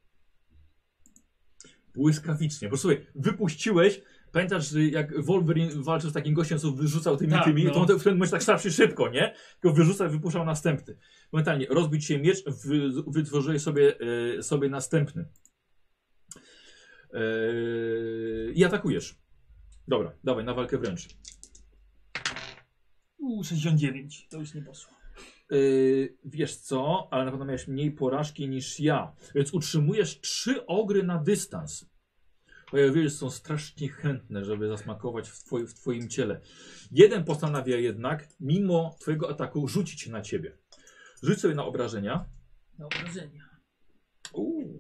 S1: Błyskawicznie. Bo słuchaj, wypuściłeś. Pamiętasz, że jak Wolverine walczył z takim gościem, co wyrzucał tymi
S2: Tak,
S1: tymi,
S2: no.
S1: to on w pewnym momencie tak strasznie szybko, nie? Tylko wyrzucał i wypuszczał następny. Momentalnie rozbił ci się miecz, wy, wytworzyłeś sobie, e, sobie następny. E, I atakujesz. Dobra, dawaj, na walkę wręcz.
S2: Uuu, sześćdziesiąt dziewięć. To już nie poszło.
S1: Yy, wiesz co, ale na pewno miałeś mniej porażki niż ja. Więc utrzymujesz trzy ogry na dystans. Pojawiły są strasznie chętne, żeby zasmakować w, twoi, w twoim ciele. Jeden postanawia jednak, mimo twojego ataku, rzucić na ciebie. Rzuć sobie na obrażenia.
S2: Na obrażenia.
S1: Uuu.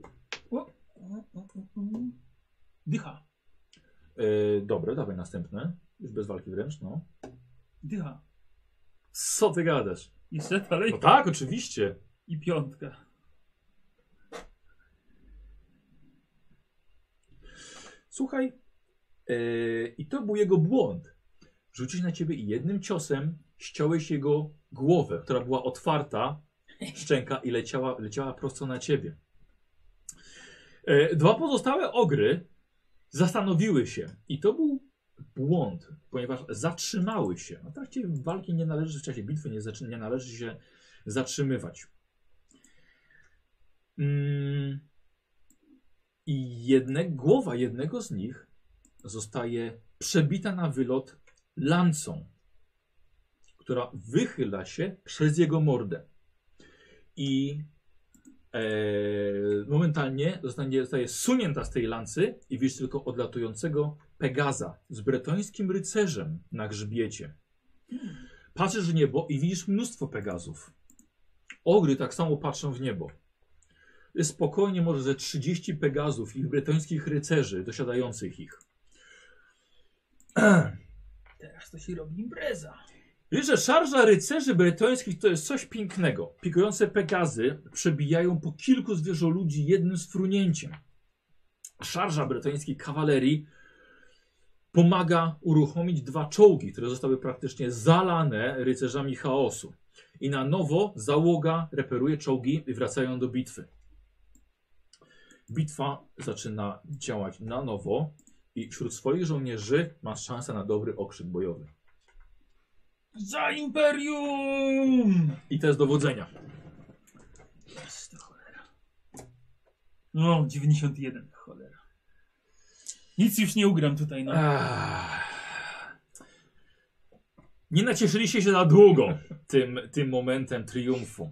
S2: Dycha.
S1: Yy, dobre, dawaj następne. Już bez walki wręcz, no.
S2: Dycha.
S1: Co ty gadasz?
S2: Jeszcze dalej.
S1: No tak, oczywiście.
S2: I piątka.
S1: Słuchaj, yy, i to był jego błąd. Rzucić na ciebie i jednym ciosem ściąłeś jego głowę, która była otwarta, szczęka i leciała, leciała prosto na ciebie. Yy, dwa pozostałe ogry zastanowiły się i to był błąd, ponieważ zatrzymały się. W trakcie walki nie należy, w czasie bitwy nie, zaczy, nie należy się zatrzymywać. Mm. I jedne, głowa jednego z nich zostaje przebita na wylot lancą, która wychyla się przez jego mordę. I e, momentalnie zostanie, zostaje sunięta z tej lancy i widzisz tylko odlatującego Pegaza z bretońskim rycerzem na grzbiecie. Patrzysz w niebo i widzisz mnóstwo Pegazów. Ogry tak samo patrzą w niebo. Jest spokojnie może ze trzydzieści Pegazów i bretońskich rycerzy dosiadających ich.
S2: Teraz to się robi impreza.
S1: Wiesz, że szarża rycerzy bretońskich to jest coś pięknego. Pikujące Pegazy przebijają po kilku zwierzoludzi jednym sfrunięciem. Szarża bretońskiej kawalerii pomaga uruchomić dwa czołgi, które zostały praktycznie zalane rycerzami chaosu. I na nowo załoga reperuje czołgi i wracają do bitwy. Bitwa zaczyna działać na nowo i wśród swoich żołnierzy masz szansę na dobry okrzyk bojowy.
S2: Za Imperium!
S1: I test dowodzenia.
S2: Jest to cholera. No, dziewięćdziesiąt jeden, cholera. Nic już nie ugram tutaj, no.
S1: Ach. Nie nacieszyliście się za długo tym, tym momentem triumfu.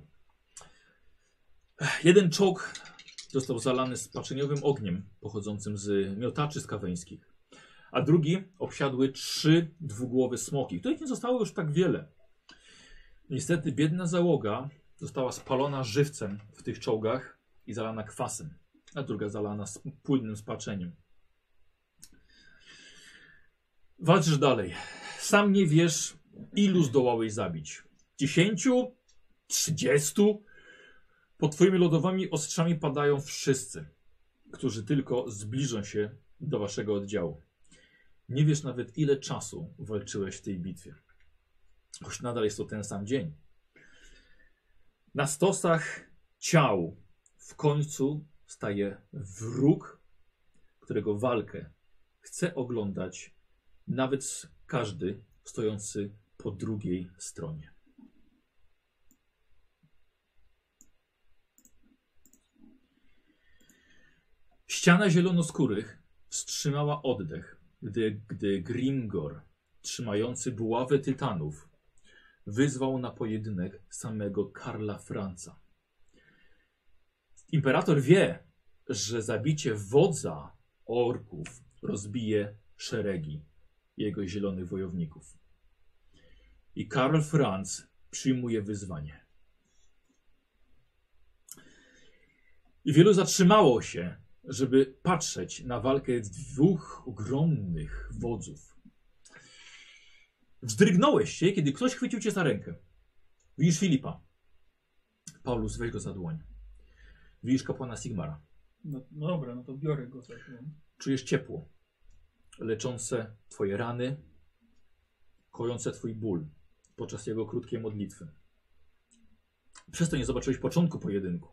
S1: Jeden czołg został zalany spaczeniowym ogniem pochodzącym z miotaczy skaweńskich, a drugi obsiadły trzy dwugłowe smoki, których nie zostało już tak wiele. Niestety biedna załoga została spalona żywcem w tych czołgach i zalana kwasem, a druga zalana płynnym spaczeniem. Walczysz dalej. Sam nie wiesz, ilu zdołałeś zabić. Dziesięciu? Trzydziestu? Pod twoimi lodowymi ostrzami padają wszyscy, którzy tylko zbliżą się do waszego oddziału. Nie wiesz nawet, ile czasu walczyłeś w tej bitwie. Choć nadal jest to ten sam dzień. Na stosach ciał w końcu staje wróg, którego walkę chce oglądać nawet każdy stojący po drugiej stronie. Ściana zielonoskórych wstrzymała oddech, gdy, gdy Grimgor, trzymający buławę tytanów, wyzwał na pojedynek samego Karla Franca. Imperator wie, że zabicie wodza orków rozbije szeregi jego zielonych wojowników. I Karl Franz przyjmuje wyzwanie. I wielu zatrzymało się, żeby patrzeć na walkę dwóch ogromnych wodzów. Wzdrygnąłeś się, kiedy ktoś chwycił cię za rękę. Widzisz Filipa. Paulus, weź go za dłoń. Widzisz kapłana Sigmara.
S2: No, no dobra, no to biorę go za dłoń.
S1: Czujesz ciepło, leczące twoje rany, kojące twój ból podczas jego krótkiej modlitwy. Przez to nie zobaczyłeś początku pojedynku.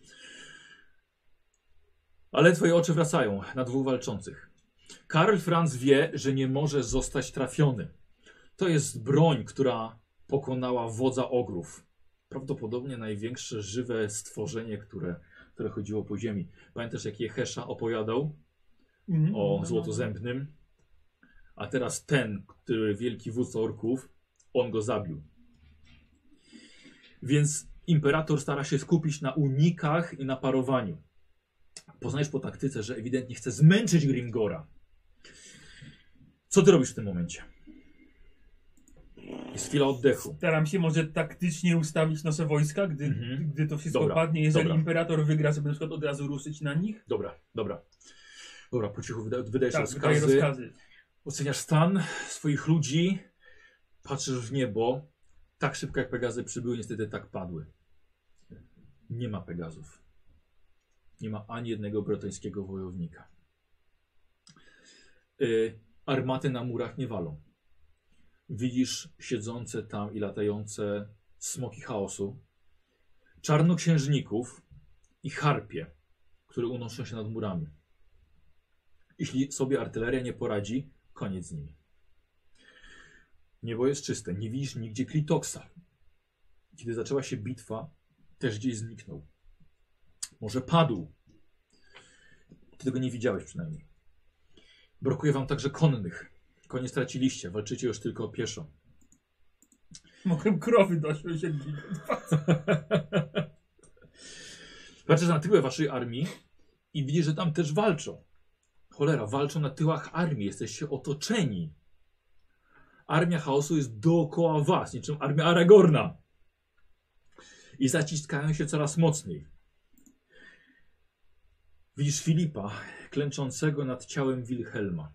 S1: Ale twoje oczy wracają na dwóch walczących. Karl Franz wie, że nie może zostać trafiony. To jest broń, która pokonała wodza ogrów. Prawdopodobnie największe żywe stworzenie, które, które chodziło po ziemi. Pamiętasz, jak Jehesza opowiadał
S2: Mhm.
S1: o złotozębnym? A teraz ten, który wielki wódz orków, on go zabił. Więc imperator stara się skupić na unikach i na parowaniu. Poznajesz po taktyce, że ewidentnie chce zmęczyć Grimgora. Co ty robisz w tym momencie? Jest chwila oddechu.
S2: Staram się może taktycznie ustawić nasze wojska, gdy,
S1: Mhm.
S2: gdy to wszystko
S1: Dobra,
S2: padnie. Jeżeli
S1: dobra.
S2: imperator wygra, sobie na przykład od razu ruszyć na nich.
S1: Dobra, dobra. Dobra, po cichu wyda wydajesz
S2: Tak, wydaje
S1: rozkazy.
S2: rozkazy.
S1: Oceniasz stan swoich ludzi. Patrzysz w niebo. Tak szybko jak Pegazy przybyły, niestety tak padły. Nie ma Pegazów. Nie ma ani jednego brytyjskiego wojownika. Y, armaty na murach nie walą. Widzisz siedzące tam i latające smoki chaosu, czarnoksiężników i harpie, które unoszą się nad murami. Jeśli sobie artyleria nie poradzi, koniec z nimi. Niebo jest czyste, nie widzisz nigdzie Klitoksa. Kiedy zaczęła się bitwa, też gdzieś zniknął. Może padł. Ty tego nie widziałeś przynajmniej. Brakuje wam także konnych. Konie straciliście, walczycie już tylko pieszo.
S2: Mogę krowy do osiągnięcia.
S1: Patrzysz na tyły waszej armii i widzisz, że tam też walczą. Cholera, walczą na tyłach armii, jesteście otoczeni. Armia chaosu jest dookoła was, niczym armia Aragorna. I zaciskają się coraz mocniej. Widzisz Filipa, klęczącego nad ciałem Wilhelma.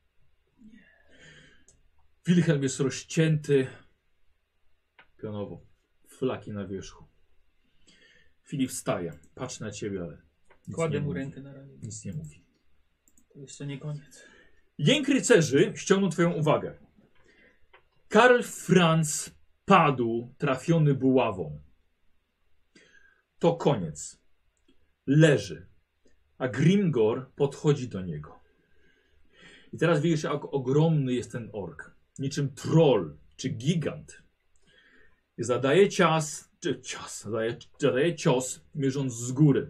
S1: Wilhelm jest rozcięty pionowo, flaki na wierzchu. Filip wstaje, patrzy na ciebie, ale nic
S2: Kładę
S1: nie
S2: mu
S1: mówi.
S2: rękę na ramię.
S1: Nic nie mówi.
S2: To jeszcze nie koniec.
S1: Jęk rycerzy ściągnął twoją uwagę. Karl Franz padł, trafiony buławą. To koniec. Leży. A Grimgor podchodzi do niego. I teraz widzisz, jak ogromny jest ten ork. Niczym troll czy gigant. I zadaje cios, czy cios, zadaje, zadaje cios, mierząc z góry.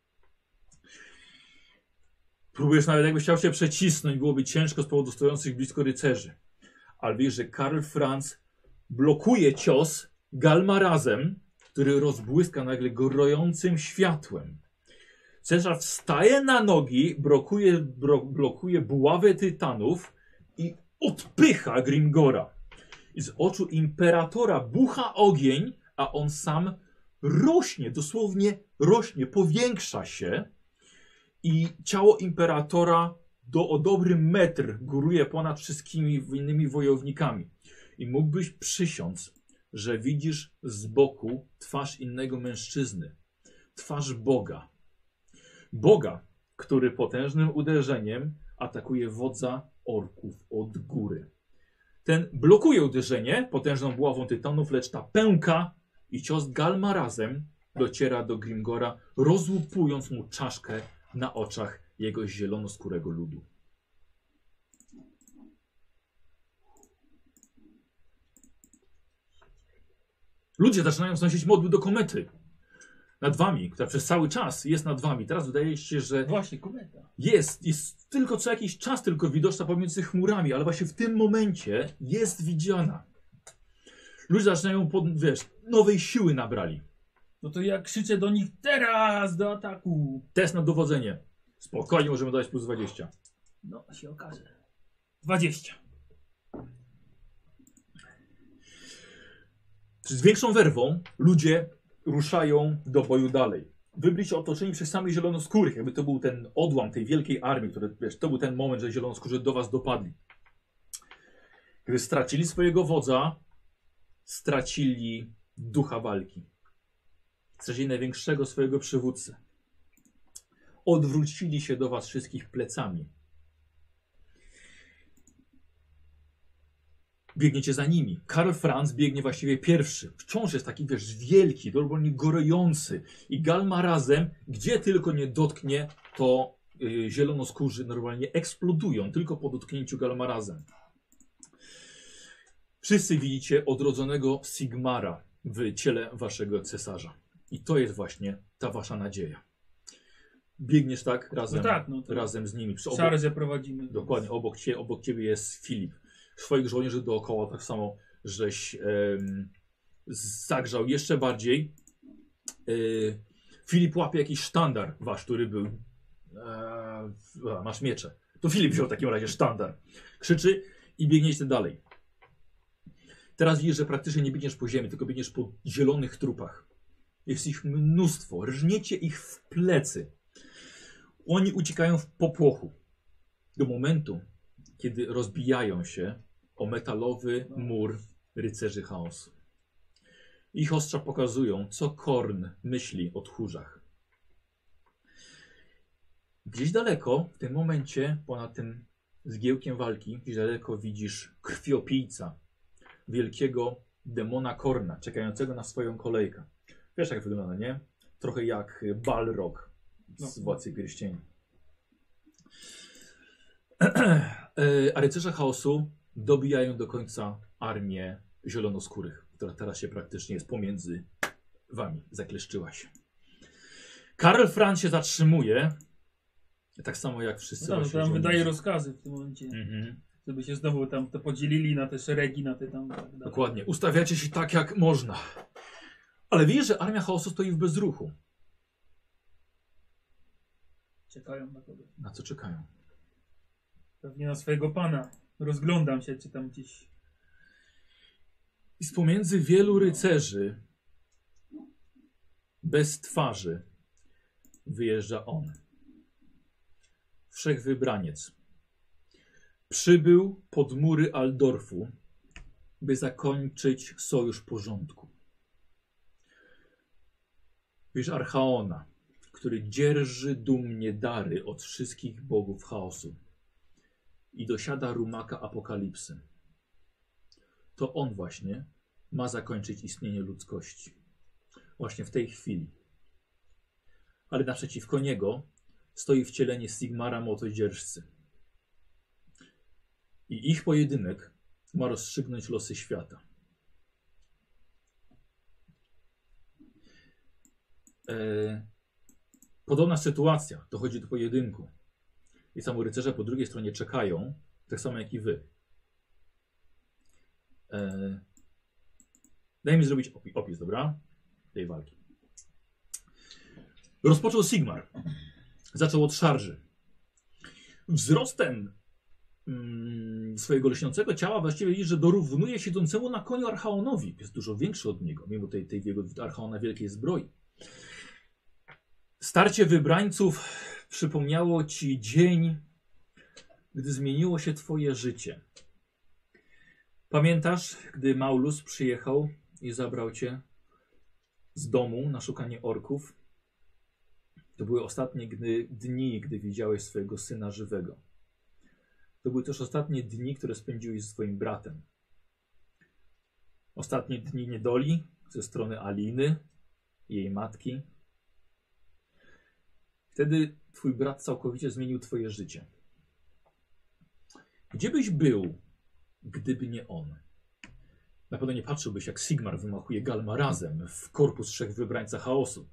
S1: Próbujesz nawet, jakbyś chciał się przecisnąć, byłoby ciężko z powodu stojących blisko rycerzy. Ale wiesz, że Karl Franz blokuje cios Galmarazem, który rozbłyska nagle gorującym światłem. Cesarz wstaje na nogi, blokuje, bro, blokuje buławę tytanów i odpycha Grimgora. I z oczu imperatora bucha ogień, a on sam rośnie, dosłownie rośnie, powiększa się. I ciało imperatora do, o dobry metr góruje ponad wszystkimi innymi wojownikami. I mógłbyś przysiąc, że widzisz z boku twarz innego mężczyzny. Twarz Boga. Boga, który potężnym uderzeniem atakuje wodza orków od góry. Ten blokuje uderzenie potężną buławą tytanów, lecz ta pęka i cios Galmarazem dociera do Grimgora, rozłupując mu czaszkę na oczach jego zielonoskórego ludu. Ludzie zaczynają znosić modły do komety. Nad wami, która przez cały czas jest nad wami. Teraz wydaje się, że
S2: Właśnie, kometa.
S1: jest, jest tylko co jakiś czas tylko widoczna pomiędzy chmurami, ale właśnie w tym momencie jest widziana. Ludzie zaczynają, pod, wiesz, nowej siły nabrali.
S2: No to ja krzyczę do nich teraz do ataku.
S1: Test na dowodzenie. Spokojnie, możemy dać plus dwadzieścia.
S2: No, się okaże. dwadzieścia.
S1: Z większą werwą ludzie ruszają do boju dalej. Wy byliście otoczeni przez samych zielonoskórych, jakby to był ten odłam tej wielkiej armii, który, wiesz, to był ten moment, że zielonoskórzy do was dopadli. Gdy stracili swojego wodza, stracili ducha walki. Stracili największego swojego przywódcę. Odwrócili się do was wszystkich plecami. Biegniecie za nimi. Karl Franz biegnie właściwie pierwszy. Wciąż jest taki, wiesz, wielki, normalnie gorejący. I Galmarazem, gdzie tylko nie dotknie, to yy, zielonoskórzy normalnie eksplodują tylko po dotknięciu Galmarazem. Wszyscy widzicie odrodzonego Sigmara w ciele waszego cesarza. I to jest właśnie ta wasza nadzieja. Biegniesz tak razem,
S2: No tak, no to
S1: razem z nimi. Przy obok,
S2: szarże prowadzimy.
S1: dokładnie, obok, cie, obok ciebie jest Filip. Swoich żołnierzy dookoła tak samo żeś em, zagrzał jeszcze bardziej. Yy, Filip łapie jakiś sztandar wasz, który był. Eee, a, masz miecze. To Filip wziął w takim razie sztandar. Krzyczy i biegniecie dalej. Teraz widzisz, że praktycznie nie biegniesz po ziemi, tylko biegniesz po zielonych trupach. Jest ich mnóstwo. Rżniecie ich w plecy. Oni uciekają w popłochu. Do momentu, kiedy rozbijają się o metalowy mur rycerzy chaosu. Ich ostrza pokazują, co Korn myśli o tchórzach. Gdzieś daleko, w tym momencie, ponad tym zgiełkiem walki, gdzieś daleko widzisz krwiopijca, wielkiego demona Korna, czekającego na swoją kolejkę. Wiesz, jak wygląda, nie? Trochę jak Balrog z Władcy Pierścieni. A rycerze chaosu dobijają do końca armię zielonoskórych, która teraz się praktycznie jest pomiędzy wami. Zakleszczyła się. Karl Franz się zatrzymuje, tak samo jak wszyscy.
S2: No tam,
S1: właśnie
S2: tam
S1: żołnierze.
S2: wydaje rozkazy w tym momencie.
S1: Mhm.
S2: Żeby się znowu tam to podzielili na te szeregi, na te tam. Tak dalej.
S1: Dokładnie. Ustawiacie się tak, jak można. Ale wiesz, że armia chaosu stoi w bezruchu.
S2: Czekają na kogoś.
S1: Na co czekają?
S2: Pewnie na swojego pana. Rozglądam się, czy tam gdzieś.
S1: I z pomiędzy wielu rycerzy bez twarzy wyjeżdża on. Wszechwybraniec. Przybył pod mury Aldorfu, by zakończyć sojusz porządku. Wiesz Archaona, który dzierży dumnie dary od wszystkich bogów chaosu i dosiada rumaka apokalipsy. To on właśnie ma zakończyć istnienie ludzkości. Właśnie w tej chwili. Ale naprzeciwko niego stoi wcielenie Sigmara Motodzierżcy. I ich pojedynek ma rozstrzygnąć losy świata. E, podobna sytuacja. Dochodzi do pojedynku. I samo rycerze po drugiej stronie czekają, tak samo jak i wy. E, daj mi zrobić opis, opis, dobra? Tej walki. Rozpoczął Sigmar. Zaczął od szarży. Wzrostem mm, swojego lśniącego ciała właściwie widzisz, że dorównuje siedzącemu na koniu Archaonowi. Jest dużo większy od niego, mimo tej, tej jego Archaona wielkiej zbroi. Starcie wybrańców przypomniało ci dzień, gdy zmieniło się twoje życie. Pamiętasz, gdy Maulus przyjechał i zabrał cię z domu na szukanie orków? To były ostatnie gdy, dni, gdy widziałeś swojego syna żywego. To były też ostatnie dni, które spędziłeś z swoim bratem. Ostatnie dni niedoli ze strony Aliny i jej matki. Wtedy twój brat całkowicie zmienił twoje życie. Gdzie byś był, gdyby nie on? Na pewno nie patrzyłbyś, jak Sigmar wymachuje Galmarazem w korpus trzech wybrańca chaosu.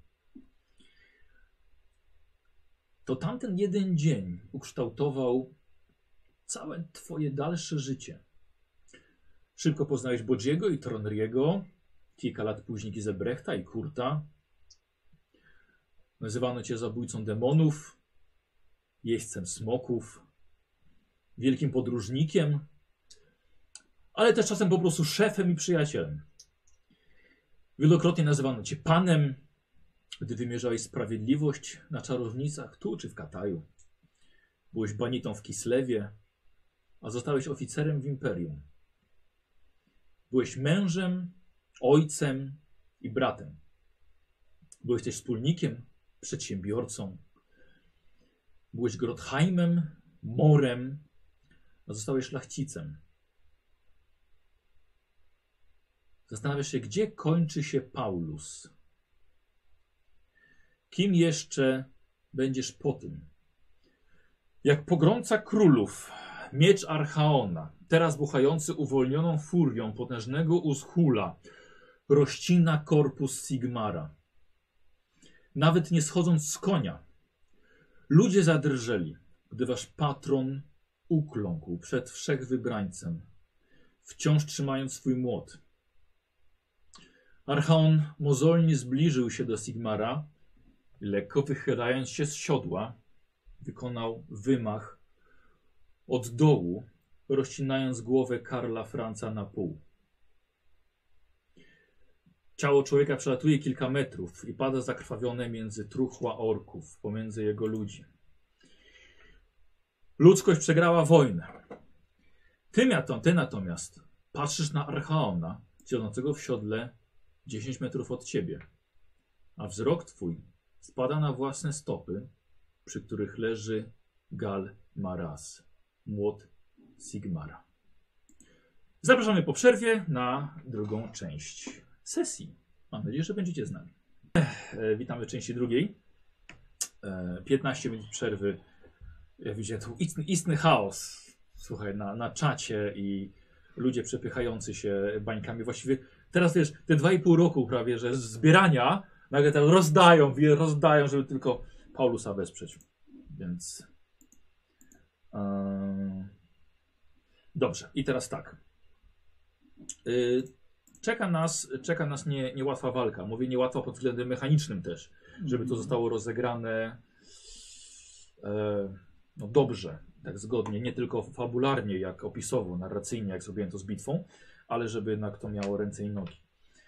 S1: To tamten jeden dzień ukształtował całe twoje dalsze życie. Szybko poznałeś Bodziego i Tronriego, kilka lat później Gisebrechta i Kurta. Nazywano cię zabójcą demonów, jeźdźcem smoków, wielkim podróżnikiem, ale też czasem po prostu szefem i przyjacielem. Wielokrotnie nazywano cię panem, gdy wymierzałeś sprawiedliwość na czarownicach tu czy w Kataju. Byłeś banitą w Kislewie, a zostałeś oficerem w Imperium. Byłeś mężem, ojcem i bratem. Byłeś też wspólnikiem, przedsiębiorcą. Byłeś Grotheimem, Morem, a zostałeś szlachcicem. Zastanawiasz się, gdzie kończy się Paulus. Kim jeszcze będziesz po tym? Jak pogromca królów, miecz Archaona, teraz buchający uwolnioną furią potężnego Uschula, rozcina korpus Sigmara. Nawet nie schodząc z konia, ludzie zadrżeli, gdy wasz patron ukląkł przed wszechwybrańcem, wciąż trzymając swój młot. Archaon mozolnie zbliżył się do Sigmara i lekko wychylając się z siodła, wykonał wymach od dołu, rozcinając głowę Karla Franca na pół. Ciało człowieka przelatuje kilka metrów i pada zakrwawione między truchła orków, pomiędzy jego ludzi. Ludzkość przegrała wojnę. Ty, ty natomiast patrzysz na Archaona, siedzącego w siodle dziesięć metrów od ciebie, a wzrok twój spada na własne stopy, przy których leży Gal Maraz, młot Sigmara. Zapraszamy po przerwie na drugą część sesji. Mam nadzieję, że będziecie z nami. E, witamy w części drugiej. E, piętnaście minut przerwy. Jak widzicie, tu istny, istny chaos. Słuchaj, na, na czacie i ludzie przepychający się bańkami. Właściwie teraz wiesz, te dwa i pół roku prawie, że zbierania nagle tam rozdają, rozdają, żeby tylko Paulusa wesprzeć. Więc... E, dobrze, i teraz tak. Yy, czeka nas, czeka nas nie, niełatwa walka. Mówię niełatwa pod względem mechanicznym też, żeby to zostało rozegrane e, no dobrze, tak zgodnie, nie tylko fabularnie, jak opisowo, narracyjnie, jak zrobiłem to z bitwą, ale żeby jednak to miało ręce i nogi.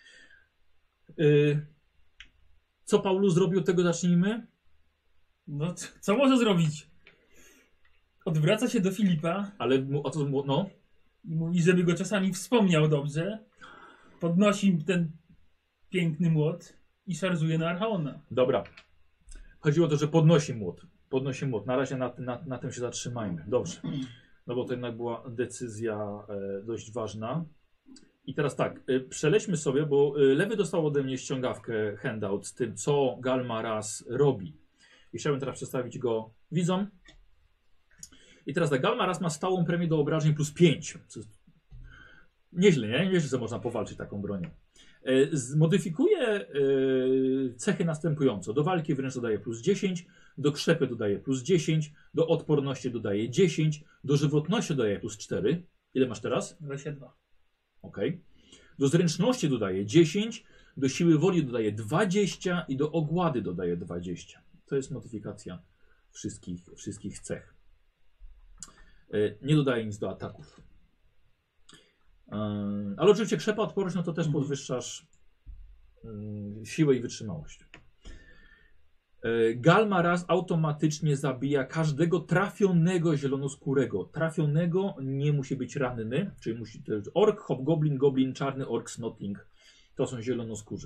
S1: Yy, co Paulus zrobił, od tego zacznijmy?
S2: No, c- co może zrobić? Odwraca się do Filipa
S1: Ale mu- o co mu- no?
S2: i mówi, żeby go czasami wspomniał dobrze. Podnosi ten piękny młot i szarżuje na Archaona.
S1: Dobra. Chodziło o to, że podnosi młot. Podnosi młot. Na razie na, na, na tym się zatrzymajmy. Dobrze. No bo to jednak była decyzja e, dość ważna. I teraz tak, e, przelećmy sobie, bo e, Lewy dostał ode mnie ściągawkę, handout z tym, co Gal Maraz robi. I chciałbym teraz przedstawić go widzom. I teraz tak, Gal Maraz ma stałą premię do obrażeń plus pięć. Co jest nieźle, nie? Nieźle, że można powalczyć taką bronią. E, zmodyfikuje e, cechy następująco. Do walki wręcz dodaje plus dziesięć, do krzepy dodaje plus dziesięć, do odporności dodaje dziesięć, do żywotności dodaje plus cztery. Ile masz teraz?
S2: dwadzieścia dwa.
S1: Ok. Do zręczności dodaje dziesięć, do siły woli dodaje dwadzieścia i do ogłady dodaje dwadzieścia. To jest modyfikacja wszystkich, wszystkich cech. E, nie dodaje nic do ataków. Yy, ale oczywiście krzepa, odporność, no to też podwyższasz yy, siłę i wytrzymałość. Yy, Gal Maraz automatycznie zabija każdego trafionego zielonoskórego. Trafionego nie musi być ranny, czyli musi to jest ork, hobgoblin, goblin, czarny ork, snotling. To są zielonoskórzy.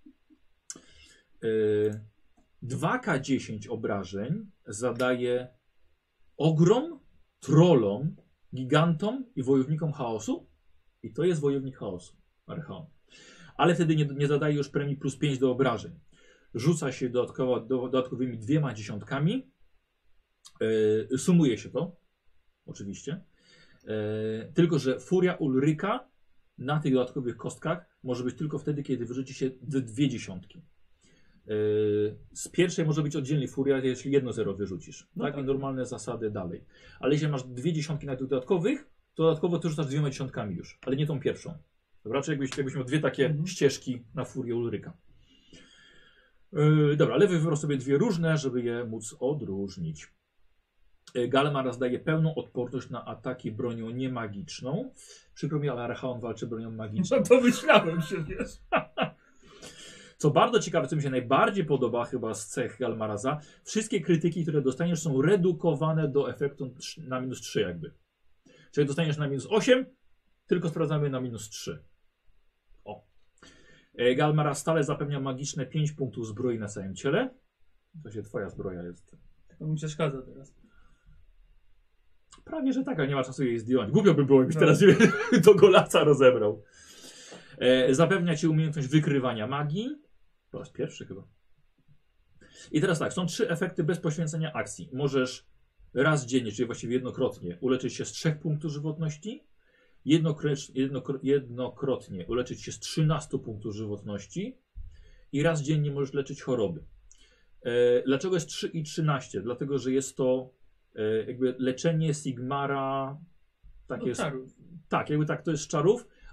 S1: Yy, dwa K dziesięć obrażeń zadaje ogrom, trollom, gigantom i wojownikom chaosu. I to jest wojownik chaosu, Archaon. Ale wtedy nie, nie zadaje już premii plus pięć do obrażeń. Rzuca się dodatkowo, do, dodatkowymi dwiema dziesiątkami. Yy, sumuje się to, oczywiście. Yy, tylko, że furia Ulryka na tych dodatkowych kostkach może być tylko wtedy, kiedy wyrzuci się dwie dziesiątki. Yy, z pierwszej może być oddzielnie furia, jeśli jedno zero wyrzucisz.
S2: No
S1: tak?
S2: tak.
S1: I normalne zasady dalej. Ale jeśli masz dwie dziesiątki na tych dodatkowych, to dodatkowo ty rzucasz dwiema dziesiątkami już, ale nie tą pierwszą. Dobra, czy jakbyś, jakbyś miał dwie takie
S2: Mhm.
S1: ścieżki na furię Ulryka. Yy, dobra, Lewy wybrał sobie dwie różne, żeby je móc odróżnić. Yy, Gal Maraz daje pełną odporność na ataki bronią niemagiczną. Przykro mi, ale Archaon walczy bronią magiczną.
S2: No to myślałem się, wiesz.
S1: Co bardzo ciekawe, co mi się najbardziej podoba chyba z cech Gal Maraza, wszystkie krytyki, które dostaniesz, są redukowane do efektu na minus trzy jakby. Czyli dostaniesz na minus osiem, tylko sprawdzamy na minus trzy. O. E, Gal Maraz stale zapewnia magiczne pięć punktów zbroi na całym ciele. To się twoja zbroja jest.
S2: To mi przeszkadza teraz.
S1: Prawie, że tak, ale nie ma czasu jej zdjąć. Głupio by było, jakbyś
S2: No.
S1: teraz do golaca rozebrał. E, zapewnia ci umiejętność wykrywania magii. Po raz pierwszy chyba. I teraz tak, są trzy efekty bez poświęcenia akcji. Możesz raz dziennie, czyli właściwie jednokrotnie, uleczyć się z trzech punktów żywotności. Jednokrotnie, jednokro, jednokrotnie uleczyć się z trzynastu punktów żywotności. I raz dziennie możesz leczyć choroby. E, dlaczego jest trzy i trzynaście? Dlatego, że jest to e, jakby leczenie Sigmara. Tak
S2: No,
S1: jest.
S2: czarów.
S1: Tak, jakby tak, to jest z czarów,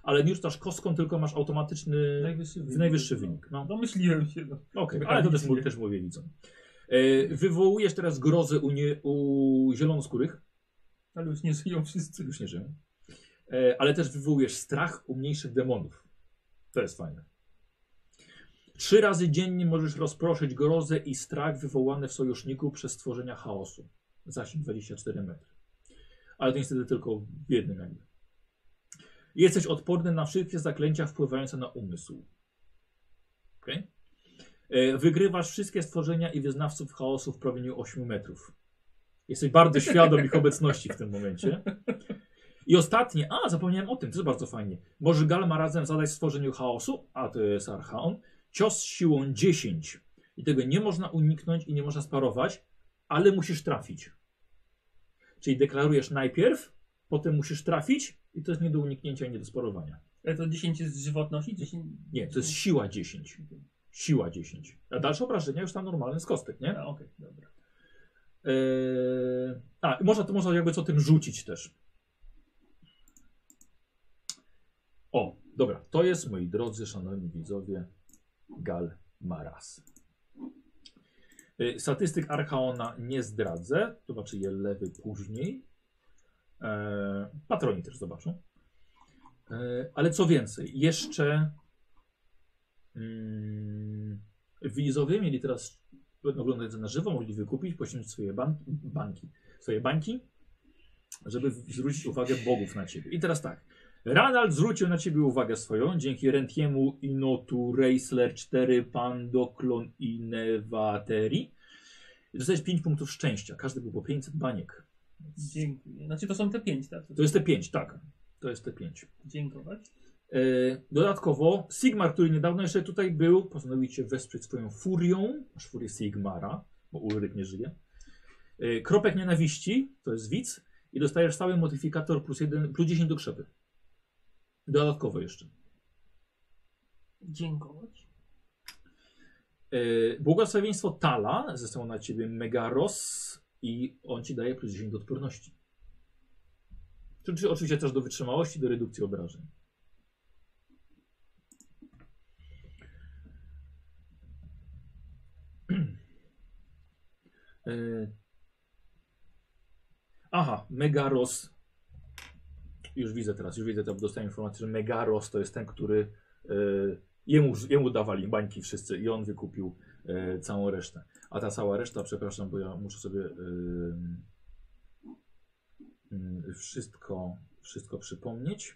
S1: ale nie rzucasz kostką, tylko masz automatyczny
S2: Najwyższy wynik.
S1: najwyższy wynik. No.
S2: Domyśliłem się. No.
S1: Okej,
S2: Tak
S1: ale to też,
S2: logicznie.
S1: mówię- też mówię widzom. E, wywołujesz teraz grozę u, nie, u zielonoskórych,
S2: Ale już nie żyją wszyscy.
S1: już nie żyją, e, ale też wywołujesz strach u mniejszych demonów. To jest fajne. Trzy razy dziennie możesz rozproszyć grozę i strach wywołane w sojuszniku przez stworzenia chaosu. Zasięg dwadzieścia cztery metry. Ale to niestety tylko w jednym jakby. Jesteś odporny na wszystkie zaklęcia wpływające na umysł. Okay? E, wygrywasz wszystkie stworzenia i wyznawców chaosu w promieniu ośmiu metrów. Jesteś bardzo świadom ich obecności w tym momencie. I ostatnie, a zapomniałem o tym, to jest bardzo fajnie. Może Galma razem zadać stworzeniu chaosu, a to jest Archaon, cios z siłą dziesięć. I tego nie można uniknąć i nie można sparować, ale musisz trafić. Czyli deklarujesz najpierw, potem musisz trafić i to jest nie do uniknięcia i nie do sparowania.
S2: Ale to dziesięć jest żywotności? dziesięć...
S1: Nie, to jest siła dziesięć. Siła dziesięć. A dalsze obrażenia już tam normalne z kostek, nie?
S2: A, okej, dobra.
S1: Eee, a, można, to można jakby co tym rzucić też. O, dobra. To jest, moi drodzy, szanowni widzowie, Gal Maras. Yy, statystyk Archaona nie zdradzę. Zobaczy je lewy później. Eee, patroni też zobaczą. Eee, ale co więcej, jeszcze mm, widzowie mieli teraz, oglądając na żywo, mogli wykupić, poświęcić swoje ban banki, swoje bańki, żeby zwrócić uwagę bogów na ciebie. I teraz tak. Ranald zwrócił na ciebie uwagę swoją dzięki Rentiemu, Inotu, Reisler cztery, Pandoklon i Nevateri. I dostajesz pięć punktów szczęścia. Każdy był po pięćset baniek.
S2: Dziękuję. Znaczy to są te pięć, tak?
S1: To jest te pięć, tak. To jest te pięć.
S2: Dziękować.
S1: E, dodatkowo Sigmar, który niedawno jeszcze tutaj był, postanowił cię wesprzeć swoją furią. Masz furię Sigmara, bo Ulryk nie żyje. E, kropek nienawiści, to jest widz. I dostajesz stały modyfikator plus, jeden, plus dziesięć do krzepy. Dodatkowo jeszcze.
S2: Dziękować.
S1: Yy, błogosławieństwo Tala zostało na ciebie Megaros i on ci daje plus dziesięć do odporności. Czyli, czyli oczywiście też do wytrzymałości, do redukcji obrażeń. Yy. Aha, Megaros. Już widzę teraz, już widzę, to dostałem informację, że Megaros to jest ten, który yy, jemu, jemu dawali bańki wszyscy i on wykupił yy, całą resztę. A ta cała reszta, przepraszam, bo ja muszę sobie yy, yy, wszystko, wszystko przypomnieć.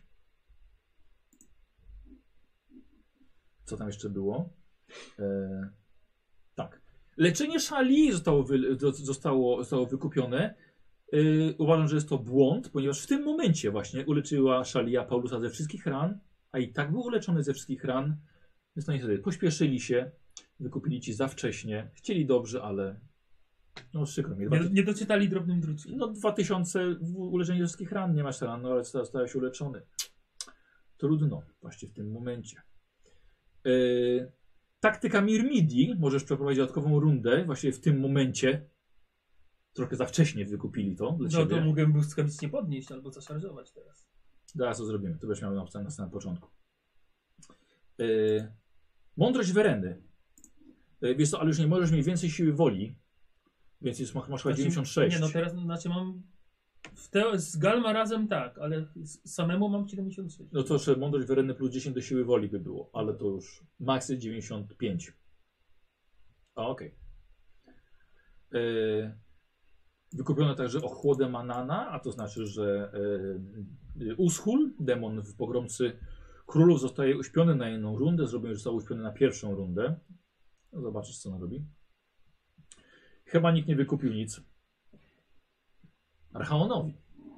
S1: Co tam jeszcze było? Yy, tak. Leczenie szali zostało, wy, zostało, zostało wykupione. Yy, uważam, że jest to błąd, ponieważ w tym momencie właśnie uleczyła Szalia Paulusa ze wszystkich ran, a i tak był uleczony ze wszystkich ran. Więc to niestety pośpieszyli się, wykupili ci za wcześnie, chcieli dobrze, ale no przykro mi.
S2: Nie, nie doczytali drobnym druczkiem.
S1: No dwa tysiące uleczenia ze wszystkich ran, nie masz ran, no ale zostałeś uleczony. Trudno właśnie w tym momencie. Yy, taktyka Mirmidi, możesz przeprowadzić dodatkową rundę właśnie w tym momencie. Trochę za wcześnie wykupili to dla
S2: No
S1: ciebie.
S2: to mogłem błyskawicznie podnieść albo zaszarżować teraz.
S1: Zaraz to zrobimy. To będziesz miał napisane na samym początku. Yy, mądrość Wereny. Yy, wiesz co, ale już nie możesz mieć więcej siły woli. Więc jest, masz chyba dziewięćdziesiąt sześć.
S2: Nie, no teraz znaczy mam. W te, z Galma razem tak, ale z, samemu mam siedemdziesiąt sześć.
S1: No to, że mądrość Wereny plus dziesięć do siły woli by było, ale to już max jest dziewięćdziesiąt pięć. A okej. Okay. Yy, wykupiono także ochłodę Manana, a to znaczy, że yy, Uschul, demon w pogromcy królów, zostaje uśpiony na jedną rundę. Zrobił, że został uśpiony na pierwszą rundę. No, zobaczysz, co on robi. Chyba nikt nie wykupił nic. Archaonowi.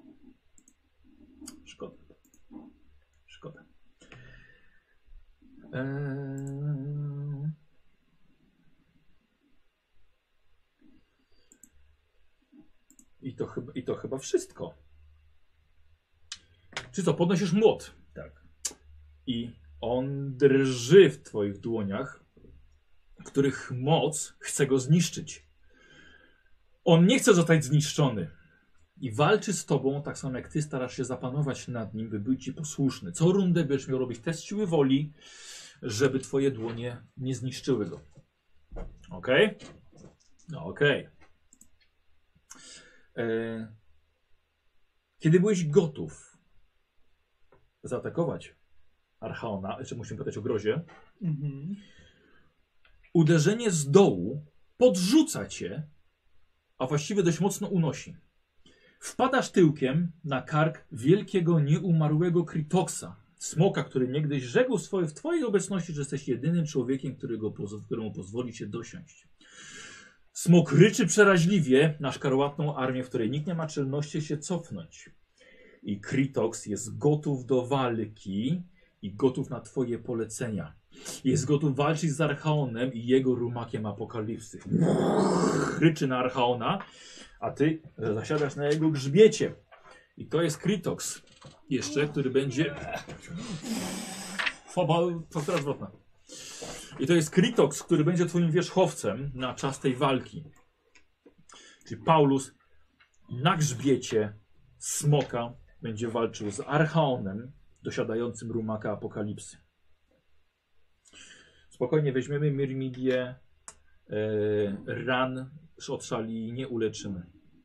S1: Szkoda. Szkoda. Eee... I, to chyba, I to chyba wszystko. Czy co, podnosisz młot?
S2: Tak.
S1: I on drży w twoich dłoniach, których moc chce go zniszczyć. On nie chce zostać zniszczony. I walczy z tobą tak samo jak ty starasz się zapanować nad nim, by był ci posłuszny. Co rundę będziesz miał robić test siły woli, żeby twoje dłonie nie zniszczyły go. Okej? Okay? No okej. Okay. Kiedy byłeś gotów zaatakować Archaona, jeszcze musimy pytać o grozie,
S2: Mhm.
S1: uderzenie z dołu podrzuca cię, a właściwie dość mocno unosi. Wpadasz tyłkiem na kark wielkiego, nieumarłego Kritoxa, smoka, który niegdyś rzekł swoje, w twojej obecności, że jesteś jedynym człowiekiem, którego, któremu pozwoli się dosiąść. Smok ryczy przeraźliwie na szkarłatną armię, w której nikt nie ma czelności się cofnąć. I Kritox jest gotów do walki i gotów na twoje polecenia. Jest gotów walczyć z Archaonem i jego rumakiem apokalipsy. Ryczy na Archaona, a ty zasiadasz na jego grzbiecie. I to jest Kritox jeszcze, który będzie... Faktura zwrotna. I to jest Kritox, który będzie twoim wierzchowcem na czas tej walki. Czyli Paulus na grzbiecie smoka będzie walczył z Archaonem, dosiadającym rumaka apokalipsy. Spokojnie weźmiemy Myrmidię, e, ran od szali nie uleczymy.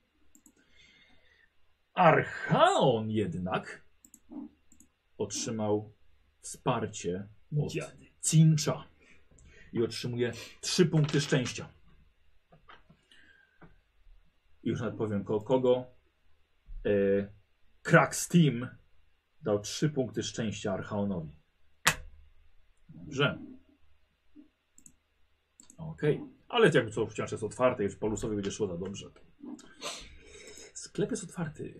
S1: Archaon jednak otrzymał wsparcie od Cincha i otrzymuje trzy punkty szczęścia. I już nawet powiem ko kogo. E, Crack Team dał trzy punkty szczęścia Archaonowi. Dobrze. Okej. Okay. Ale jakby co wciąż jest otwarte i już Paulusowi będzie szło za dobrze. Sklep jest otwarty.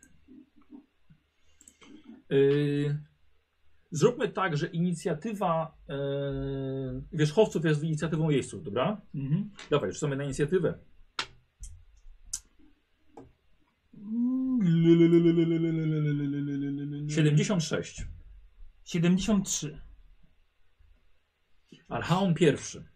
S1: Yy, zróbmy tak, że inicjatywa yy, wierzchowców jest inicjatywą jeźdźców, dobra?
S2: Mhm.
S1: Dawaj, rzucamy na inicjatywę. siedemdziesiąt sześć.
S2: siedemdziesiąt trzy.
S1: Archaon pierwszy.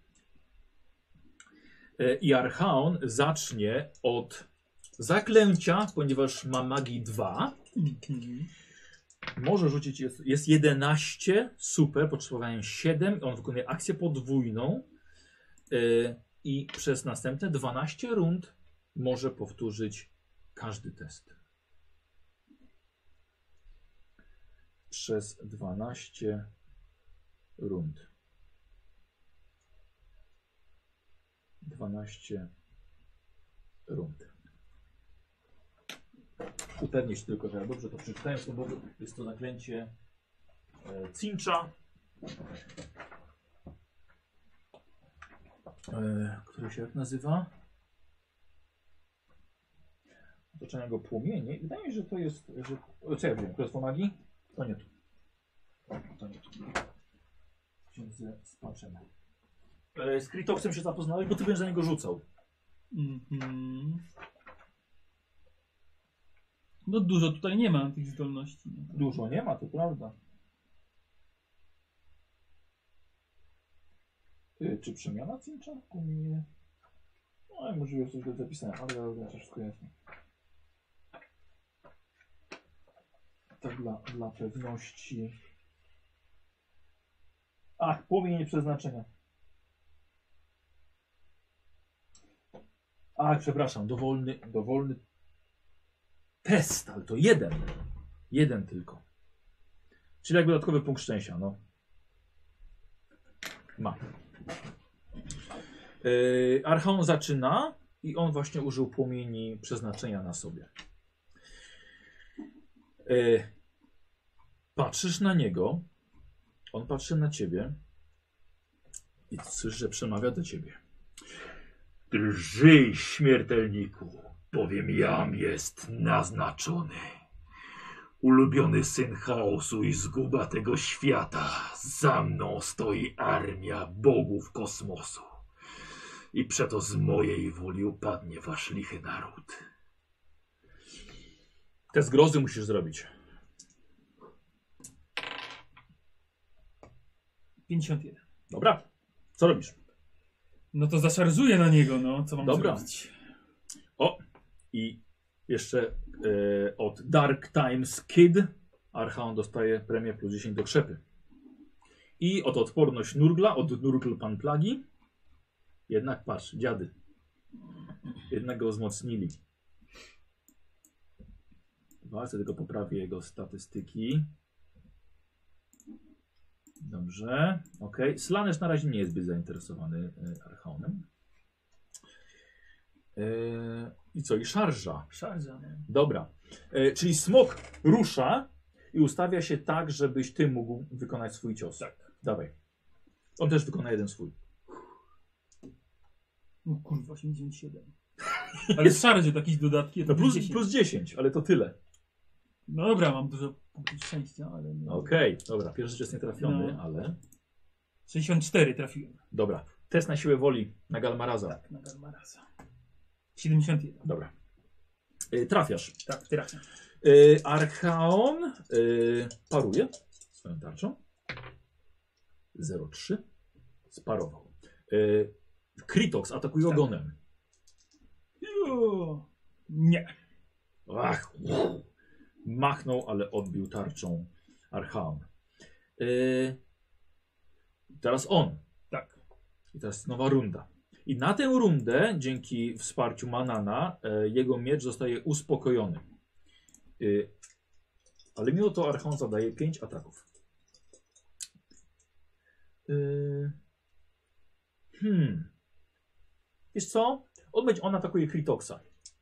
S1: Yy, I Archaon zacznie od zaklęcia, ponieważ ma magii dwa.
S2: Mhm.
S1: Może rzucić, jest, jest jedenaście, super, potrzebowałem siedem, on wykonuje akcję podwójną yy, i przez następne dwanaście rund może powtórzyć każdy test. Przez dwanaście rund. dwanaście rund. Upewnię się tylko, że ja dobrze to przeczytałem, bo jest to zaklęcie e, Cincha, e, które się jak nazywa? Otoczenia go płomienie. Wydaje mi się, że to jest... Że... O, co ja wiem? Królestwo Magii? To nie tu. To nie tu. Księdze spaczemy. E, z Kritoxem się zapoznałeś, bo ty będziesz za niego rzucał.
S2: Mhm. No dużo tutaj nie ma tych zdolności.
S1: Dużo nie ma, to prawda. Yy, czy przemiana Cincha? Nie. No, możliwe, że coś do zapisałem, ale ja to wszystko jasne. Tak dla, dla pewności. Ach, płomień przeznaczenia. Ach, przepraszam, dowolny, dowolny test, ale to jeden. Jeden tylko. Czyli jakby dodatkowy punkt szczęścia, no. Ma. Yy, Archaon zaczyna i on właśnie użył płomieni przeznaczenia na sobie. Yy, patrzysz na niego, on patrzy na ciebie i słyszysz, że przemawia do ciebie. Drżyj, śmiertelniku, bowiem jam jest naznaczony. Ulubiony syn chaosu i zguba tego świata. Za mną stoi armia bogów kosmosu. I przeto z mojej woli upadnie wasz lichy naród. Te zgrozy musisz zrobić.
S2: pięćdziesiąt jeden.
S1: Dobra, co robisz?
S2: No to zaszarżuję na niego, no. Co mam
S1: Dobra.
S2: zrobić?
S1: O, i jeszcze Yy, od Dark Times Kid Archaon dostaje premię plus dziesięć do krzepy. I od odporność Nurgla, od Nurgl Pan Plagi. Jednak patrz, dziady. Jednak go wzmocnili. Bardzo tylko poprawię jego statystyki. Dobrze, ok. Slanesh na razie nie jest zbyt zainteresowany y, Archaonem. Y, I co? I szarża.
S2: Szarża, no.
S1: Dobra. Y, czyli smok rusza i ustawia się tak, żebyś ty mógł wykonać swój cios.
S2: Tak.
S1: Dawaj. On też wykona jeden swój.
S2: No kurwa, osiemdziesiąt siedem. Ale z szarży to jakieś dodatki. To
S1: No plus,
S2: dziesięć.
S1: plus dziesięć, ale to tyle.
S2: No dobra, mam dużo punktów szczęścia, ale... No.
S1: Okej, okay. Dobra. Pierwszy cios nie trafiony,
S2: No.
S1: ale...
S2: sześćdziesiąt cztery trafiłem.
S1: Dobra. Test na siłę woli na Galmaraza.
S2: Tak, na Galmaraza. siedemdziesiąt jeden.
S1: Dobra. Y, trafiasz.
S2: Tak, trafiam.
S1: Y, Archaon y, paruje swoją tarczą. zero trzy. Sparował. Y, Kritox atakuje
S2: Tak.
S1: ogonem.
S2: Ju, nie.
S1: Ach, machnął, ale odbił tarczą Archaon. Y, teraz on.
S2: Tak.
S1: I teraz nowa runda. I na tę rundę, dzięki wsparciu Manana, e, jego miecz zostaje uspokojony. Y, ale mimo to Archaon zadaje pięć ataków. Y, hmm. Wiesz co? On, będzie, on atakuje Kritoxa.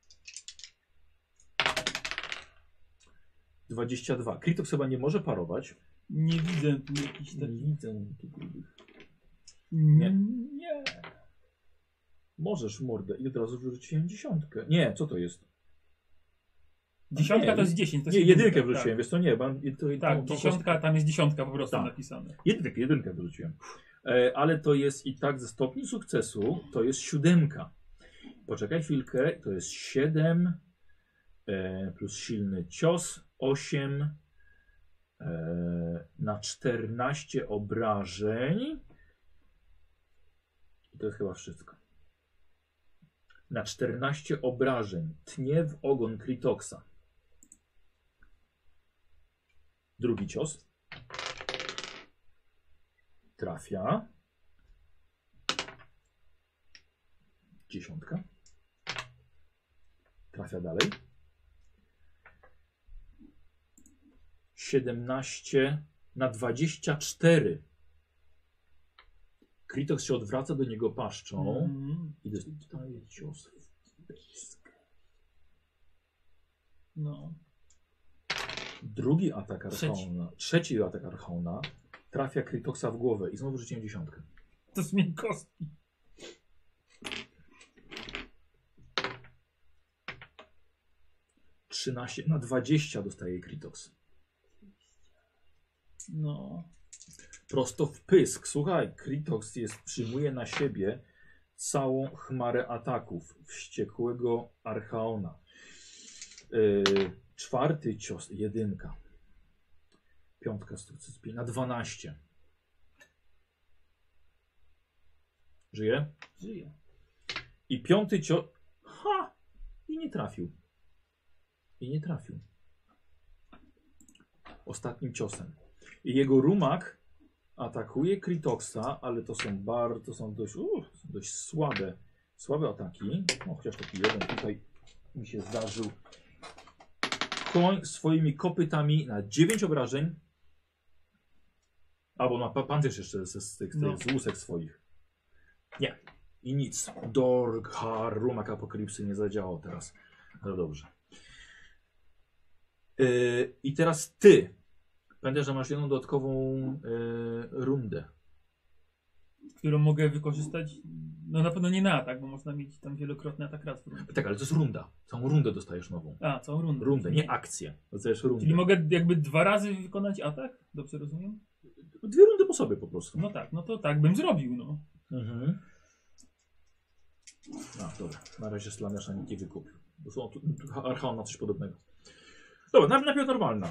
S1: dwadzieścia dwa. Kritox chyba nie może parować.
S2: Nie widzę tu jakichś
S1: Nie
S2: takich...
S1: widzę tu grubych.
S2: Nie. Nie.
S1: Możesz mordę i od razu wrzuciłem dziesiątkę. Nie, co to jest?
S2: Dziesiątka
S1: Nie,
S2: to jest dziesięć. To
S1: Nie,
S2: jest
S1: jedynkę
S2: jedynka,
S1: wrzuciłem, wiesz co, nie, bo to,
S2: Tak, tak
S1: to, to
S2: dziesiątka, tam jest dziesiątka po prostu
S1: Tak.
S2: napisane.
S1: Jedynkę, jedynkę wyrzuciłem. E, ale to jest i tak ze stopni sukcesu, to jest siódemka. Poczekaj chwilkę, to jest siedem e, plus silny cios, osiem e, na czternaście obrażeń. I to jest chyba wszystko. Na czternaście obrażeń tnie w ogon Kritoxa. Drugi cios. Trafia. Dziesiątka. Trafia dalej. siedemnaście na dwadzieścia cztery. Kritox się odwraca do niego paszczą
S2: Mm.
S1: i dostaje cios w pysk.
S2: No.
S1: Drugi atak
S2: Trzeci.
S1: Archaona, trzeci atak Archaona trafia Kritoxa w głowę i znowu rzuciłem dziesiątkę.
S2: To zmień kostki.
S1: trzynaście na dwadzieścia dostaje Kritox.
S2: No.
S1: Prosto w pysk. Słuchaj, Kritox jest, przyjmuje na siebie całą chmarę ataków wściekłego Archaona. Yy, czwarty cios, jedynka. Piątka sukces na dwanaście. Żyje?
S2: Żyje.
S1: I piąty cios. Ha! I nie trafił. I nie trafił. Ostatnim ciosem. I jego rumak atakuje Kritoxa, ale to są bardzo, to są dość, uh, są dość słabe, słabe ataki. No, chociaż taki jeden tutaj mi się zdarzył. Koń swoimi kopytami na dziewięć obrażeń. Albo ma pa- pancerz jeszcze z, z tych
S2: No.
S1: z łusek swoich. Nie. I nic. Dorghar, rumak apokalipsy nie zadziałał teraz. Ale dobrze. Yy, I teraz ty. Pamiętaj, że masz jedną dodatkową yy, rundę.
S2: Którą mogę wykorzystać. No na pewno nie na atak, bo można mieć tam wielokrotny atak raz w rundzie.
S1: Tak, ale to jest runda. Całą rundę dostajesz nową.
S2: A, całą rundę.
S1: Rundę, nie akcję. Dostajesz rundę.
S2: Czyli mogę jakby dwa razy wykonać atak? Dobrze rozumiem?
S1: Dwie rundy po sobie po prostu.
S2: No tak, no to tak bym zrobił, no.
S1: Mhm. No dobra, na razie Slanesha nikt nie wykupił. Bo są tu, tu Archaon ma coś podobnego. Dobra, najpierw normalna.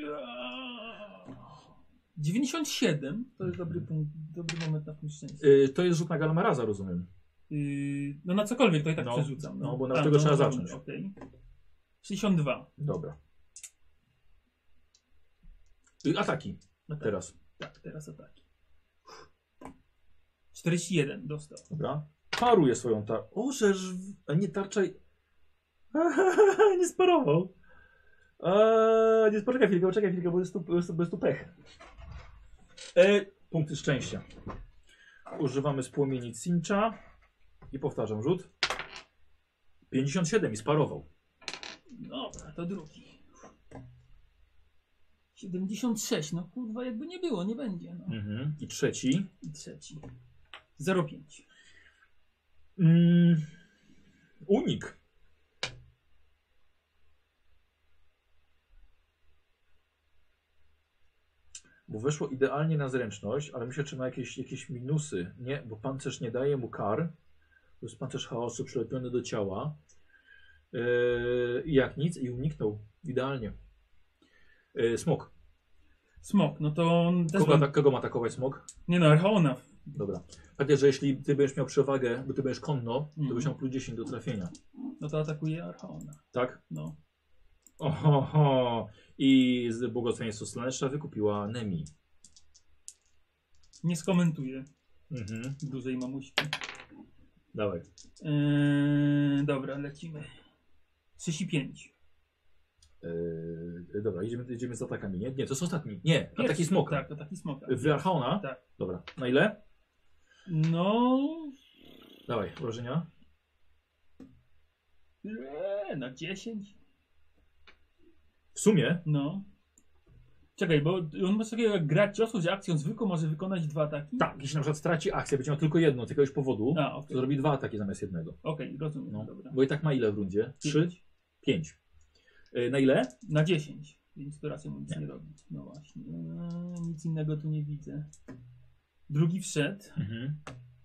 S2: dziewięćdziesiąt siedem to jest dobry punkt, dobry moment na punkt szczęścia.
S1: Yy, to jest rzut na Galmaraza, rozumiem.
S2: Yy, no na cokolwiek to i tak
S1: No,
S2: przerzucam.
S1: no, bo na
S2: A,
S1: tego trzeba
S2: no,
S1: zacząć.
S2: Okej. sześćdziesiąt dwa.
S1: Dobra. I ataki
S2: No tak,
S1: teraz.
S2: tak, teraz ataki. czterdzieści jeden dostał.
S1: Dobra. Paruje swoją tarczę. O, żeż... A nie tarczaj... nie sparował. Eee, nie poczekaj chwilkę, poczekaj chwilkę, bo jest tu, bo jest tu, bo jest tu pech. E, punkty szczęścia. Używamy spłomieni cincha. I powtarzam rzut. pięćdziesiąt siedem i sparował.
S2: Dobra, to drugi. siedemdziesiąt sześć, no kurwa, jakby nie było, nie będzie. No.
S1: Mhm. I trzeci.
S2: I trzeci. zero pięć.
S1: Mm, unik. Bo weszło idealnie na zręczność, ale myślę, czy ma jakieś, jakieś minusy. Nie, bo pancerz nie daje mu kar. To jest pancerz chaosu przylepiony do ciała. Yy, jak nic i uniknął. Idealnie. Yy, smok.
S2: Smok, no to on też
S1: Kogo,
S2: ma...
S1: atak- kogo ma atakować smok?
S2: Nie no, Archaona.
S1: Dobra. Pamiętaj, że jeśli ty będziesz miał przewagę, bo ty będziesz konno, to
S2: Mhm.
S1: byś miał plus dziesięć do trafienia.
S2: No to atakuje Archaona.
S1: Tak?
S2: No.
S1: Oho. I z błogosławieństwa Slanesza wykupiła Nemi.
S2: Nie skomentuję
S1: Mhm.
S2: dużej mamuśki.
S1: Dawaj.
S2: Eee, dobra, lecimy. trzydzieści pięć.
S1: Yy, dobra, idziemy, idziemy z atakami, nie? Nie, to jest ostatni. Nie, ataki
S2: Pierwszy,
S1: smoka.
S2: Tak, ataki smoka.
S1: W Archaona?
S2: Tak.
S1: Dobra. Na ile?
S2: No...
S1: Dawaj, wrażenia.
S2: Eee, na dziesięć.
S1: W sumie?
S2: No. Czekaj, bo on ma takiego jak grać ciosu, że akcją zwykłą może wykonać dwa ataki?
S1: Tak, jeśli na przykład straci akcję, będzie miał tylko jedno, z jakiegoś powodu,
S2: A,
S1: to
S2: okej.
S1: zrobi dwa ataki zamiast jednego.
S2: Okej, rozumiem,
S1: No.
S2: dobra.
S1: Bo i tak ma ile w rundzie? Trzy?
S2: Pięć.
S1: Pięć. Yy, na ile?
S2: Na dziesięć, więc to raczej mu nic
S1: Nie.
S2: nie robi. No właśnie, eee, nic innego tu nie widzę. Drugi wszedł
S1: Mhm.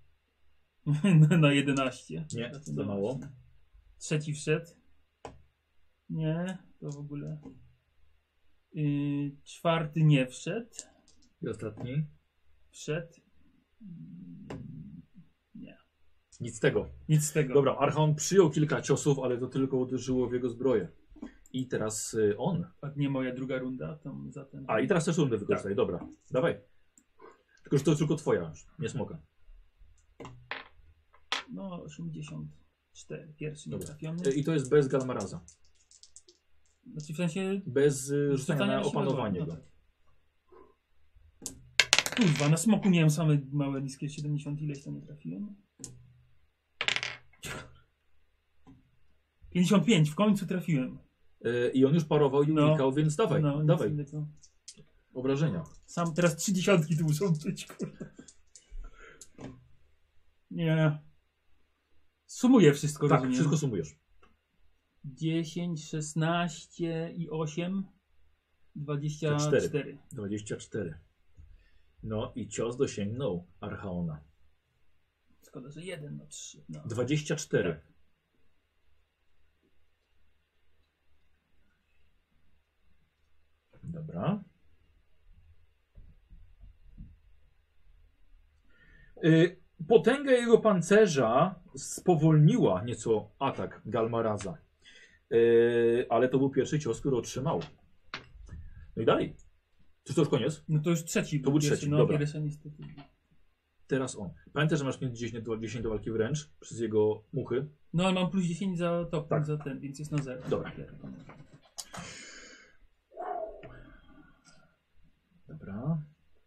S2: na jedenaście.
S1: Nie,
S2: Raczej
S1: za
S2: no
S1: mało.
S2: właśnie. Trzeci wszedł. Nie, to w ogóle. Yy, czwarty nie wszedł.
S1: I ostatni?
S2: Wszedł. Mm, Nie.
S1: Nic z tego.
S2: Nic z tego.
S1: Dobra, Archaon przyjął kilka ciosów, ale to tylko uderzyło w jego zbroję. I teraz y, on.
S2: A nie moja druga runda, tam zatem.
S1: A i teraz też rundę wykorzystaj, dobra. Dawaj. Tylko, że to jest tylko twoja, nie smoka.
S2: No, osiemdziesiąt cztery. Pierwszy
S1: Dobra.
S2: nietrafiony.
S1: Y, I to jest bez Galmaraza.
S2: Znaczy w sensie.
S1: Bez y, rzucania na
S2: siłowego,
S1: opanowanie
S2: no
S1: go.
S2: tak. Kurwa, na smoku miałem same małe, niskie siedemdziesiąt ileś to nie trafiłem. pięćdziesiąt pięć, w końcu trafiłem.
S1: Y, I on już parował i
S2: No.
S1: unikał, więc dawaj,
S2: No, nic
S1: dawaj.
S2: innego.
S1: Obrażenia.
S2: Sam teraz trzy dziesiątki tu muszą być, kurwa. Nie. Sumuję wszystko,
S1: Tak,
S2: rozumiem.
S1: wszystko sumujesz.
S2: dziesięć, szesnaście i osiem. dwadzieścia cztery.
S1: dwadzieścia cztery. No i cios dosięgnął Archaona.
S2: Szkoda, że jeden na trzy. No.
S1: dwadzieścia cztery.
S2: Tak.
S1: Dobra. Y, potęga jego pancerza spowolniła nieco atak Galmaraza. Y, ale to był pierwszy cios, który otrzymał. No i dalej. Czy to już koniec?
S2: No to już trzeci.
S1: To był
S2: pierwszy,
S1: trzeci,
S2: no,
S1: dobra.
S2: pierwszy niestety.
S1: Teraz on. Pamiętaj, że masz mieć dziesięć do, dziesięć do walki wręcz przez jego muchy.
S2: No ale mam plus dziesięć za top,
S1: Tak.
S2: za ten, więc jest na zero.
S1: Dobra. Dobra.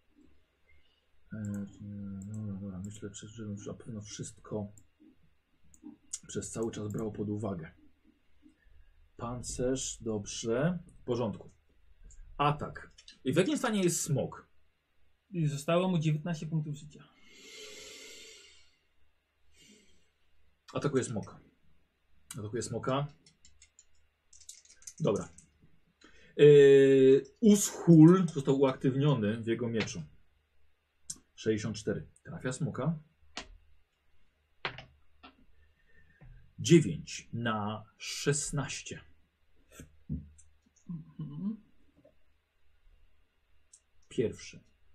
S1: E, no, dobra, myślę, że że na pewno wszystko przez cały czas brał pod uwagę. Pancerz, dobrze. W porządku. Atak. I w jakim stanie jest smok?
S2: I zostało mu dziewiętnaście punktów życia.
S1: Atakuje smoka. Atakuje smoka. Dobra. Yy, Uschul został uaktywniony w jego mieczu. sześćdziesiąt cztery. Trafia smoka. dziewięć na szesnaście.
S2: Mhm.
S1: Pierwszy.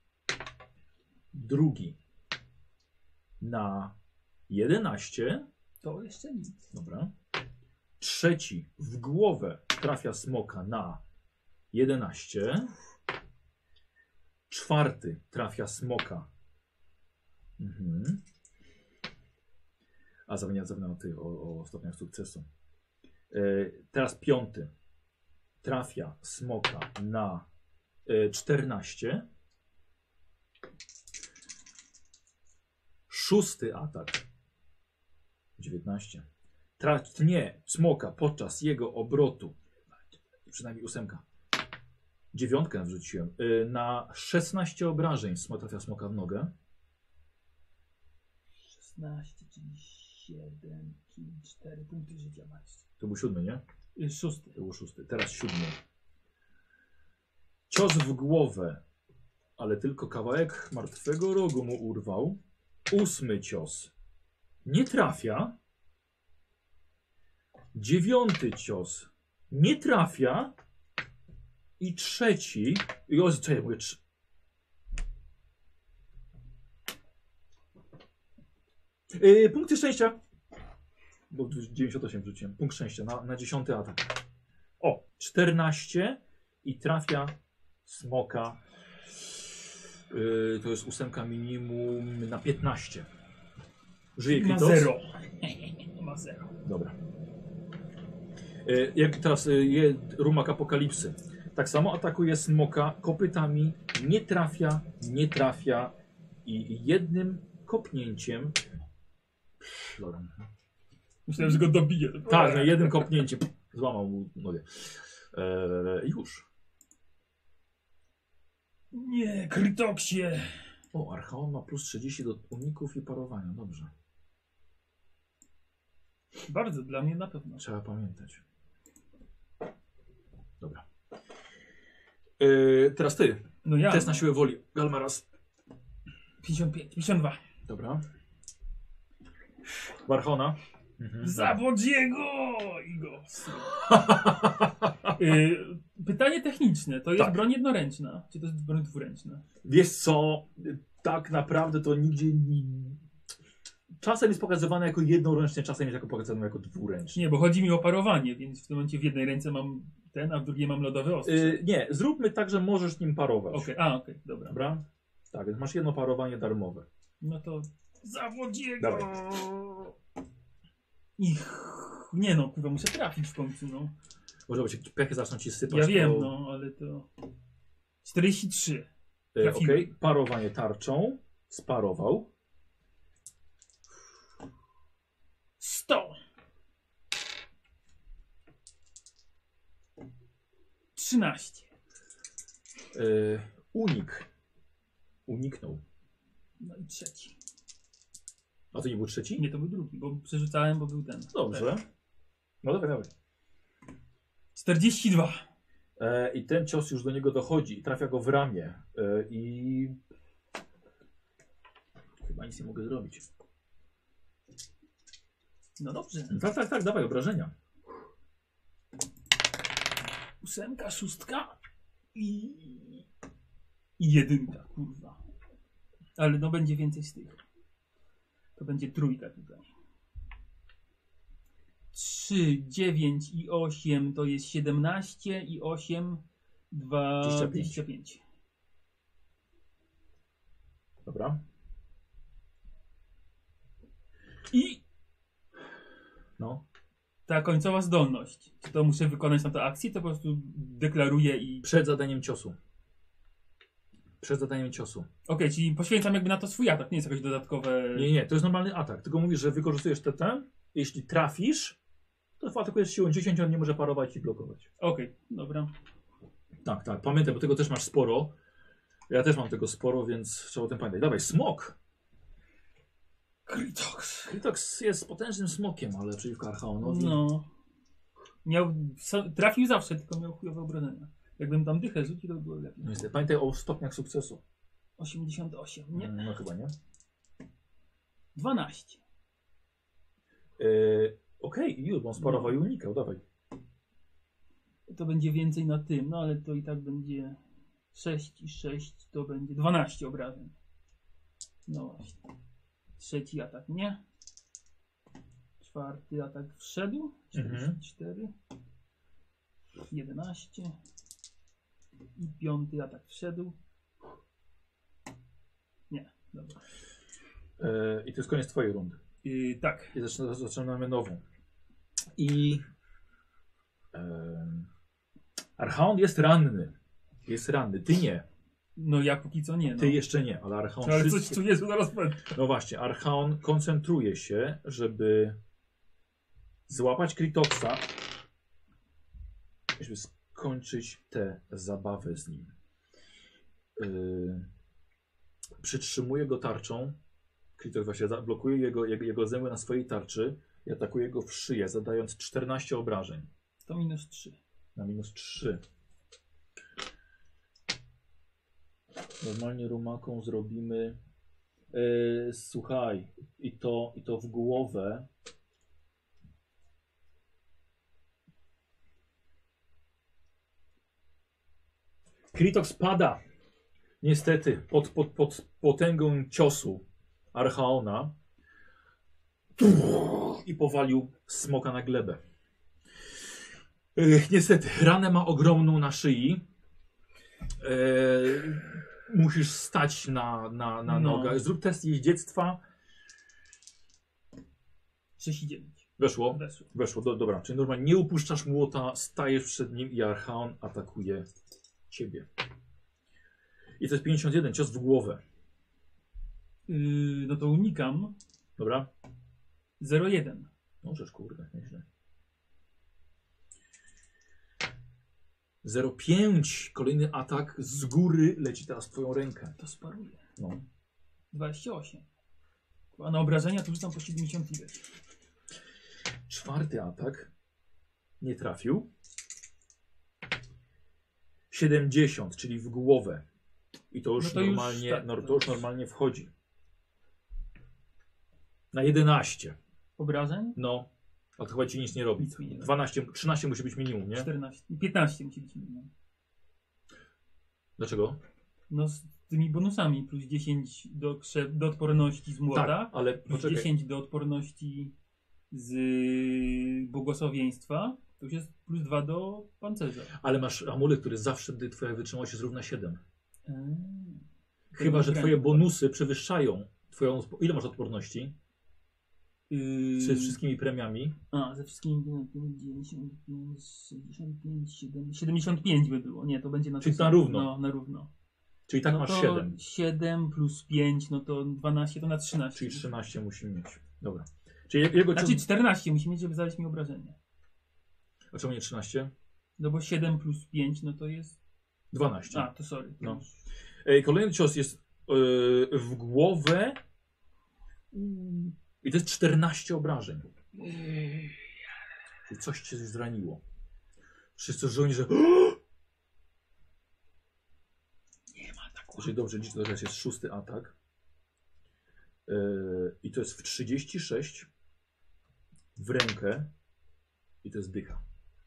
S1: Drugi. Na jedenaście.
S2: To jeszcze nic.
S1: Dobra. Trzeci w głowę trafia smoka na jedenaście. Czwarty trafia smoka. Mhm. A zapomniałem, zapomniałem o, tych, o, o stopniach sukcesu. Yy, teraz piąty trafia smoka na yy, czternaście. Szósty atak. dziewiętnaście. Tnie smoka podczas jego obrotu. Przynajmniej ósemka. Dziewiątkę wrzuciłem. Yy, na szesnaście obrażeń smok trafia smoka w nogę.
S2: szesnaście, czyli siedem, czyli cztery punkty życia masz.
S1: To był siódmy, nie?
S2: Y, Szósty.
S1: To był szósty. Teraz siódmy. Cios w głowę, ale tylko kawałek martwego rogu mu urwał. Ósmy cios. Nie trafia. Dziewiąty cios. Nie trafia. I trzeci. I o, czekaj, mówię, trz... Yy, punkty szczęścia. Bo dziewięćdziesiąt osiem wrzuciłem. Punkt szczęścia na, na dziesiąty atak. O, czternaście i trafia smoka. Yy, to jest ósemka minimum na piętnaście. Żyje
S2: Ma
S1: Kritox?
S2: zero. Ma zero.
S1: Dobra. Yy, jak teraz yy, je, rumak apokalipsy. Tak samo atakuje smoka kopytami. Nie trafia, nie trafia i jednym kopnięciem. Pff, dobra.
S2: Myślałem, że go dobije.
S1: Tak, no jednym kopnięciem pff, złamał mu nogę. Eee, już.
S2: Nie, Krytoksie.
S1: O, Archaon ma plus trzydzieści do uników i parowania. Dobrze.
S2: Bardzo, dla mnie na pewno.
S1: Trzeba pamiętać. Dobra. Eee, teraz ty.
S2: No ja.
S1: Test na siłę woli. Galmaras.
S2: pięćdziesiąt pięć, pięćdziesiąt dwa.
S1: Dobra. Barchona. Mhm.
S2: Zawodź jego! I go. Y, pytanie techniczne. To jest
S1: Tak.
S2: broń jednoręczna, czy to jest broń dwuręczna?
S1: Wiesz co, tak naprawdę to nigdzie nie... Czasem jest pokazywane jako jednoręcznie, czasem jest jako pokazywane jako dwuręcznie.
S2: Nie, bo chodzi mi o parowanie, więc w tym momencie w jednej ręce mam ten, a w drugiej mam lodowy ostrze.
S1: Yy, nie, zróbmy tak, że możesz nim parować.
S2: Okej, a okej, dobra.
S1: Dobra? Tak, więc masz jedno parowanie darmowe.
S2: No to zawodź jego!
S1: Dawaj.
S2: Ich. Nie no, kurwa, muszę trafić w końcu, no.
S1: Może być, jak pechy zaczną ci sypać.
S2: Ja wiem,
S1: to...
S2: no, ale to... czterdzieści trzy.
S1: Yy,
S2: trafiłem.
S1: Okej, parowanie tarczą. Sparował.
S2: sto. trzynaście.
S1: Yy, unik. Uniknął.
S2: No i trzeci.
S1: A to nie był trzeci?
S2: Nie, to był drugi, bo przerzucałem, bo był ten.
S1: Dobrze. No dawaj, dawaj.
S2: czterdzieści dwa.
S1: E, I ten cios już do niego dochodzi i trafia go w ramię. E, I chyba nic nie mogę zrobić.
S2: No dobrze.
S1: Tak, tak, tak, dawaj obrażenia.
S2: Ósemka, szóstka i... i jedynka, kurwa. Ale no będzie więcej z tych. To będzie trójka tutaj. trzy, dziewięć i osiem to jest siedemnaście i osiem, dwadzieścia pięć.
S1: Dobra.
S2: I
S1: No.
S2: ta końcowa zdolność. Czy to muszę wykonać na tę akcję, to po prostu deklaruję i...
S1: Przed zadaniem ciosu. Przed zadaniem ciosu.
S2: Okej, czyli poświęcam jakby na to swój atak, nie jest jakieś dodatkowe...
S1: Nie, nie, to jest normalny atak. Tylko mówisz, że wykorzystujesz T T. Jeśli trafisz, to atakujesz siłą dziesięć, on nie może parować i blokować.
S2: Okej, dobra.
S1: Tak, tak. Pamiętaj, bo tego też masz sporo. Ja też mam tego sporo, więc trzeba o tym pamiętać. Dawaj, smok.
S2: Kritox.
S1: Kritox jest potężnym smokiem, ale przeciwko Archaonowi.
S2: No. Miał, so- trafił zawsze, tylko miał chujowe obrażenia. Jakbym tam dychę rzucił, to by było lepiej.
S1: Niestety. Pamiętaj o stopniach sukcesu.
S2: osiemdziesiąt osiem, nie?
S1: No chyba nie.
S2: dwanaście.
S1: Yy, Okej, okay, już, bo on sparował i unikał, dawaj.
S2: To będzie więcej na tym, no ale to i tak będzie sześć i sześć, to będzie dwanaście obrażeń. No właśnie. Trzeci atak, nie? Czwarty atak wszedł. czterdzieści cztery. jedenaście. I piąty atak wszedł. Nie, dobra.
S1: E, I to jest koniec twojej rundy.
S2: Yy, tak.
S1: I zaczyna, zaczynamy nową. I e, Archaon jest ranny. Jest ranny. Ty nie.
S2: No ja póki co nie. No.
S1: Ty jeszcze nie, ale Archaon
S2: Ale
S1: wszystko...
S2: coś tu jest, zaraz będę.
S1: No właśnie, Archaon koncentruje się, żeby złapać Kritoxa, żeby skończyć tę zabawę z nim. Yy, przytrzymuje go tarczą. Kritox właśnie blokuje jego, jego, jego zęby na swojej tarczy i atakuje go w szyję, zadając czternaście obrażeń.
S2: To minus trzy.
S1: Na minus trzy. Normalnie rumaką zrobimy. Yy, słuchaj, i to, i to w głowę. Kritox pada. Niestety, pod, pod, pod potęgą ciosu Archaona. I powalił smoka na glebę. Yy, niestety, ranę ma ogromną na szyi. Yy, musisz stać na, na, na
S2: No.
S1: nogach. Zrób test jeździectwa.
S2: sześć i dziewięć.
S1: Weszło.
S2: Weszło.
S1: Weszło, do, dobra. Czyli normalnie nie upuszczasz młota, stajesz przed nim i Archaon atakuje ciebie. I to jest pięćdziesiąt jeden, cios w głowę.
S2: Yy, no to unikam.
S1: Dobra?
S2: zero jeden.
S1: No rzecz, kurde, nieźle. zero pięć, kolejny atak z góry leci teraz w twoją rękę.
S2: To sparuje.
S1: No.
S2: dwadzieścia osiem. A na obrażenia to rzucam po siedemdziesiąt ileś.
S1: Czwarty atak nie trafił. siedemdziesiąt, czyli w głowę. I to już,
S2: No to już
S1: normalnie,
S2: tak,
S1: no,
S2: to
S1: to już
S2: już.
S1: normalnie wchodzi. Na jedenaście.
S2: Obrażeń?
S1: No, a to chyba ci nic nie robi.
S2: Nic mi nie robi.
S1: dwanaście, trzynaście musi być minimum, nie?
S2: czternaście. piętnaście musi być minimum.
S1: Dlaczego?
S2: No z tymi bonusami plus dziesięć do, krze- do odporności z młota.
S1: Tak, ale
S2: Plus
S1: poczekaj.
S2: dziesięć do odporności z błogosławieństwa. To już jest plus dwa do pancerza.
S1: Ale masz amulet, który zawsze, gdy twoja wytrzymałość jest równa siedem.
S2: Eee.
S1: Chyba, że
S2: Dobra.
S1: twoje bonusy przewyższają twoją... Ile masz odporności?
S2: Yy,
S1: Czy z wszystkimi premiami?
S2: A, ze wszystkimi dziewięćdziesiąt pięć, sześćdziesiąt pięć, siedemdziesiąt, siedemdziesiąt pięć by było. Nie, to będzie na
S1: Czyli
S2: to
S1: na
S2: samo.
S1: równo.
S2: No, na równo.
S1: Czyli tak
S2: no
S1: masz
S2: to
S1: siedem.
S2: siedem plus pięć, no to dwanaście, to na trzynaście.
S1: Czyli trzynaście musi mieć. Dobra. Czyli je- jego
S2: Znaczy
S1: cios...
S2: czternaście musi mieć, żeby zadać mi obrażenie.
S1: A czemu nie trzynaście?
S2: No bo siedem plus pięć, no to jest...
S1: dwanaście.
S2: A, to sorry. To
S1: No.
S2: już...
S1: Ej, kolejny cios jest yy, w głowę. I to jest czternaście obrażeń. Czyli coś cię zraniło. Wszyscy żołnierze.
S2: Nie ma tak.
S1: Czyli dobrze, liczę, to teraz jest szósty atak. Yy, I to jest w trzydzieści sześć w rękę. I to jest dycha.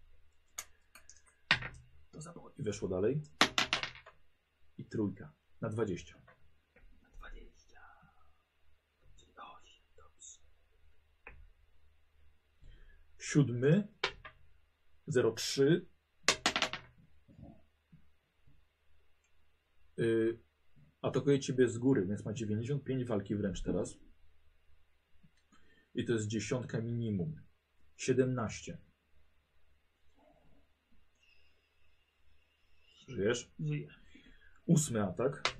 S2: To zaboli.
S1: I weszło dalej. I trójka. Na dwadzieścia.
S2: Na dwadzieścia. Czyli osiem, dobrze.
S1: Siódmy. zero trzy. Yy, atakuje ciebie z góry, więc ma dziewięćdziesiąt pięć walki wręcz teraz. I to jest dziesiątka minimum. siedemnaście. Żyjesz?
S2: Żyje.
S1: Ósmy atak.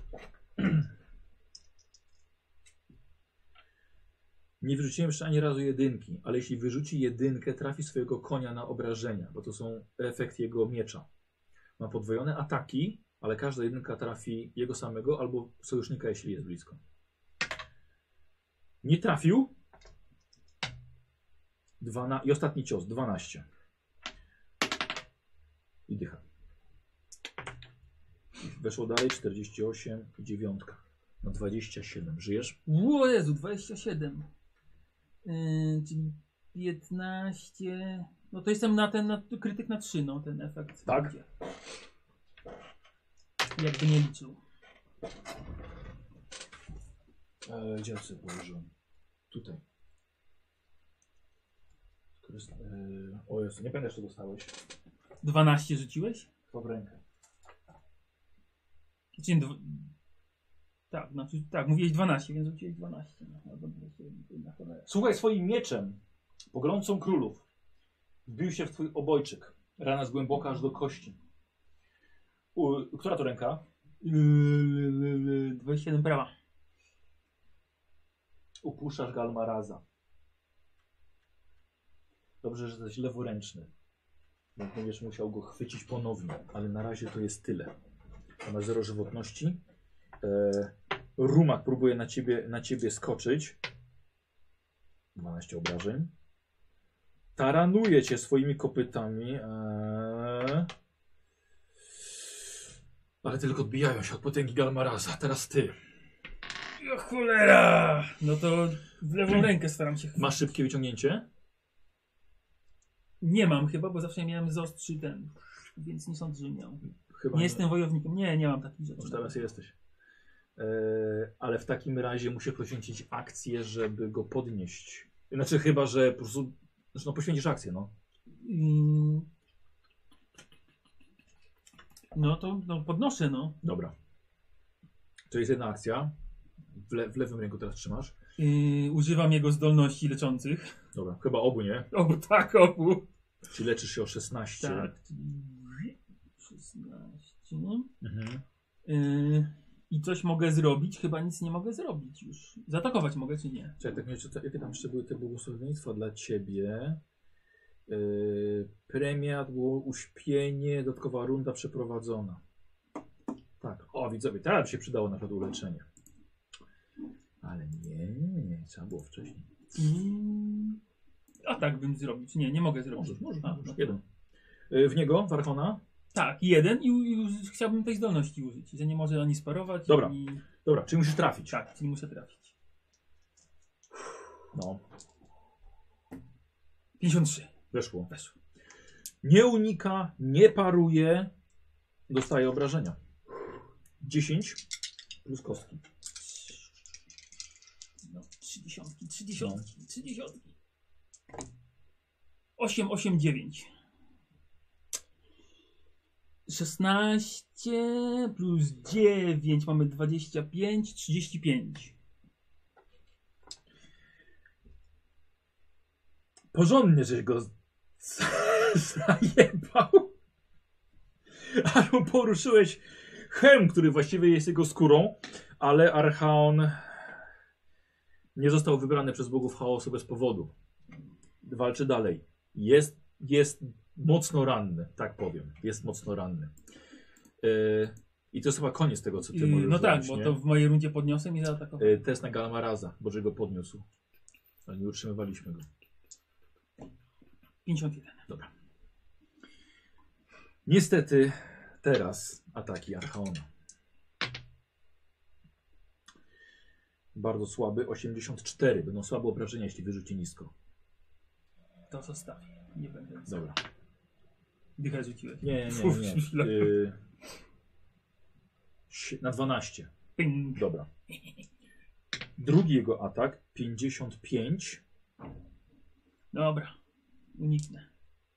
S1: Nie wyrzuciłem jeszcze ani razu jedynki, ale jeśli wyrzuci jedynkę, trafi swojego konia na obrażenia, bo to są efekt jego miecza. Ma podwojone ataki, ale każda jedynka trafi jego samego albo sojusznika, jeśli jest blisko. Nie trafił. Dwana... I ostatni cios, dwanaście. I dycha. Weszło dalej, czterdzieści osiem i dziewiątka. No dwadzieścia siedem. Żyjesz?
S2: O Jezu, dwadzieścia siedem. Yy, czyli piętnaście. No to jestem na ten na, krytyk na trzy, no ten efekt.
S1: Tak?
S2: Będzie. Jakby nie liczył.
S1: Eee, gdzie ja sobie położyłem? Tutaj. Który jest, yy, o Jezu, nie pamiętasz co dostałeś.
S2: dwanaście rzuciłeś?
S1: Chyba w rękę.
S2: Czyli dw... Tak, znaczy, tak, mówiłeś dwanaście, więc rzuciłeś dwanaście. No, albo dwadzieścia jeden, cholera.
S1: Słuchaj, swoim mieczem, pogromcą królów, wbił się w twój obojczyk. Rana jest głęboka aż do kości. U, która to ręka?
S2: Yy, dwadzieścia jeden prawa.
S1: Upuszczasz Galmaraza. Dobrze, że jesteś leworęczny. Więc będziesz musiał go chwycić ponownie, ale na razie to jest tyle. To ma zero żywotności. E, Rumak próbuje na ciebie, na ciebie skoczyć. dwanaście obrażeń. Taranuje cię swoimi kopytami. E, ale tylko odbijają się od potęgi Galmaraza. Teraz ty.
S2: O cholera! No to w lewą rękę staram się chwycić.
S1: Masz szybkie wyciągnięcie?
S2: Nie mam chyba, bo zawsze miałem zaostrzy ten. Więc nie sądzę, że miał.
S1: Chyba
S2: Nie jestem wojownikiem. Nie, nie mam takich rzeczy.
S1: Już teraz jesteś. E, ale w takim razie muszę poświęcić akcję, żeby go podnieść. Znaczy chyba, że po prostu znaczy, no, poświęcisz akcję, no.
S2: Mm. No to no, podnoszę, no.
S1: Dobra. To jest jedna akcja. W, le w lewym ręku teraz trzymasz.
S2: Yy, używam jego zdolności leczących.
S1: Dobra, chyba obu, nie?
S2: Obu, tak, obu.
S1: Czyli leczysz się o szesnaście.
S2: Tak. szesnaście.
S1: Mhm.
S2: Yy, I coś mogę zrobić? Chyba nic nie mogę zrobić już. Zaatakować mogę, czy nie?
S1: Czekaj, tak, nie, czy to, jakie tam jeszcze były te błogosławieństwa dla ciebie? Yy, premia, było uśpienie, dodatkowa runda przeprowadzona. Tak, o widzowie, teraz by się przydało na przykład uleczenie. Ale nie, nie, trzeba było wcześniej.
S2: Mm. A tak bym zrobił, czy nie? Nie mogę zrobić.
S1: Możesz, możesz,
S2: A,
S1: możesz.
S2: no.
S1: Jeden. Yy, w niego, Warchona?
S2: Tak, jeden i, i już chciałbym tej zdolności użyć, że nie może ani sparować.
S1: Dobra.
S2: Ani...
S1: Dobra, czyli musisz trafić.
S2: Tak, czyli muszę trafić.
S1: No,
S2: pięćdziesiąt trzy.
S1: weszło.
S2: Weszło.
S1: Nie unika, nie paruje, dostaje obrażenia. dziesięć plus kostki.
S2: No, trzy dziesiątki, trzy dziesiątki, trzy dziesiątki. osiem, osiem, dziewięć. szesnaście plus dziewięć mamy dwadzieścia pięć, trzydzieści pięć.
S1: Porządnie, żeś go z- zajebał. Aż mu poruszyłeś hełm, który właściwie jest jego skórą, ale Archaon nie został wybrany przez bogów chaosu bez powodu. Walczy dalej. Jest, jest mocno ranny, tak powiem. Jest mocno ranny. Yy, I to jest chyba koniec tego, co ty
S2: Yy,
S1: możesz
S2: no tak,
S1: zrobić,
S2: bo
S1: nie?
S2: to w mojej rundzie podniosłem i zaatakowałem.
S1: Yy, test na Galmaraza, Boże go podniósł. Ale nie utrzymywaliśmy go.
S2: pięćdziesiąt jeden.
S1: Dobra. Niestety teraz ataki Archaona. Bardzo słaby, osiemdziesiąt cztery. Będą słabe obrażenia, jeśli wyrzuci nisko.
S2: To zostawię. Nie będę.
S1: Dobra.
S2: Dycha rzuciłeś.
S1: Nie, nie,
S2: Uf,
S1: nie.
S2: źle.
S1: Yy, si- na dwanaście.
S2: Ping.
S1: Dobra. Drugi jego atak, pięćdziesiąt pięć.
S2: Dobra. Uniknę.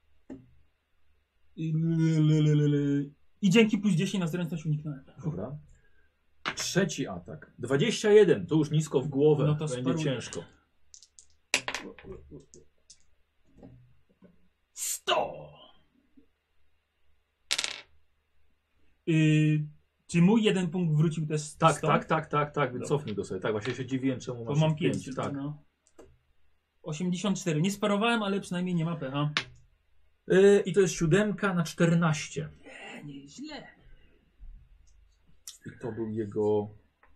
S2: I dzięki plus dziesięć na zręczność uniknąłem.
S1: Dobra. Trzeci atak, dwadzieścia jeden. To już nisko w głowę.
S2: No to
S1: będzie
S2: sparuję.
S1: ciężko.
S2: sto! Yy, czy mój jeden punkt wrócił też z
S1: Tak,
S2: sto?
S1: tak, tak, tak, tak.
S2: Dobra.
S1: Cofnij go sobie. Tak, właśnie się dziwiłem, czemu
S2: Bo
S1: masz
S2: mam
S1: pięć.
S2: pięć.
S1: Tak.
S2: No. osiemdziesiąt cztery. Nie sparowałem, ale przynajmniej nie ma pecha.
S1: Yy, I to jest siódemka na czternaście.
S2: Nie, nieźle.
S1: I to był jego...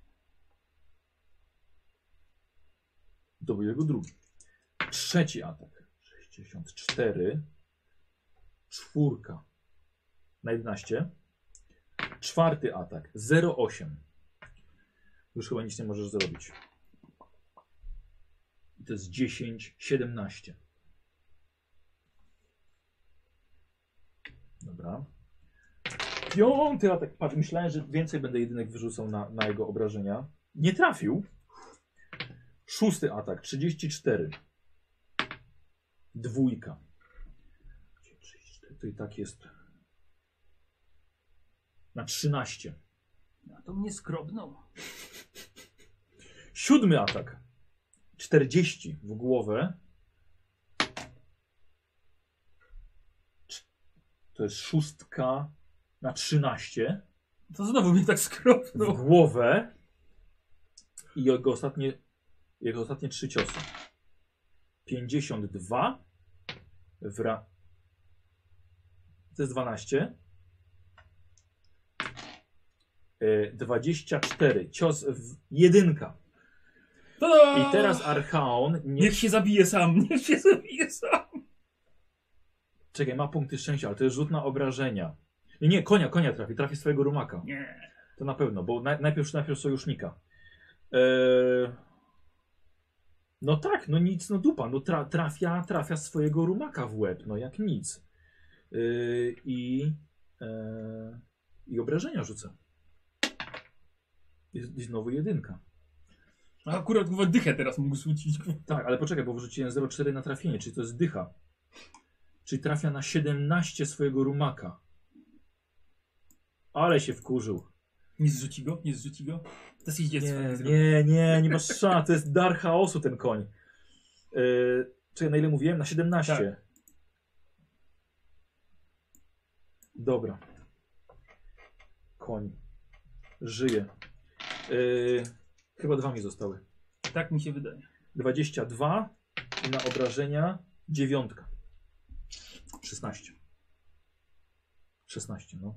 S1: To był jego drugi. Trzeci atak. sześćdziesiąt cztery. Czwórka. Na jedenaście. Czwarty atak. zero osiem. Już chyba nic nie możesz zrobić. I to jest dziesięć, siedemnaście. Dobra. Piąty atak. Patrz, myślałem, że więcej będę jedynek wyrzucał na, na jego obrażenia. Nie trafił. Szósty atak. trzydzieści cztery. Dwójka. To i tak jest na trzynaście.
S2: A to mnie skrobnął.
S1: Siódmy atak. czterdzieści w głowę. To jest szóstka na trzynaście.
S2: To znowu mnie tak
S1: W
S2: skrobnął.
S1: głowę. I jego ostatnie, jego ostatnie trzy ciosy. pięćdziesiąt dwa. W ra... To jest dwanaście. Yy, dwadzieścia cztery. Cios w jedynka.
S2: Ta-da!
S1: I teraz Archaon. Nie...
S2: Niech się zabije sam, niech się zabije sam.
S1: Czekaj, ma punkty szczęścia, ale to jest rzut na obrażenia. Nie, nie, konia, konia trafi. Trafi swojego rumaka.
S2: Nie.
S1: To na pewno, bo na, najpierw, najpierw sojusznika. Eee... No tak, no nic, no dupa. No tra, trafia, trafia swojego rumaka w łeb, no jak nic. Eee, I, eee, I obrażenia rzuca. Jest, jest znowu jedynka.
S2: A akurat chyba dychę teraz mógł rzucić.
S1: Tak, ale poczekaj, bo wrzuciłem zero przecinek cztery na trafienie, czyli to jest dycha. Czyli trafia na siedemnaście swojego rumaka. Ale się wkurzył.
S2: Nie zrzuci go? Nie zrzuci go? To jest dziecko.
S1: Nie, nie, nie, nie masz szans. To jest dar chaosu ten koń. Yy, czekaj, na ile mówiłem? Na siedemnaście.
S2: Tak.
S1: Dobra. Koń. Żyje. Yy, chyba dwa mi zostały.
S2: Tak mi się wydaje.
S1: dwadzieścia dwa i na obrażenia dziewiątka. szesnaście. szesnaście, no.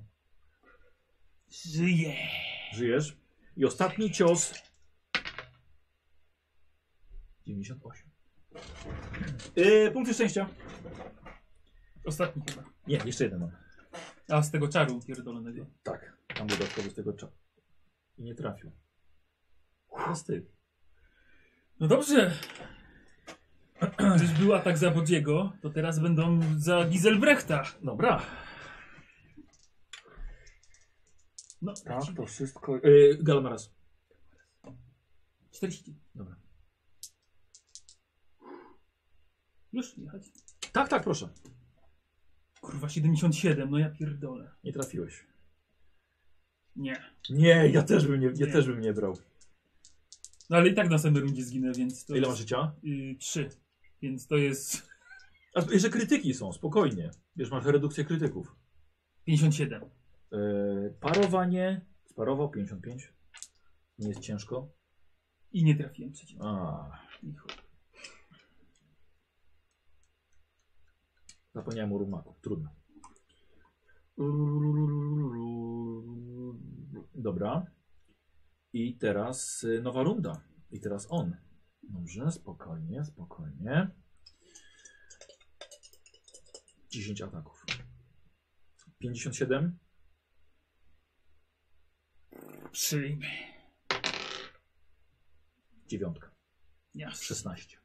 S2: Żyje.
S1: Żyjesz. I ostatni cios. dziewięćdziesiąt osiem. Yy, punkty szczęścia.
S2: Ostatni chyba.
S1: Nie, jeszcze jeden mam.
S2: A z tego czaru pierdolonego.
S1: Tak, tam dodatkowo z tego czasu. I nie trafił. Teraz ty.
S2: No dobrze. Gdyż był atak za Bodziego, to teraz będą za Giselbrechta.
S1: Dobra.
S2: No,
S1: Tak, to wszystko. Yy, Galmaras.
S2: czterdzieści.
S1: Dobra.
S2: Już jechać?
S1: Tak, tak, proszę.
S2: Kurwa, siedemdziesiąt siedem, no ja pierdolę.
S1: Nie trafiłeś.
S2: Nie.
S1: Nie, ja też bym nie, ja
S2: Nie.
S1: też bym nie brał.
S2: No ale i tak na następnej rundzie zginę, więc to
S1: Ile
S2: jest...
S1: masz życia?
S2: Y, trzy. Więc to jest
S1: A jeszcze krytyki są, spokojnie. Wiesz, masz redukcję krytyków.
S2: pięćdziesiąt siedem.
S1: Yy, parowanie. Sparował pięćdziesiąt pięć. Nie jest ciężko.
S2: I nie trafiłem przeciwko.
S1: A,
S2: I chuj.
S1: zapomniałem o rumaku. Trudno. Dobra. I teraz y, nowa runda. I teraz on. Dobrze, spokojnie, spokojnie. dziesięć ataków. pięćdziesiąt siedem.
S2: Przyjmę.
S1: Dziewiątka.
S2: Jasne.
S1: szesnaście.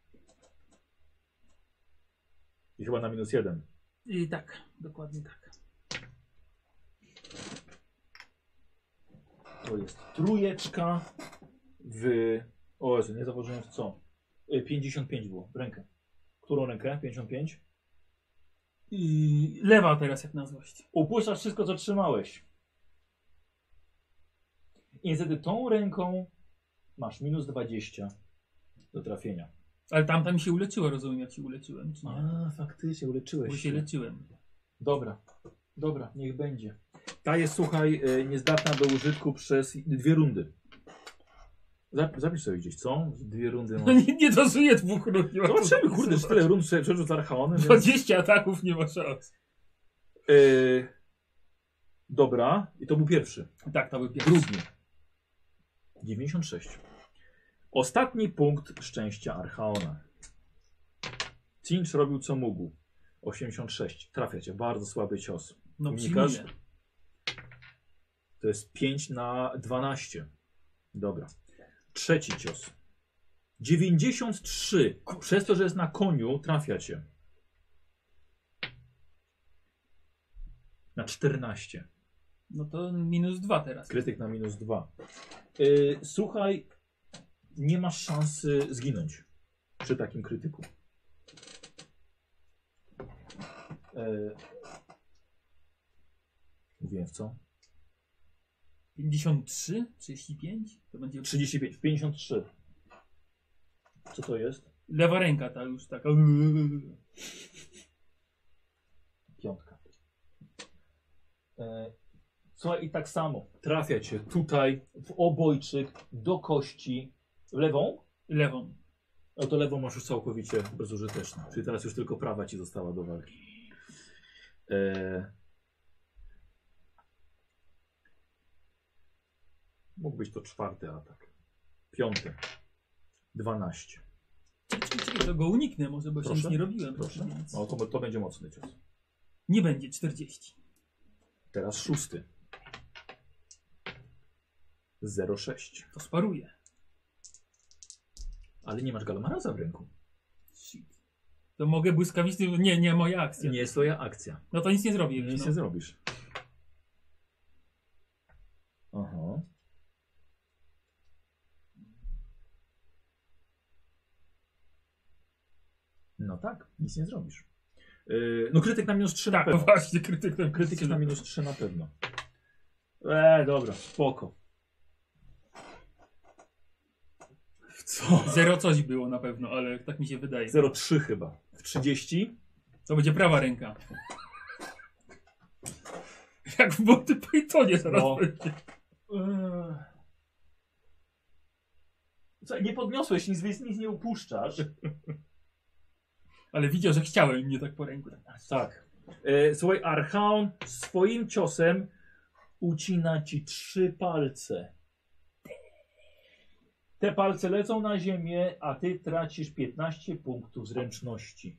S1: I chyba na minus jeden.
S2: I tak, dokładnie tak.
S1: To jest trójeczka w... O Jezu, nie zauważyłem w co. Y, pięćdziesiąt pięć było. W rękę. Którą rękę? pięćdziesiąt pięć?
S2: I lewa teraz jak na złość.
S1: Upuszczasz wszystko, co trzymałeś. I niestety tą ręką masz minus dwadzieścia do trafienia.
S2: Ale tamta mi się uleczyła, rozumiem jak się uleczyłem, czy nie?
S1: A, faktycznie, uleczyłeś
S2: Bo się leczyłem.
S1: Dobra, dobra, niech będzie. Ta jest, słuchaj, y, niezdatna do użytku przez dwie rundy. Zap- Zapisz sobie gdzieś, co? Dwie rundy
S2: No
S1: masz.
S2: nie, nie dożyję dwóch rund. Nie ma co
S1: Zobaczymy, kurde,
S2: zapisywać.
S1: że tyle rund sobie przerzut z Archaonem. Więc...
S2: dwadzieścia ataków nie ma szans.
S1: Y, dobra, i to był pierwszy.
S2: Tak, to był pierwszy.
S1: Drugi. dziewięćdziesiąt sześć. Ostatni punkt szczęścia Archaona. Cinch robił co mógł. osiemdziesiąt sześć. Trafia cię. Bardzo słaby cios.
S2: No
S1: Unikasz?
S2: przyjmuję.
S1: To jest pięć na dwanaście. Dobra. Trzeci cios. dziewięćdziesiąt trzy. Przez to, że jest na koniu, trafia cię. Na czternaście.
S2: No to minus dwa teraz.
S1: Krytyk na minus dwa. Yy, słuchaj, nie masz szansy zginąć przy takim krytyku. E... Mówiłem w co?
S2: pięćdziesiąt trzy? trzydzieści pięć? To będzie
S1: trzydzieści pięć, pięćdziesiąt trzy. Co to jest?
S2: lewa ręka ta już taka.
S1: Piątka. E... Słuchaj, i tak samo. Trafia cię tutaj w obojczyk, do kości. W lewą?
S2: Lewą.
S1: No to lewą masz już całkowicie bezużyteczną. Czyli teraz już tylko prawa ci została do walki. E... Mógł być to czwarty atak. Piąty. dwanaście.
S2: Czekaj, czekaj, czekaj, to go uniknę może, bo jeszcze
S1: Proszę?
S2: nic nie robiłem.
S1: Proszę.
S2: Więc...
S1: No to, to będzie mocny cios.
S2: Nie będzie czterdzieści.
S1: Teraz szósty. zero sześć.
S2: To sparuję.
S1: Ale nie masz Galmaraza w ręku.
S2: Shit. To mogę błyskawicznie... Nie, nie moja akcja.
S1: Nie jest twoja akcja.
S2: No to nic nie zrobię. już,
S1: Nic
S2: no.
S1: nie zrobisz. Aha. No tak, nic nie zrobisz. Yy, no krytyk na minus trzy na
S2: Tak,
S1: pewno.
S2: no właśnie, krytyk ten
S1: Krytyk na minus trzy na pewno. Eee, dobra, spoko. W co?
S2: Zero coś było na pewno, ale tak mi się wydaje.
S1: zero trzy chyba. W trzydzieści?
S2: To będzie prawa ręka. Jak w Monty Pythonie zaraz
S1: No.
S2: będzie.
S1: Eee. Co, nie podniosłeś nic, więc nic nie upuszczasz.
S2: Ale widział, że chciałem mnie tak po ręku.
S1: Tak. E, słuchaj, Archaon swoim ciosem ucina ci trzy palce. Te palce lecą na ziemię, a ty tracisz piętnaście punktów zręczności.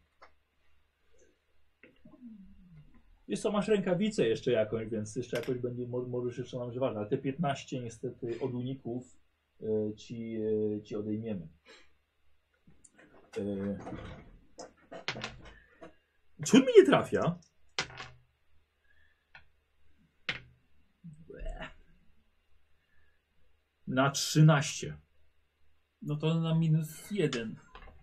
S1: Wiesz co, masz rękawicę jeszcze jakąś, więc jeszcze jakoś będzie, mo- możesz jeszcze nam używać, ale te piętnaście niestety od uników e, ci, e, ci odejmiemy. E, Czy on mi nie trafia? Na trzynaście.
S2: No to na minus jeden.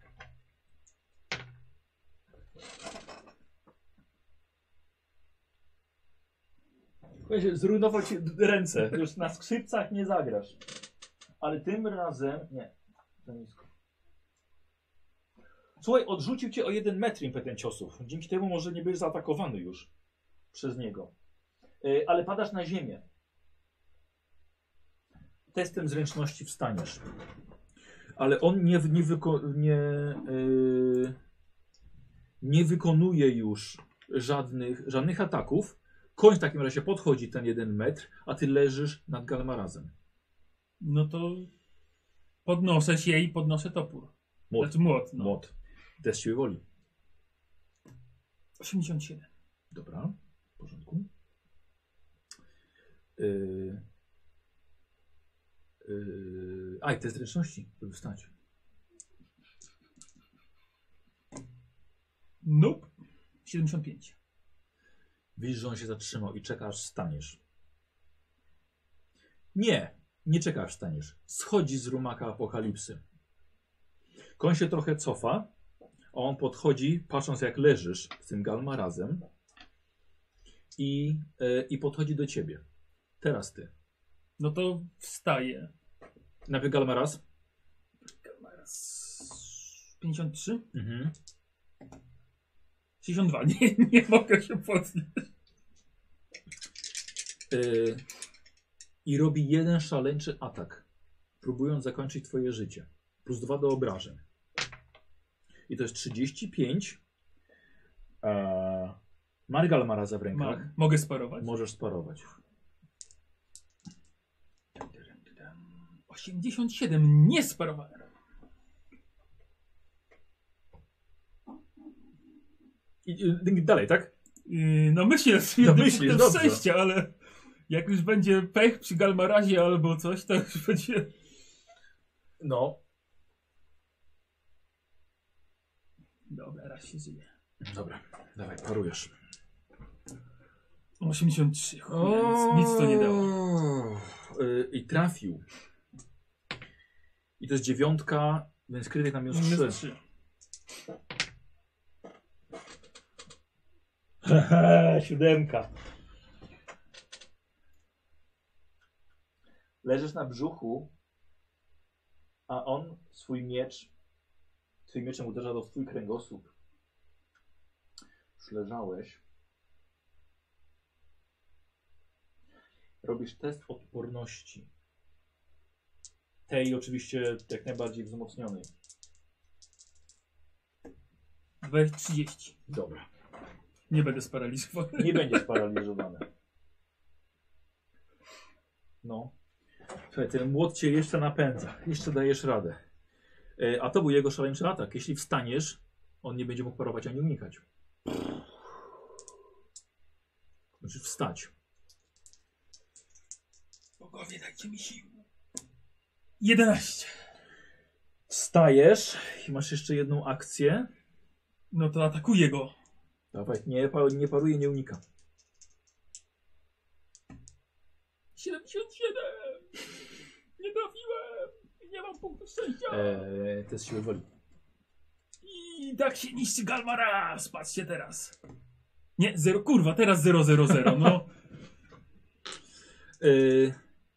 S1: Słuchajcie, zrujnował ci ręce. Już na skrzypcach nie zagrasz. Ale tym razem... Nie. Za nisko. Słuchaj, odrzucił cię o jeden metr impetem ciosów. Dzięki temu może nie będziesz zaatakowany już przez niego. Yy, ale padasz na ziemię. Testem zręczności wstaniesz. Ale on nie, nie, wyko nie, yy, nie wykonuje już żadnych, żadnych ataków. Koń w takim razie podchodzi ten jeden metr, a ty leżysz nad Galmarazem.
S2: No to podnoszę się i podnoszę topór.
S1: Młot.
S2: Znaczy młot. No.
S1: Młot. Test siły woli.
S2: osiemdziesiąt siedem.
S1: Dobra, w porządku. Yy, yy, a, i test zręczności, żeby wstać.
S2: Nope. siedemdziesiąt pięć.
S1: Widzisz, że on się zatrzymał i czeka, aż wstaniesz. Nie, nie czeka, aż wstaniesz. Schodzi z rumaka apokalipsy. Koń się trochę cofa, a on podchodzi, patrząc jak leżysz z tym Galmarazem i, yy, i podchodzi do ciebie. Teraz ty.
S2: No to wstaję.
S1: Najpierw Galmaraz.
S2: pięćdziesiąt trzy?
S1: Mhm.
S2: sześćdziesiąt dwa. Nie, nie mogę się podnieść.
S1: Yy, I robi jeden szaleńczy atak, próbując zakończyć twoje życie. Plus dwa do obrażeń. I to jest trzydzieści pięć. Eee, Margal ma razem w rękach.
S2: Mam. Mogę sparować?
S1: Możesz sparować.
S2: osiemdziesiąt siedem. Nie sparowałem.
S1: I, i, dalej, tak?
S2: Yy, no myślę, z
S1: No
S2: jednym
S1: myślisz,
S2: punktem
S1: dobrze.
S2: szczęścia, ale jak już będzie pech przy Galmarazie albo coś, to już będzie...
S1: No.
S2: Dobra, raz się żyje.
S1: Dobra, dawaj, parujesz.
S2: osiemdziesiąt trzy. Nic, nic to nie dało.
S1: Yy, I trafił. I to jest dziewiątka, więc krytyk na minus trzy.
S2: Minus trzy.
S1: Siódemka. Leżysz na brzuchu, a on swój miecz, twoim mieczem uderza do twój kręgosłup. Już leżałeś. Robisz test odporności. Tej oczywiście jak najbardziej wzmocnionej.
S2: Weź trzydzieści.
S1: Dobra.
S2: Nie będę sparaliżowany.
S1: Nie będzie sparaliżowany. No. Słuchaj, ten młot cię jeszcze napędza. Jeszcze dajesz radę. E, a to był jego szaleńczy atak. Jeśli wstaniesz, on nie będzie mógł parować ani unikać. Musisz wstać.
S2: Bogowie, dajcie mi sił. jedenaście.
S1: Wstajesz i masz jeszcze jedną akcję.
S2: No to atakuję go.
S1: Dawaj, nie, pa- nie paruje, nie unika.
S2: siedemdziesiąt siedem. Nie trafiłem. Nie mam punktu szczęścia.
S1: Eee, test siły woli.
S2: I tak się niszczy Galmaras. Patrzcie teraz. Nie, zero, kurwa, teraz zero zero zero. No.
S1: Eee,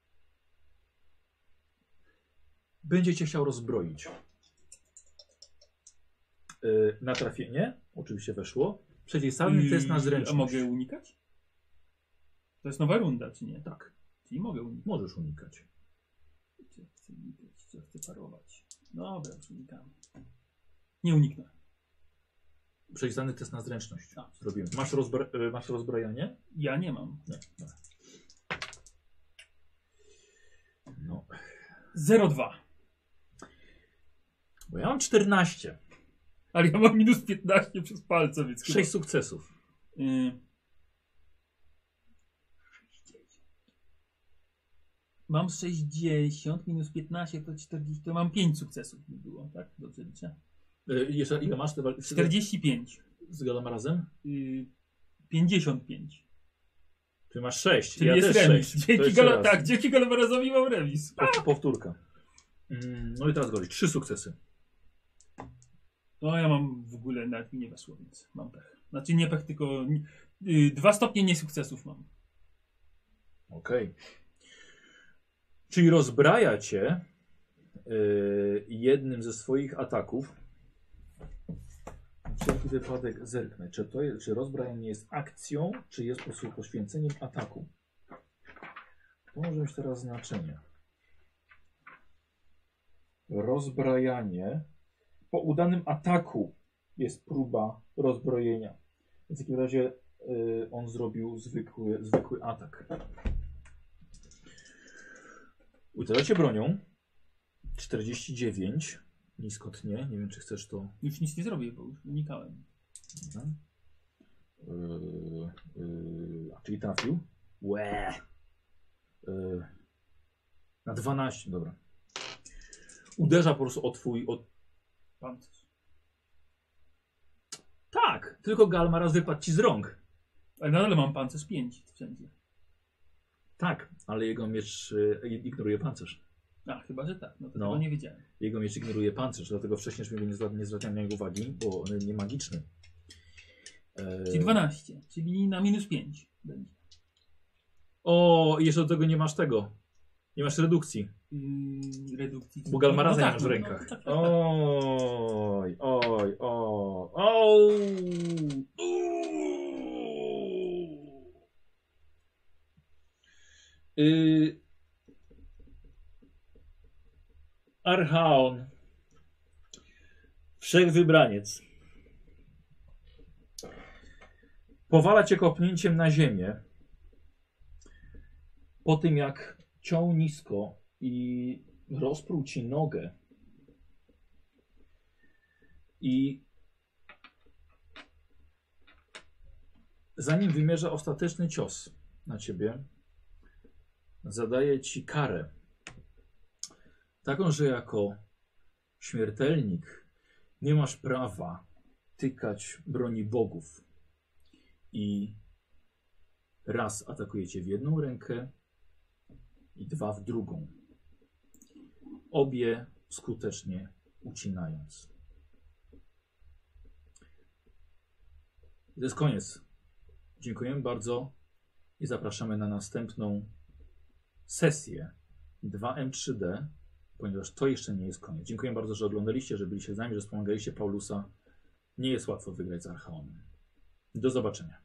S1: będzie cię chciał rozbroić. Eee, na trafienie, oczywiście weszło. Przeciwstawny test na
S2: A
S1: zręczność.
S2: mogę unikać? To jest nowa runda, czy nie?
S1: Tak,
S2: Czyli mogę unikać.
S1: możesz unikać.
S2: Czy chcę unikać, czy chcę parować? Dobra, już unikamy. Nie uniknę.
S1: Przeciwstawny test na zręczność.
S2: A.
S1: Zrobimy. Masz, rozbra e, masz rozbrajanie?
S2: Ja nie mam.
S1: Nie. Dobra. No.
S2: zero dwa.
S1: Bo ja mam czternaście.
S2: Ale ja mam minus piętnaście przez palce, więc
S1: sześć sukcesów.
S2: chyba... Y... Mam sześćdziesiąt, minus piętnaście to czterdzieści, to mam pięć sukcesów by było, tak? Dobrze liczę.
S1: E, jeszcze ile masz? Te wal-
S2: czterdzieści pięć.
S1: Z Galamarazem?
S2: Y... pięćdziesiąt pięć.
S1: Ty masz sześć.
S2: Czyli
S1: Ja
S2: jest
S1: też
S2: remis.
S1: sześć. To
S2: Dzięki,
S1: jeszcze
S2: Gala...
S1: raz.
S2: tak, dzięki Galamarazowi mam remis.
S1: Pow- Powtórka. Mm, no i teraz gorzej. Trzy sukcesy.
S2: No ja mam w ogóle, nawet mi nie weszło, więc mam pech. Znaczy nie pech, tylko y, dwa stopnie niesukcesów mam.
S1: Okej. Czyli rozbraja cię yy, jednym ze swoich ataków. Na wszelki wypadek zerknę, czy, to jest, czy rozbrajanie jest akcją, czy jest po prostu poświęceniem ataku. To może mieć teraz znaczenie. Rozbrajanie. Po udanym ataku jest próba rozbrojenia. Więc w takim razie yy, on zrobił zwykły, zwykły atak. Uderzacie bronią. czterdzieści dziewięć. Nisko tnie. Nie wiem, czy chcesz to.
S2: Już nic nie zrobię, bo już unikałem.
S1: Mhm. Yy, yy, a, czyli trafił. Łe. Yy, na dwanaście. Dobra. Uderza po prostu o twój. O...
S2: Pancerz.
S1: Tak, tylko Galmaraz wypadł ci z rąk.
S2: Ale nadal mam pancerz pięć wszędzie.
S1: Tak, ale jego miecz yy, ignoruje pancerz.
S2: A, chyba, że tak. No to
S1: No.
S2: tego nie wiedziałem.
S1: Jego miecz ignoruje pancerz, dlatego wcześniej już nie, zwra- nie zwracałem na niego uwagi, bo on nie magiczny. Yy,
S2: Czyli dwanaście, czyli na minus pięć będzie.
S1: O, i jeszcze do tego nie masz tego. Nie masz redukcji.
S2: Yy, redukcji.
S1: Bo Galmaraza
S2: no,
S1: nie
S2: tak,
S1: masz w
S2: no,
S1: rękach.
S2: No, tak, tak, tak.
S1: Oj, oj, oj, oj. Yy... Archaon. Wszechwybraniec. Powala cię kopnięciem na ziemię. Po tym jak ciął nisko i rozpruł ci nogę. I zanim wymierza ostateczny cios na ciebie, zadaje ci karę. Taką, że jako śmiertelnik nie masz prawa tykać broni bogów. I raz atakujecie w jedną rękę i dwa w drugą. Obie skutecznie ucinając. I to jest koniec Dziękujemy bardzo i zapraszamy na następną sesję dwa M trzy D, ponieważ to jeszcze nie jest koniec. Dziękuję bardzo, że oglądaliście, że byliście z nami, że wspomagaliście Paulusa. Nie jest łatwo wygrać z Archaonem. Do zobaczenia.